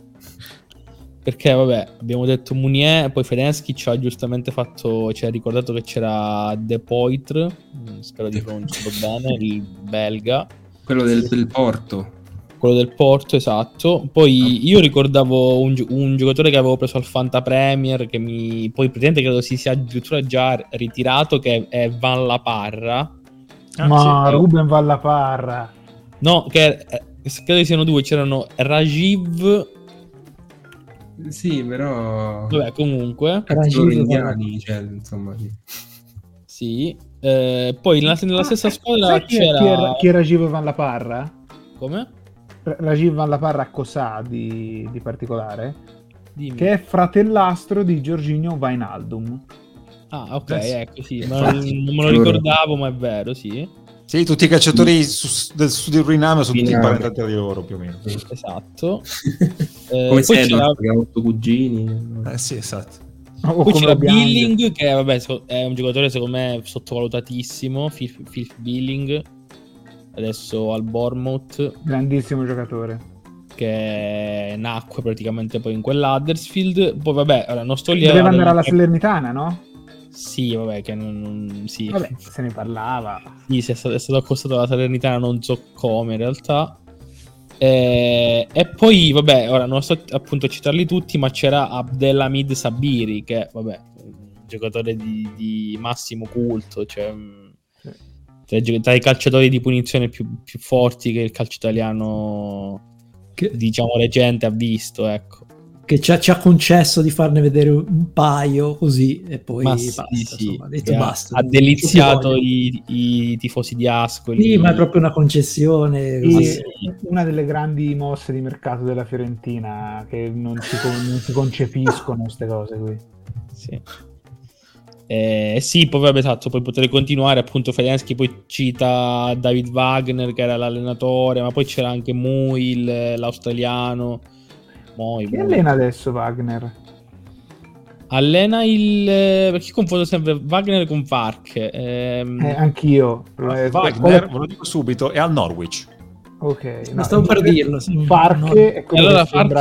perché vabbè, abbiamo detto Mounier, poi Ferenski ci ha giustamente ci ha ricordato che c'era De Poitre, spero di pronunciarlo bene, il belga, quello del Porto. Quello del Porto, esatto. Poi io ricordavo un giocatore che avevo preso al Fanta Premier, che poi praticamente credo si sia addirittura già ritirato, che è Van La Parra. Ma sì, Ruben Van La Parra. No, che credo siano due, c'erano Rajiv. Sì, però vabbè, comunque loro indiani, cioè, insomma, sì. Poi nella stessa squadra c'era chi è Rajiv Van La Parra? Come? Rajiv Van La Parra cosa di particolare? Dimmi. Che è fratellastro di Jorginho Wijnaldum. Ah, ok, ecco, sì, non me lo ricordavo, ma è vero, sì. Sì, tutti i calciatori del sud del Suriname sono tutti imparentati di loro, più o meno. Esatto. Come sei, che ha 8 cugini. Sì, esatto. Poi c'era Billing, che vabbè, è un giocatore secondo me sottovalutatissimo, Phil Billing, adesso al Bournemouth. Grandissimo giocatore. Che nacque praticamente poi in quell'Huddersfield. Poi vabbè, ora non sto lì. Doveva andare alla Salernitana, no? Sì, vabbè, che non sì. Vabbè, se ne parlava. Sì, è stato accostato alla Salernitana, non so come in realtà. E poi, vabbè, ora non sto appunto a citarli tutti, ma c'era Abdelhamid Sabiri, che, vabbè, un giocatore di massimo culto, cioè tra i calciatori di punizione più forti che il calcio italiano, diciamo, recente ha visto, ecco. Che ci ha concesso di farne vedere un paio così e poi basta, sì. Insomma, ha detto basta. Ha deliziato i tifosi di Ascoli. Sì, ma è proprio una concessione. Sì. Una delle grandi mosse di mercato della Fiorentina, che non si concepiscono queste cose qui. Sì. Sì, poi vabbè, esatto, poi potrei continuare, appunto Ferenski poi cita David Wagner che era l'allenatore, ma poi c'era anche Muil, l'australiano. Chi allena adesso Wagner? Allena perché confondo sempre Wagner con Fark. Anch'io. Wagner, ve lo dico subito, è al Norwich. Ok, no, stavo per dirlo. Sì, Fark è allora Fark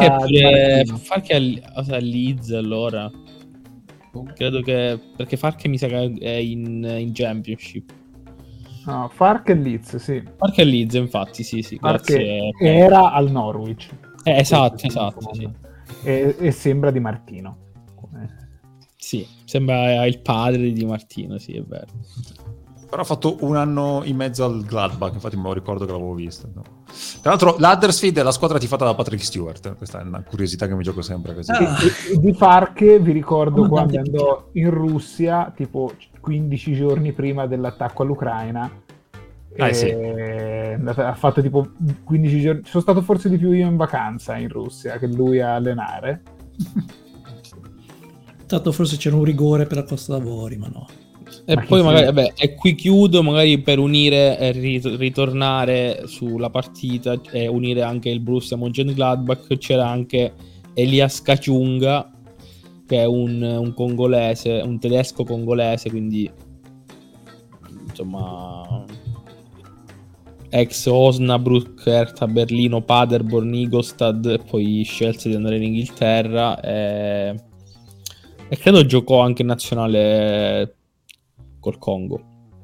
è a Leeds, allora. Credo che perché Fark mi sa che è in Championship. No, Fark e Leeds, sì. Fark e Leeds, infatti, sì, grazie. Era al Norwich. Esatto, sì. E sembra Di Martino. Sì, sembra il padre di Di Martino, sì, è vero. Però ha fatto un anno in mezzo al Gladbach, infatti me lo ricordo che l'avevo visto. No? Tra l'altro l'Huddersfield è la squadra tifata da Patrick Stewart, questa è una curiosità che mi gioco sempre così. E di Farke vi ricordo quando andò in Russia, tipo 15 giorni prima dell'attacco all'Ucraina, Ha fatto tipo 15 giorni. Sono stato forse di più io in vacanza in Russia che lui a allenare. Tanto forse c'era un rigore per la Costa d'Avorio, ma no. E ma poi magari, vabbè, e qui chiudo, magari per unire e ritornare sulla partita e unire anche il Borussia Mönchengladbach, c'era anche Elias Kachunga, che è un congolese, un tedesco congolese, quindi insomma ex Osnabrück, Hertha Berlino, Paderborn, Ingolstadt, e poi scelse di andare in Inghilterra e credo giocò anche in nazionale col Congo.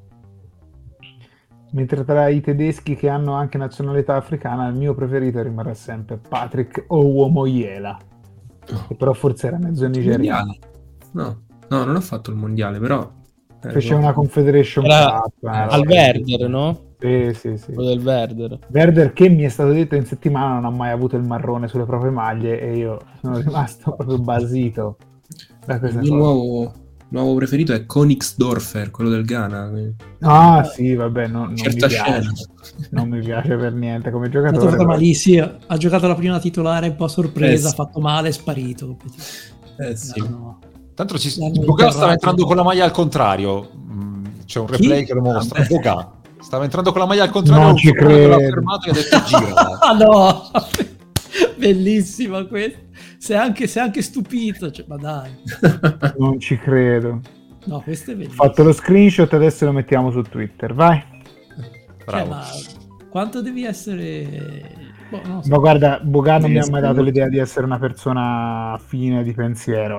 Mentre tra i tedeschi che hanno anche nazionalità africana, il mio preferito rimarrà sempre Patrick Owomoyela, che però forse era mezzo nigeriano. No, non ha fatto il mondiale, però fece una Confederation Cup al Werder, no? Sì. Quello del Werder. Werder, che mi è stato detto in settimana non ha mai avuto il marrone sulle proprie maglie, e io sono rimasto proprio basito da questa il cosa. Nuovo preferito è Königsdorfer, quello del Ghana. Sì, vabbè, non mi piace. Non mi piace per niente come giocatore. È stato malissimo, ha giocato la prima titolare un po' a sorpresa, ha fatto male, è sparito. Sì. No. Tanto Boga stava entrando con la maglia al contrario. C'è un replay che lo mostra. Boga stava entrando con la maglia al contrario. Non ci credo. L'ha fermato e ha detto gira. No, bellissima questa. Sei anche stupito, cioè, ma dai. Non ci credo. No, questo è bellissimo. Fatto lo screenshot, adesso lo mettiamo su Twitter, vai. Cioè, ma quanto devi essere... non so. Ma guarda, Boga non mi ha mai dato l'idea di essere una persona fine di pensiero,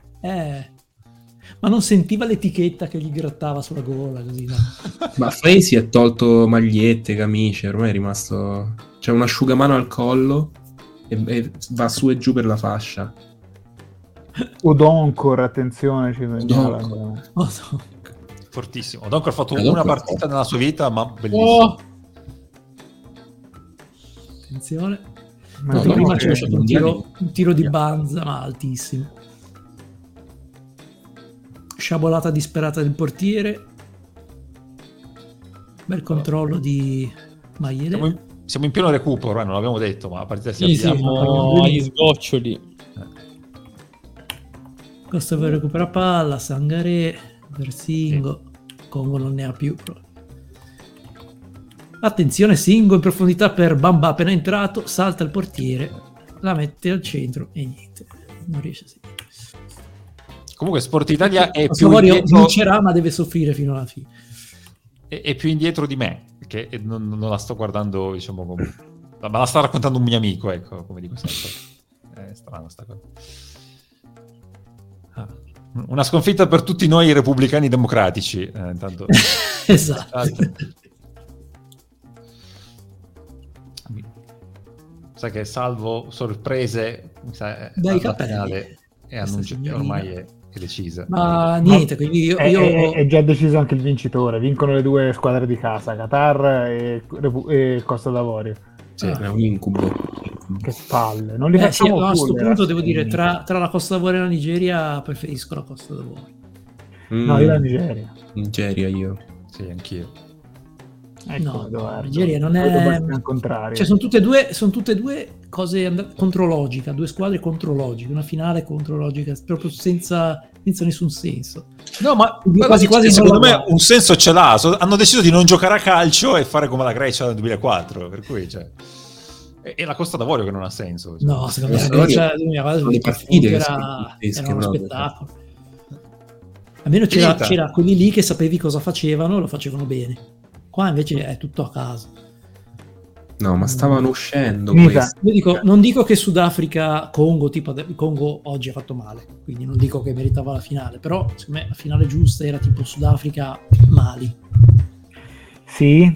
Ma non sentiva l'etichetta che gli grattava sulla gola, così, no? Ma Frey si è tolto magliette, camicie, ormai è rimasto... C'è un asciugamano al collo e va su e giù per la fascia. Odonkor, attenzione, ci segnala. Fortissimo. Odonkor ha fatto una partita nella sua vita, ma bellissimo. Oh! Attenzione. Ma prima c'è stato un tiro di Banza, ma altissimo. Sciabolata disperata del portiere. Bel controllo di Maiele. Siamo in pieno recupero, non l'abbiamo detto, ma la partita si siamo agli sgoccioli. Costa per recupera palla, Sangaré, Versingo, Congo non ne ha più. Attenzione, Singo in profondità per Bamba, appena entrato, salta il portiere, la mette al centro e niente, non riesce a seguire. Comunque Sport Italia è più indietro, vincerà, ma deve soffrire fino alla fine. È più indietro di me, che non la sto guardando, diciamo, come... ma la sta raccontando un mio amico, ecco, come dico sempre. È strano sta cosa. Una sconfitta per tutti noi repubblicani democratici. Intanto... Esatto. Sai che salvo sorprese dai capelli e annuncia che ormai è decisa. Ma niente, quindi io... È già deciso anche il vincitore. Vincono le due squadre di casa, Qatar e Costa d'Avorio. Sì, è un incubo. Che palle. Non li facciamo più. A questo punto devo dire, tra la Costa d'Avorio e la Nigeria preferisco la Costa d'Avorio. No, io la Nigeria. Nigeria io. Sì, anch'io. Ecco, no, Nigeria non è... Cioè, sono tutte e due cose contrologiche, due squadre contrologiche, una finale contrologica, proprio senza nessun senso. No, ma quasi secondo me un senso ce l'ha. Hanno deciso di non giocare a calcio e fare come la Grecia nel 2004, per cui e la Costa d'Avorio che non ha senso. Cioè. No, secondo me la Grecia era uno spettacolo. Almeno c'era quelli lì che sapevi cosa facevano, lo facevano bene. Qua invece è tutto a caso. No, ma stavano uscendo. Io non dico che Sudafrica, Congo oggi ha fatto male, quindi non dico che meritava la finale, però secondo me la finale giusta era tipo Sudafrica Mali. Sì,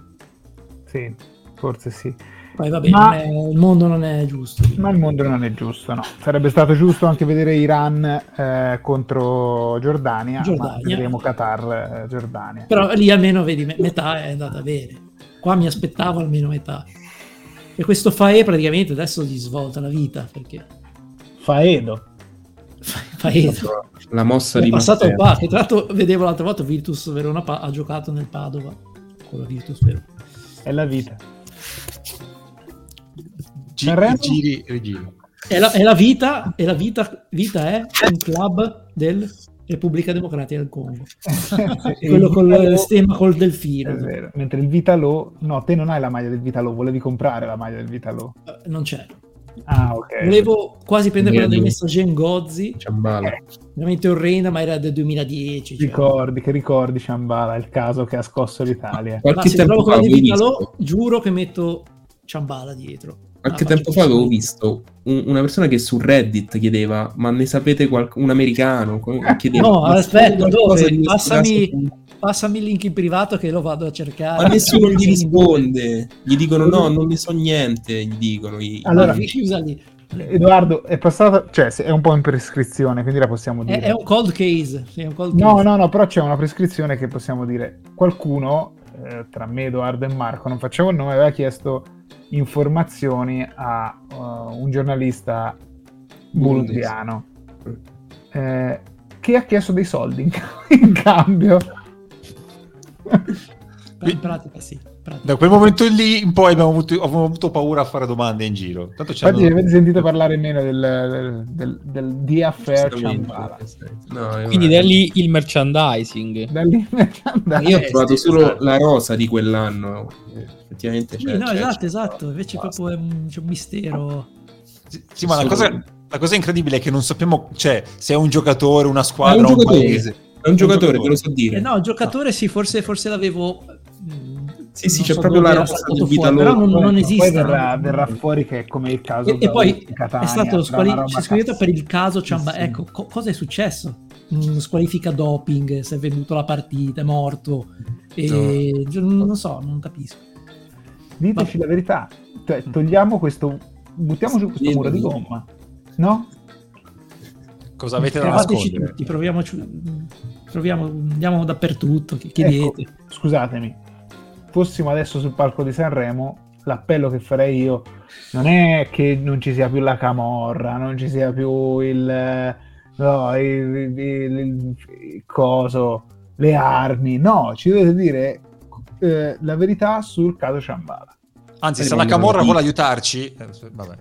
forse sì. Poi va bene, il mondo non è giusto. Ma il mondo non è giusto, no. Sarebbe stato giusto anche vedere Iran contro Giordania. Ma vedremo Qatar, Giordania. Però lì almeno vedi, metà è andata bene. Qua mi aspettavo almeno metà. E questo Fae praticamente adesso gli svolta la vita, perché... Faedo. La mossa è di passato qua, che tra l'altro vedevo l'altra volta Virtus Verona ha giocato nel Padova. con la Virtus, vero? È la vita. Giri, rigiri. È la vita è un club del Repubblica Democratica del Congo. Quello con il stemma col delfino. È vero. Mentre il Vitalo, no, te non hai la maglia del Vitalo, volevi comprare la maglia del Vitalo. Non c'è. Ah, ok. Volevo quasi prendere quella del messaggio Ngozzi. Ciambala. Veramente orrenda, ma era del 2010. Ricordi Ciambala, il caso che ha scosso l'Italia. Ma se trovo quella di Vitalo, giuro che metto Ciambala dietro. Qualche tempo fa avevo visto una persona che su Reddit chiedeva: ma ne sapete un americano? Chiedeva, no, aspetta, dove? Passami il link in privato che lo vado a cercare. Ma nessuno gli risponde. Gli dicono no, non ne so niente. Gli dicono. Allora, Edoardo, è passato, cioè è un po' in prescrizione, quindi la possiamo dire. È un cold case. No, però c'è una prescrizione che possiamo dire. Qualcuno, tra me, Edoardo e Marco, non facciamo il nome, aveva chiesto informazioni a un giornalista boliviano che ha chiesto dei soldi in cambio. In pratica sì. Da quel momento lì in poi abbiamo avuto paura a fare domande in giro. Infatti avete sentito parlare meno del DFR Ciambala. Quindi da lì il merchandising. Io ho trovato solo la rosa di quell'anno. Effettivamente esatto. Invece proprio c'è un mistero. Sì, ma la cosa incredibile è che non sappiamo, cioè, se è un giocatore, una squadra, un paese. È un giocatore, te lo so dire. No, il giocatore sì, forse l'avevo. Sì, c'è proprio la rosa del Vitalo. Però non esiste. Poi verrà fuori che è come il caso e poi Catania, è stato squalificato per il caso Ciambala. Sì. Ecco, cosa è successo? Squalifica doping, si è venduto la partita, è morto. Non so, non capisco. Diteci la verità. Cioè, togliamo questo, buttiamo su questo muro di gomma. No? Cosa avete da nascondere? Tutti, proviamo, andiamo dappertutto, chiedete. Ecco, scusatemi, fossimo adesso sul palco di Sanremo, l'appello che farei io non è che non ci sia più la camorra, non ci sia più il coso, le armi, no, ci dovete dire la verità sul caso Ciambala. Anzi, se la camorra vuole aiutarci, vabbè.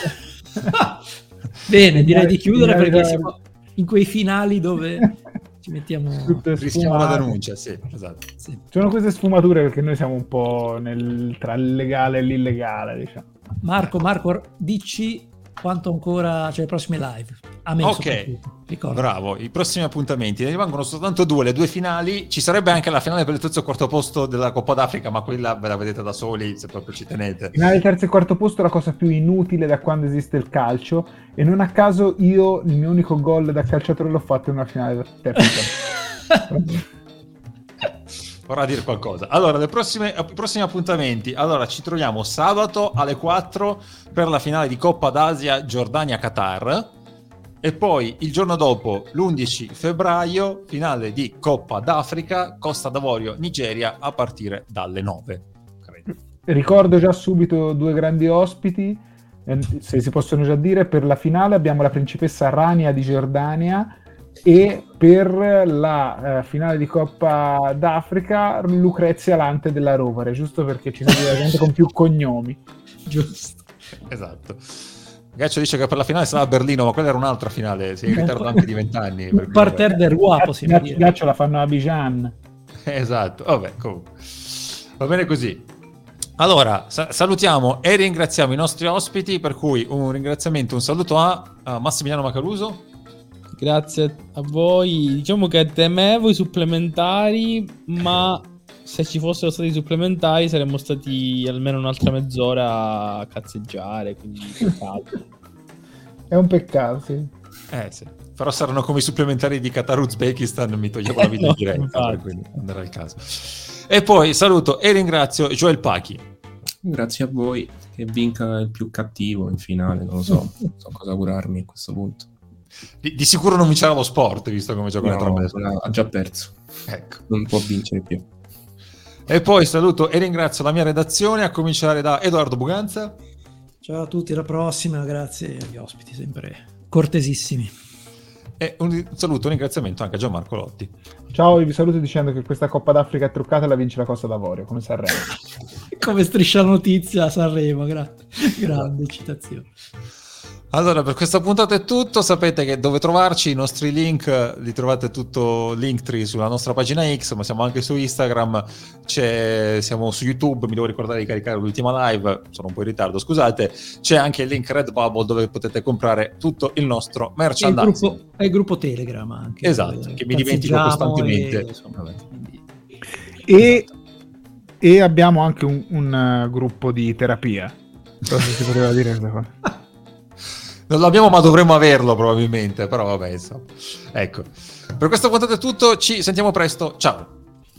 Bene, direi di chiudere perché siamo in quei finali dove ci mettiamo, rischiamo la denuncia, sì, esatto. Sì. Sono queste sfumature perché noi siamo un po' tra il legale e l'illegale, diciamo. Marco, dici quanto ancora, cioè le prossime live. A me ok, bravo. I prossimi appuntamenti ne rimangono soltanto due, le due finali. Ci sarebbe anche la finale per il terzo e quarto posto della Coppa d'Africa, ma quella ve la vedete da soli se proprio ci tenete. Finale terzo e quarto posto è la cosa più inutile da quando esiste il calcio, e non a caso io il mio unico gol da calciatore l'ho fatto in una finale terzo. Vorrà dire qualcosa. Allora, i prossimi appuntamenti. Allora, ci troviamo sabato alle 4 per la finale di Coppa d'Asia Giordania-Qatar, e poi il giorno dopo, l'11 febbraio, finale di Coppa d'Africa Costa d'Avorio Nigeria a partire dalle 9. Credo. Ricordo già subito due grandi ospiti, se si possono già dire. Per la finale abbiamo la principessa Rania di Giordania, e per la finale di Coppa d'Africa Lucrezia Lante della Rovere, giusto perché ci sono gente con più cognomi. Giusto. Esatto. Gaccio dice che per la finale sarà a Berlino, ma quella era un'altra finale, si è in ritardo anche di 20 anni. Un parterre del Roi, possiamo dire. Gaccio la fanno a Abidjan. Esatto, vabbè, comunque. Va bene così. Allora, salutiamo e ringraziamo i nostri ospiti, per cui un ringraziamento, un saluto a Massimiliano Macaluso. Grazie a voi. Diciamo che temevo i supplementari, ma se ci fossero stati supplementari saremmo stati almeno un'altra mezz'ora a cazzeggiare, quindi peccato. È un peccato, sì. Sì. Però saranno come i supplementari di Qatar-Uzbekistan, mi toglievo la video diretta, quindi non era il caso. E poi saluto e ringrazio Joel Pachi. Grazie a voi, che vinca il più cattivo in finale, non lo so, non so cosa augurarmi a questo punto. Di sicuro non vincerà lo sport, visto come gioca entrambe. Ha già perso. Ecco. Non può vincere più. E poi saluto e ringrazio la mia redazione, a cominciare da Edoardo Buganza. Ciao a tutti, alla prossima, grazie agli ospiti, sempre cortesissimi. E un saluto, un ringraziamento anche a Gianmarco Lotti. Ciao, vi saluto dicendo che questa Coppa d'Africa è truccata e la vince la Costa d'Avorio, come Sanremo. Come Striscia la Notizia a Sanremo, grande citazione. Allora, per questa puntata è tutto. Sapete che dove trovarci, i nostri link li trovate tutto Linktree sulla nostra pagina X, ma siamo anche su Instagram, siamo su YouTube. Mi devo ricordare di caricare l'ultima live, sono un po' in ritardo, scusate. C'è anche il link Redbubble dove potete comprare tutto il nostro merchandising. È il gruppo Telegram anche. Esatto, che mi dimentico costantemente. E abbiamo anche un gruppo di terapia. Non si poteva dire questa cosa. Non l'abbiamo, ma dovremmo averlo probabilmente, però vabbè, insomma. Ecco, per questa puntata è tutto, ci sentiamo presto, ciao!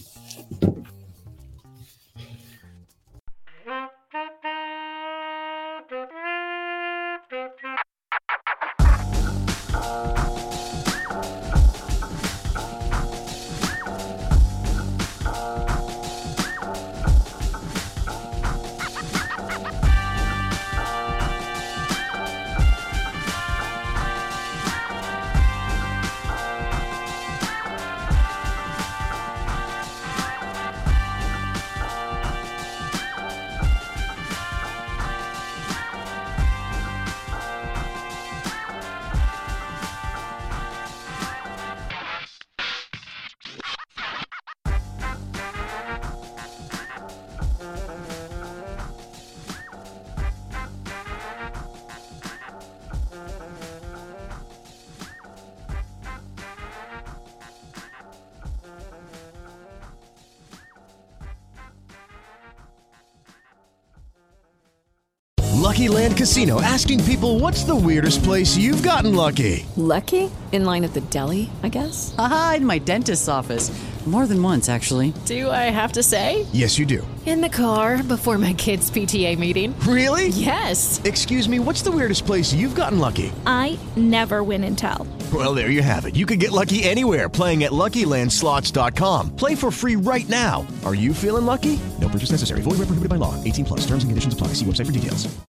Lucky Land Casino, asking people, what's the weirdest place you've gotten lucky? Lucky? In line at the deli, I guess? Aha, in my dentist's office. More than once, actually. Do I have to say? Yes, you do. In the car before my kids' PTA meeting. Really? Yes. Excuse me, what's the weirdest place you've gotten lucky? I never win and tell. Well, there you have it. You can get lucky anywhere, playing at LuckyLandSlots.com. Play for free right now. Are you feeling lucky? No purchase necessary. Void where prohibited by law. 18+. Terms and conditions apply. See website for details.